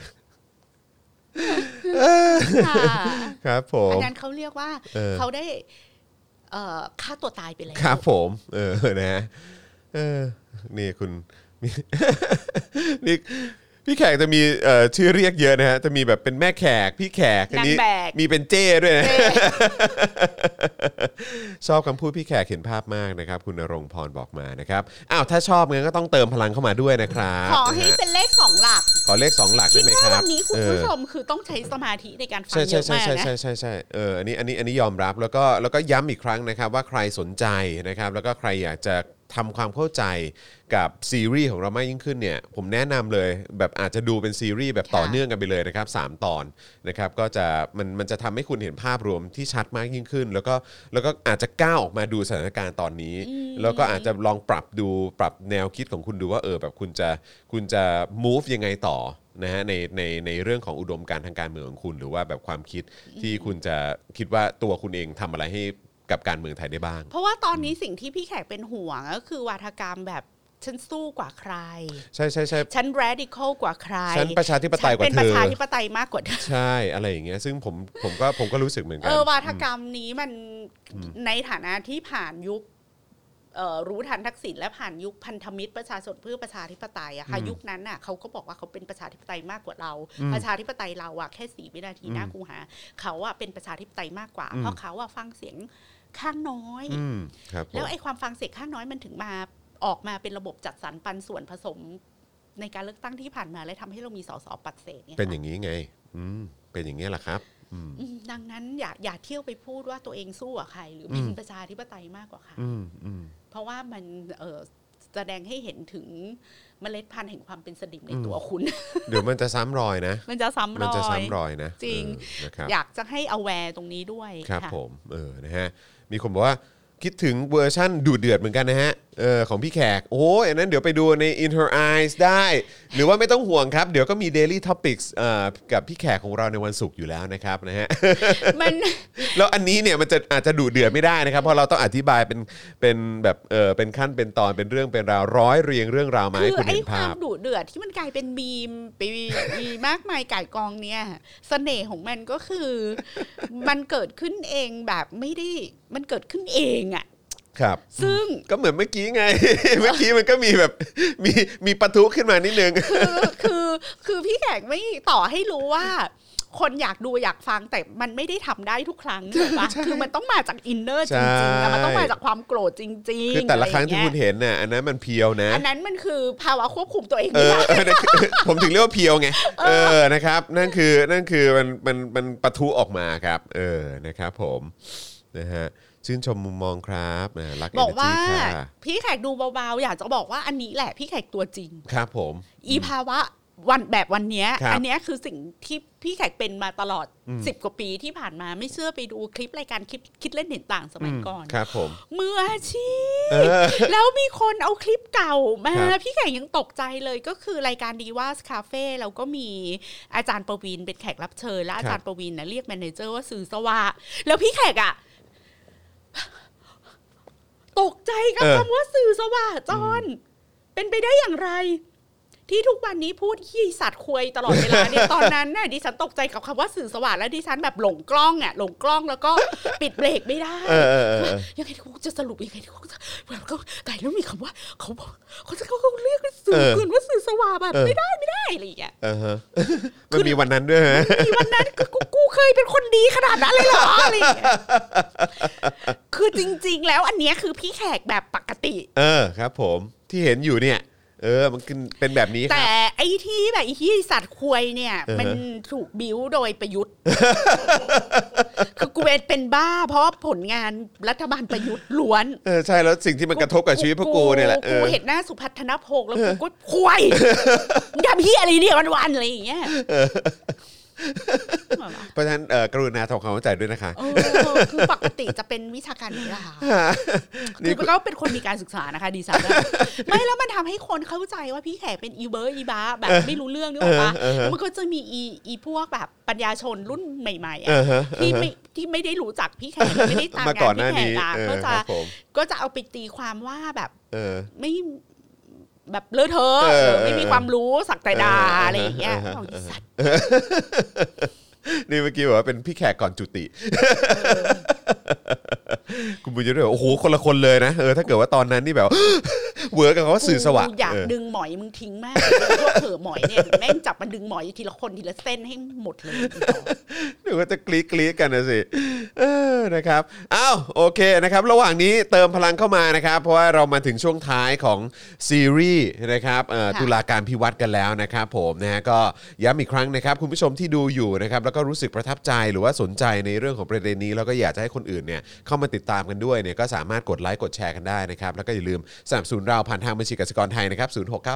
S1: ครับผม
S2: อันนั้นเขาเรียกว่าเขาได้ฆ่าตัวตายไปแล้ว
S1: ครับผมนะนี่คุณนี่พี่แขกจะมีชื่อเรียกเยอะนะฮะจะมีแบบเป็นแม่แขกพี่แขกอันนี้มีเป็นเจ้ด้วยนะชอบคำพูดพี่แขกเห็นภาพมากนะครับคุณณรงค์พรบอกมานะครับอ้าวถ้าชอบงั้นก็ต้องเติมพลังเข้ามาด้วยนะครับ
S2: ขอให้เป็นเลข2หลัก
S1: ขอเลข2หลักได้ไหมครับ
S2: วันนี้คุณผู้ชมคือต้องใช้สมาธิในการฟังเยอะมากนะ
S1: ใช่อันนี้ยอมรับแล้วก็ย้ำอีกครั้งนะครับว่าใครสนใจนะครับแล้วก็ใครอยากจะทำความเข้าใจกับซีรีส์ของเรามากยิ่งขึ้นเนี่ยผมแนะนำเลยแบบอาจจะดูเป็นซีรีส์แบบต่อเนื่องกันไปเลยนะครับ3ตอนนะครับก็จะมันจะทำให้คุณเห็นภาพรวมที่ชัดมากยิ่งขึ้นแล้วก็อาจจะก้าวออกมาดูสถานการณ์ตอนนี้แล้วก็อาจจะลองปรับแนวคิดของคุณดูว่าแบบคุณจะ move ยังไงต่อนะฮะในเรื่องของอุดมการณ์ทางการเมืองของคุณหรือว่าแบบความคิดที่คุณจะคิดว่าตัวคุณเองทำอะไรให้กับการเมืองไทยได้บ้าง
S2: เพราะว่าตอนนี้สิ่งที่พี่แขกเป็นห่วงก็คือวาทกรรมแบบฉันสู้กว่าใคร
S1: ใช่
S2: ฉัน radical กว่าใคร
S1: ฉันประชาธิปไตยกว่าเธอ
S2: เป็นประชาธิปไตยมากกว่าเธอ
S1: ใช่อะไรอย่างเงี้ยซึ่งผมก็รู้สึกเหมือนกัน
S2: วาทกรรมนี้มันในฐานะที่ผ่านยุครู้ทันทักษิณและผ่านยุคพันธมิตรประชาชนเพื่อประชาธิปไตยอะค่ะยุคนั้นน่ะเขาก็บอกว่าเขาเป็นประชาธิปไตยมากกว่าเราประชาธิปไตยเราอะแค่4 วินาทีหน้าคูหาเขาอะเป็นประชาธิปไตยมากกว่าเพราะเขาอะฟังเสียงข้างน้อยแล้วไอ้ความฟังเสียงข้างน้อยมันถึงมาออกมาเป็นระบบจัดสรรปันส่วนผสมในการเลือกตั้งที่ผ่านมาและทำให้เรามีสสปัดเศษ
S1: เป็นอย่างนี้ไงเป็นอย่างนี้แหละครับ
S2: ดังนั้นอย่าเที่ยวไปพูดว่าตัวเองสู้กับใครหรือเป็นประชาธิปไตยมากกว่าใครเพราะว่ามันแสดงให้เห็นถึงเมล็ดพันธุ์แห่งความเป็นสลิมในตัวคุณ
S1: เดี๋ยวมันจะซ้ำรอยนะ
S2: มันจะซ้ำ
S1: รอยนะ
S2: จริงอยากจะให้ aware ตรงนี้ด้วย
S1: ครับผมนะฮะมีคนบอกว่าคิดถึงเวอร์ชั่นดูเดือดเหมือนกันนะฮะของพี่แขกโอ้ยอันนั้นเดี๋ยวไปดูใน In Her Eyes ได้หรือว่าไม่ต้องห่วงครับเดี๋ยวก็มี Daily Topics กับพี่แขกของเราในวันศุกร์อยู่แล้วนะครับนะฮะแล้วอันนี้เนี่ยมันจะอาจจะดูเดือดไม่ได้นะครับเพราะเราต้องอธิบายเป็นแบบเป็นขั้นเป็นตอนเป็นเรื่องเป็นราวร้อยเรียงเรื่องราวมาให้คุณเห็นภาพ
S2: คือไอ้ความดุเดือดที่มันกลายเป็นมีมไปมีมากมายก่ายกองเนี่ยเสน่ห์ของมันก็คือมันเกิดขึ้นเองแบบไม่ได้มันเกิดขึ้นเองอ่ะ
S1: ครับ
S2: ซึ่ง
S1: ก็เหมือนเมื่อกี้ไง เมื่อกี้มันก็มีแบบมีปะทุขึ้นมานิดนึง
S2: คือพี่แขกไม่ต่อให้รู้ว่าคนอยากดูอยากฟังแต่มันไม่ได้ทำได้ทุกครั้งถูกปะคือมันต้องมาจากอินเนอร์จริงๆมันต้องมาจากความโกรธจริงๆ
S1: คือแต่ละครั้งที่คุณเห็นน่ะอันนั้นมันเพียวนะ
S2: อันนั้นมันคือภาวะควบคุมตัวเอง
S1: ผมถึงเรียกว่าเพียวไงนะครับนั่นคือมันปะทุออกมาครับนะครับผมนะฮะชื่นชมมุมมองครับรัก
S2: บอกว่า
S1: Energy ค่ะ
S2: พี่แขกดูเบาๆอยากจะบอกว่าอันนี้แหละพี่แขกตัวจริง
S1: ครับผม
S2: อีภาวะวันเนี้ยอันเนี้ยคือสิ่งที่พี่แขกเป็นมาตลอด10กว่าปีที่ผ่านมาไม่เชื่อไปดูคลิปรายการคิดเล่นเห็นต่างสมัยก่อน
S1: ครับผม
S2: มืออาชีพแล้วมีคนเอาคลิปเก่ามาพี่แขกยังตกใจเลยก็คือรายการดีว่าคาเฟ่แล้วก็มีอาจารย์ประวินเป็นแขกรับเชิญและอาจารย์ประวินนะเรียกแมเนเจอร์ว่าสื่อสวะแล้วพี่แขกอ่ะตกใจกับคำว่าสื่อสวะจอนเป็นไปได้อย่างไรที่ทุกวันนี้พูดขี้สัตว์ควยตลอดเวลาเนี่ยตอนนั้นน่ะดิฉันตกใจกับคำว่าสื่อสว่างแล้วดิฉันแบบหลงกล้องแล้วก็ปิดเบรกไม่ได้ยังไงกูจะสรุปยังไงกูจะแบบก็แต่แล้วมีคำว่าเขาเรียกสื่อเกินว่าสื่อสว่างแบบไม่ได้อะไรอย่างเงี้ย
S1: มันมีวันนั้นด้วยฮะ
S2: มีวันนั้นกูเคยเป็นคนดีขนาดนั้นเลยเหรออะไรอย่างเงี้ยคือจริงๆแล้วอันเนี้ยคือพี่แขกแบบปกติ
S1: ครับผมที่เห็นอยู่เนี่ยมันเป็นแบบนี้ครับ
S2: แต่ไอ้ที่แบบไอ้ที่สัตว์ควยเนี่ยมันถูกบิ้วโดยประยุทธ์คือกูเป็นบ้าเพราะผลงานรัฐบาลประยุทธ์ล้วน
S1: ใช่แล้วสิ่งที่มันกระทบกับชีวิตพวกกูเนี่ยแหละ
S2: กูเห็นหน้าสุพัฒนพงษ์แล้วกูก็ควยทำเหี้ยอะไรเนี่ยวันๆอะไรอย่างเงี้ย
S1: เพราะฉะนั้นกรุณาทำความเข้าใจด้วยนะคะ
S2: คือปกติจะเป็นวิชาการนี่แหละค่ะคือก็เป็นคนมีการศึกษานะคะดีไซน์ไม่แล้วมันทำให้คนเข้าใจว่าพี่แขกเป็นอีเบอร์อีบ้าแบบไม่รู้เรื่องนึกออกปะมันก็จะมีอีพวกแบบปัญญาชนรุ่นใหม่ๆที่ไม่ได้รู้จักพี่แขกไม่ได้ตามงานพี่แขกก็จะเอาไปตีความว่าแบบไม่แบบเลอะเทอะไม่มีความรู้สักแต่ดาอะไรอย่างเงี้ย
S1: นี่เมื่อกี้บอกว่าเป็นพี่แขกก่อนจุติคุณบุญยศด้วยโอ้โหคนละคนเลยนะถ้าเกิดว่าตอนนั้นนี่แบบเวิร์กกับเขาสื่อสว่าง
S2: อยากดึงหมอยมึงทิ้งมากพวกเผลอหมอยเนี่ยแม่งจับมันดึงหมอยทีละคนทีละเส้นให้หมดเลย
S1: เดี๋ยวก็จะกรี๊ดกันนะสินะครับอ้าวโอเคนะครับระหว่างนี้เติมพลังเข้ามานะครับเพราะว่าเรามาถึงช่วงท้ายของซีรีส์นะครับตุลาการพิวัตรกันแล้วนะครับผมนะฮะก็ย้ำอีกครั้งนะครับคุณผู้ชมที่ดูอยู่นะครับแล้วก็รู้สึกประทับใจหรือว่าสนใจในเรื่องของประเด็นนี้แล้วก็อยากจะให้คนอื่นเนี่ยเข้ามาติดตามกันด้วยเนี่ยก็สามารถกดไลค์กดแชร์กันได้นะครับแล้วก็อย่าลืมสนับสนุนเราผ่านทางบัญชีกสิกรไทยนะครับ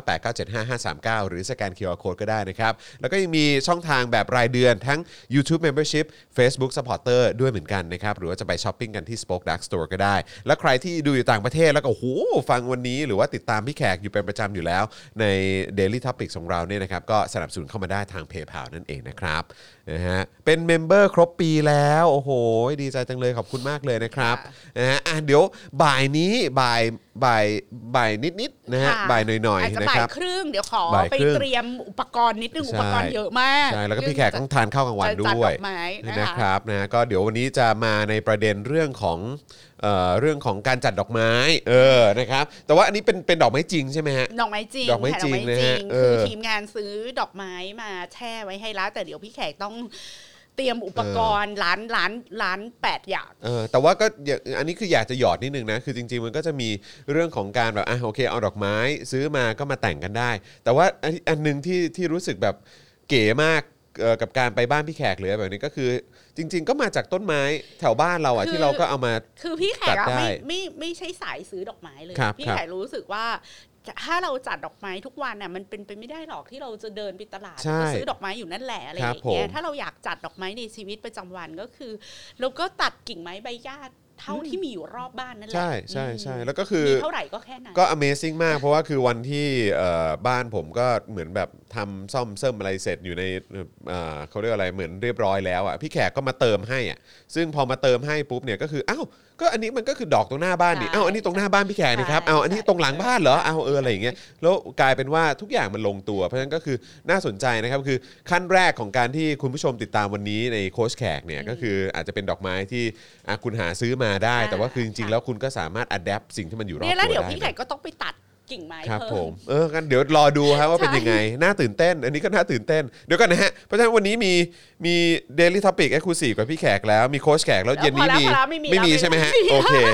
S1: 0698975539หรือสแกน QR Code ก็ได้นะครับแล้วก็ยังมีช่องทางแบบรายเดือนทั้ง YouTube Membership Facebook Supporter ด้วยเหมือนกันนะครับหรือว่าจะไปช้อปปิ้งกันที่ Spoke Dark Store ก็ได้แล้วใครที่ดูอยู่ต่างประเทศแล้วก็โอ้โหฟังวันนี้หรือว่าติดตามพี่แขกอยู่เป็นประจำอยู่แล้วใน Daily Topics ของเราเนี่ยนะครับก็สนับสนุนเข้ามาได้ทาง PayPal นั่นเองนะครับนะฮะเป็นเมมเบอร์ครบปีแล้วโอ้โหดีใจจังเลยขอบคุณมากเลยนะครับนะฮะเดี๋ยวบ่ายนี้บ่ายนิดๆนะฮะบ่ายหน่อยๆนะครับ
S2: บ่ายครึ่งเดี๋ยวขอไปเตรียมอุปกรณ์นิดนึงอุปกรณ์เยอะมาก
S1: ใช่แล้วก็พี่แขกต้องทานข้าวกลางวันด้วยนะครับนะก็เดี๋ยววันนี้จะมาในประเด็นเรื่องของการจัดดอกไม้นะครับแต่ว่าอันนี้เป็นดอกไม้จริงใช่ไหมฮะ
S2: ดอกไม้จริงนะฮะคือทีมงานซื้อดอกไม้มาแช่ไว้ให้แล้วแต่เดี๋ยวพี่แขกต้องเตรียมอุปกรณ์ล้าน8อย่าง
S1: แต่ว่าก็อันนี้คืออยากจะหยอดนิดนึงนะคือจริงๆมันก็จะมีเรื่องของการแบบโอเคเอาดอกไม้ซื้อมาก็มาแต่งกันได้แต่ว่าอันนึงที่รู้สึกแบบเก๋มากกับการไปบ้านพี่แขกเลยแบบนี้ก็คือจริงๆก็มาจากต้นไม้แถวบ้านเราที่เราก็เอามา
S2: คือพี่แขกไม่ใช่สายซื้อดอกไม้เลยพี่แขกรู้สึกว่าถ้าเราจัดดอกไม้ทุกวันน่ะมันเป็นไปไม่ได้หรอกที่เราจะเดินไปตลาดซื้อดอกไม้อยู่นั่นแหละอะไรอย่างเงี้ยถ้าเราอยากจัดดอกไม้ในชีวิตประจำวันก็คือเราก็ตัดกิ่งไม้ใบหญ้าเท่าที่มีอยู่รอบบ้านนั่นแหละ
S1: ใช่แล้วก็คือ
S2: เท่าไหร่ก็แค่นั้น
S1: ก็ Amazing มากเพราะว่าคือวันที่บ้านผมก็เหมือนแบบทำซ่อมเสริมอะไรเสร็จอยู่ในเขาเรียกอะไรเหมือนเรียบร้อยแล้วพี่แขกก็มาเติมให้ซึ่งพอมาเติมให้ปุ๊บเนี่ยก็คือก็อันนี้มันก็คือดอกตรงหน้าบ้านนี่อันนี้ตรงหน้าบ้านพี่แขกนี่ครับอันนี้ตรงหลังบ้านเหรออะไรอย่างเงี้ยแล้วกลายเป็นว่าทุกอย่างมันลงตัวเพราะฉะนั้นก็คือน่าสนใจนะครับคือขั้นแรกของการที่คุณผู้ชมติดตามวันนี้ในโค้ชแขกเนี่ยก็คืออาจจะเป็นดอกไม้ที่คุณหาซื้อมาได้แต่ว่าคือจริงๆแล้วคุณก็สามารถอัดแอปสิ่งที่มันอยู่รอบตัวได้
S2: แล้วเดี๋ยวพี่แขกก็ต้องไปตัดกิ่งไม้
S1: ครับผมกันเดี๋ยวรอดูครับว่าเป็นยังไงน่าตื่นเต้นอันนี้ก็น่าตื่นเต้นเดี๋ยวกันนะฮะเพราะฉะนั้นวันนี้มี Daily Topic Exclusive กับพี่แขกแล้วมีโค้ชแขกแล้วเย็นนี้ไม่มีใช่ไหมฮะโอเค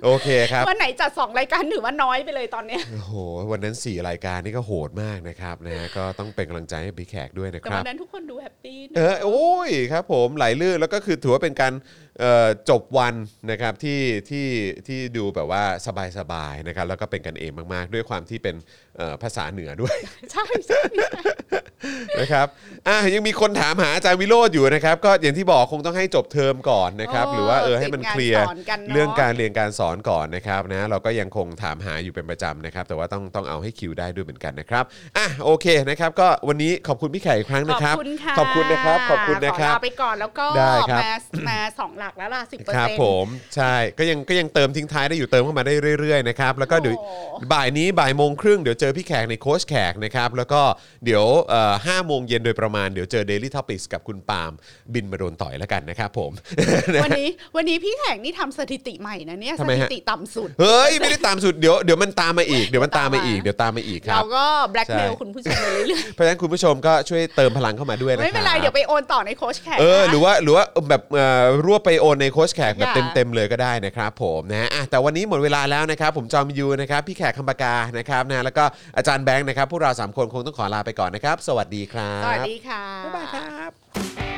S1: โอเคครับ
S2: วันไหนจัด2รายการถือว่าน้อยไปเลยตอนเนี้ย
S1: โอ้โหวันนั้น4รายการนี่ก็โหดมากนะครับนะก็ต้องเป็นกำลังใจให้พี่แขกด้วยนะค
S2: แต่
S1: รับ
S2: วันนั้นทุกคนดูแฮปปี้
S1: โอ้ยครับผมไหลลื่นแล้วก็คือถือว่าเป็นการจบวันนะครับที่ดูแบบว่าสบายๆนะครับแล้วก็เป็นกันเองมากๆด้วยความที่เป็นภาษาเหนือด้วย
S2: ใช่ใช่
S1: นะครับยังมีคนถามหาอาจารย์วิโรจน์อยู่นะครับก็อย่างที่บอกคงต้องให้จบเทอมก่อนนะครับหรือว่าให้มันเคลียร์เรื่องการเรียนการสอนก่อนนะครับนะเราก็ยังคงถามหาอยู่เป็นประจำนะครับแต่ว่าต้องเอาให้คิวได้ด้วยเหมือนกันนะครับโอเคนะครับก็วันนี้ขอบคุณพี่แขกอีกครั้งนะครับขอบคุณนะครับขอบคุณนะครับ
S2: ขอลาไปก่อนแล้วก็มา2หลักแล้วล่ะ 10%
S1: ครับผมใช่ก็ยังเติมทิ้งท้ายได้อยู่เติมเข้ามาได้เรื่อยๆนะครับแล้วก็เดี๋ยวบ่ายนี้บ่ายโมงครึ่งเดี๋ยวเจอพี่แขกในโค้ชแขกนะครับแล้วก็เดี๋ยว5 โมงเย็นโดยประมาณเดี๋ยวเจอ Daily Topics กับคุณปาล์มบินมาโดนต่อยแล้วกันนะครับผม
S2: วันนี้พี่แขกนี่ทำสถิติใหม่นะเนี่ยสถิติต่ำสุด
S1: เฮ้ยไม่ได้ต่ำสุดเดี๋ยวมันตามมาอีกเดี๋ยวมันตามมาอีกครับ
S2: เราก็แบล็คเมลคุณผู้ชมไปเรื่อย
S1: ๆเพราะฉะนั้นคุณผู้ชมก็ช่วยเติมพลังเข้ามาด้วยนะครับ
S2: ไม่เป็นไรเดี๋ยวไปโอนต่อในโค้ชแขก
S1: หรือว่าแบบรวบไปโอนในโค้ชแขกแบบเต็มเลยก็ได้นะครับผมนะแต่วันนี้หมดเวลาแล้วนะครับผมจอมยูนะครับพี่แขกคำปากานะครับนะแล้วก็อาจารย์แบงค์นะครับพวกเรา3คนคงต้องขอลาไปก่อนนะครับสวัสดีครับ
S2: สวัสดีค่ะ
S1: บ๊ายบายครับ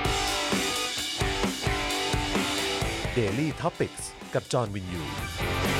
S3: Daily Topics กับจอห์นวินยู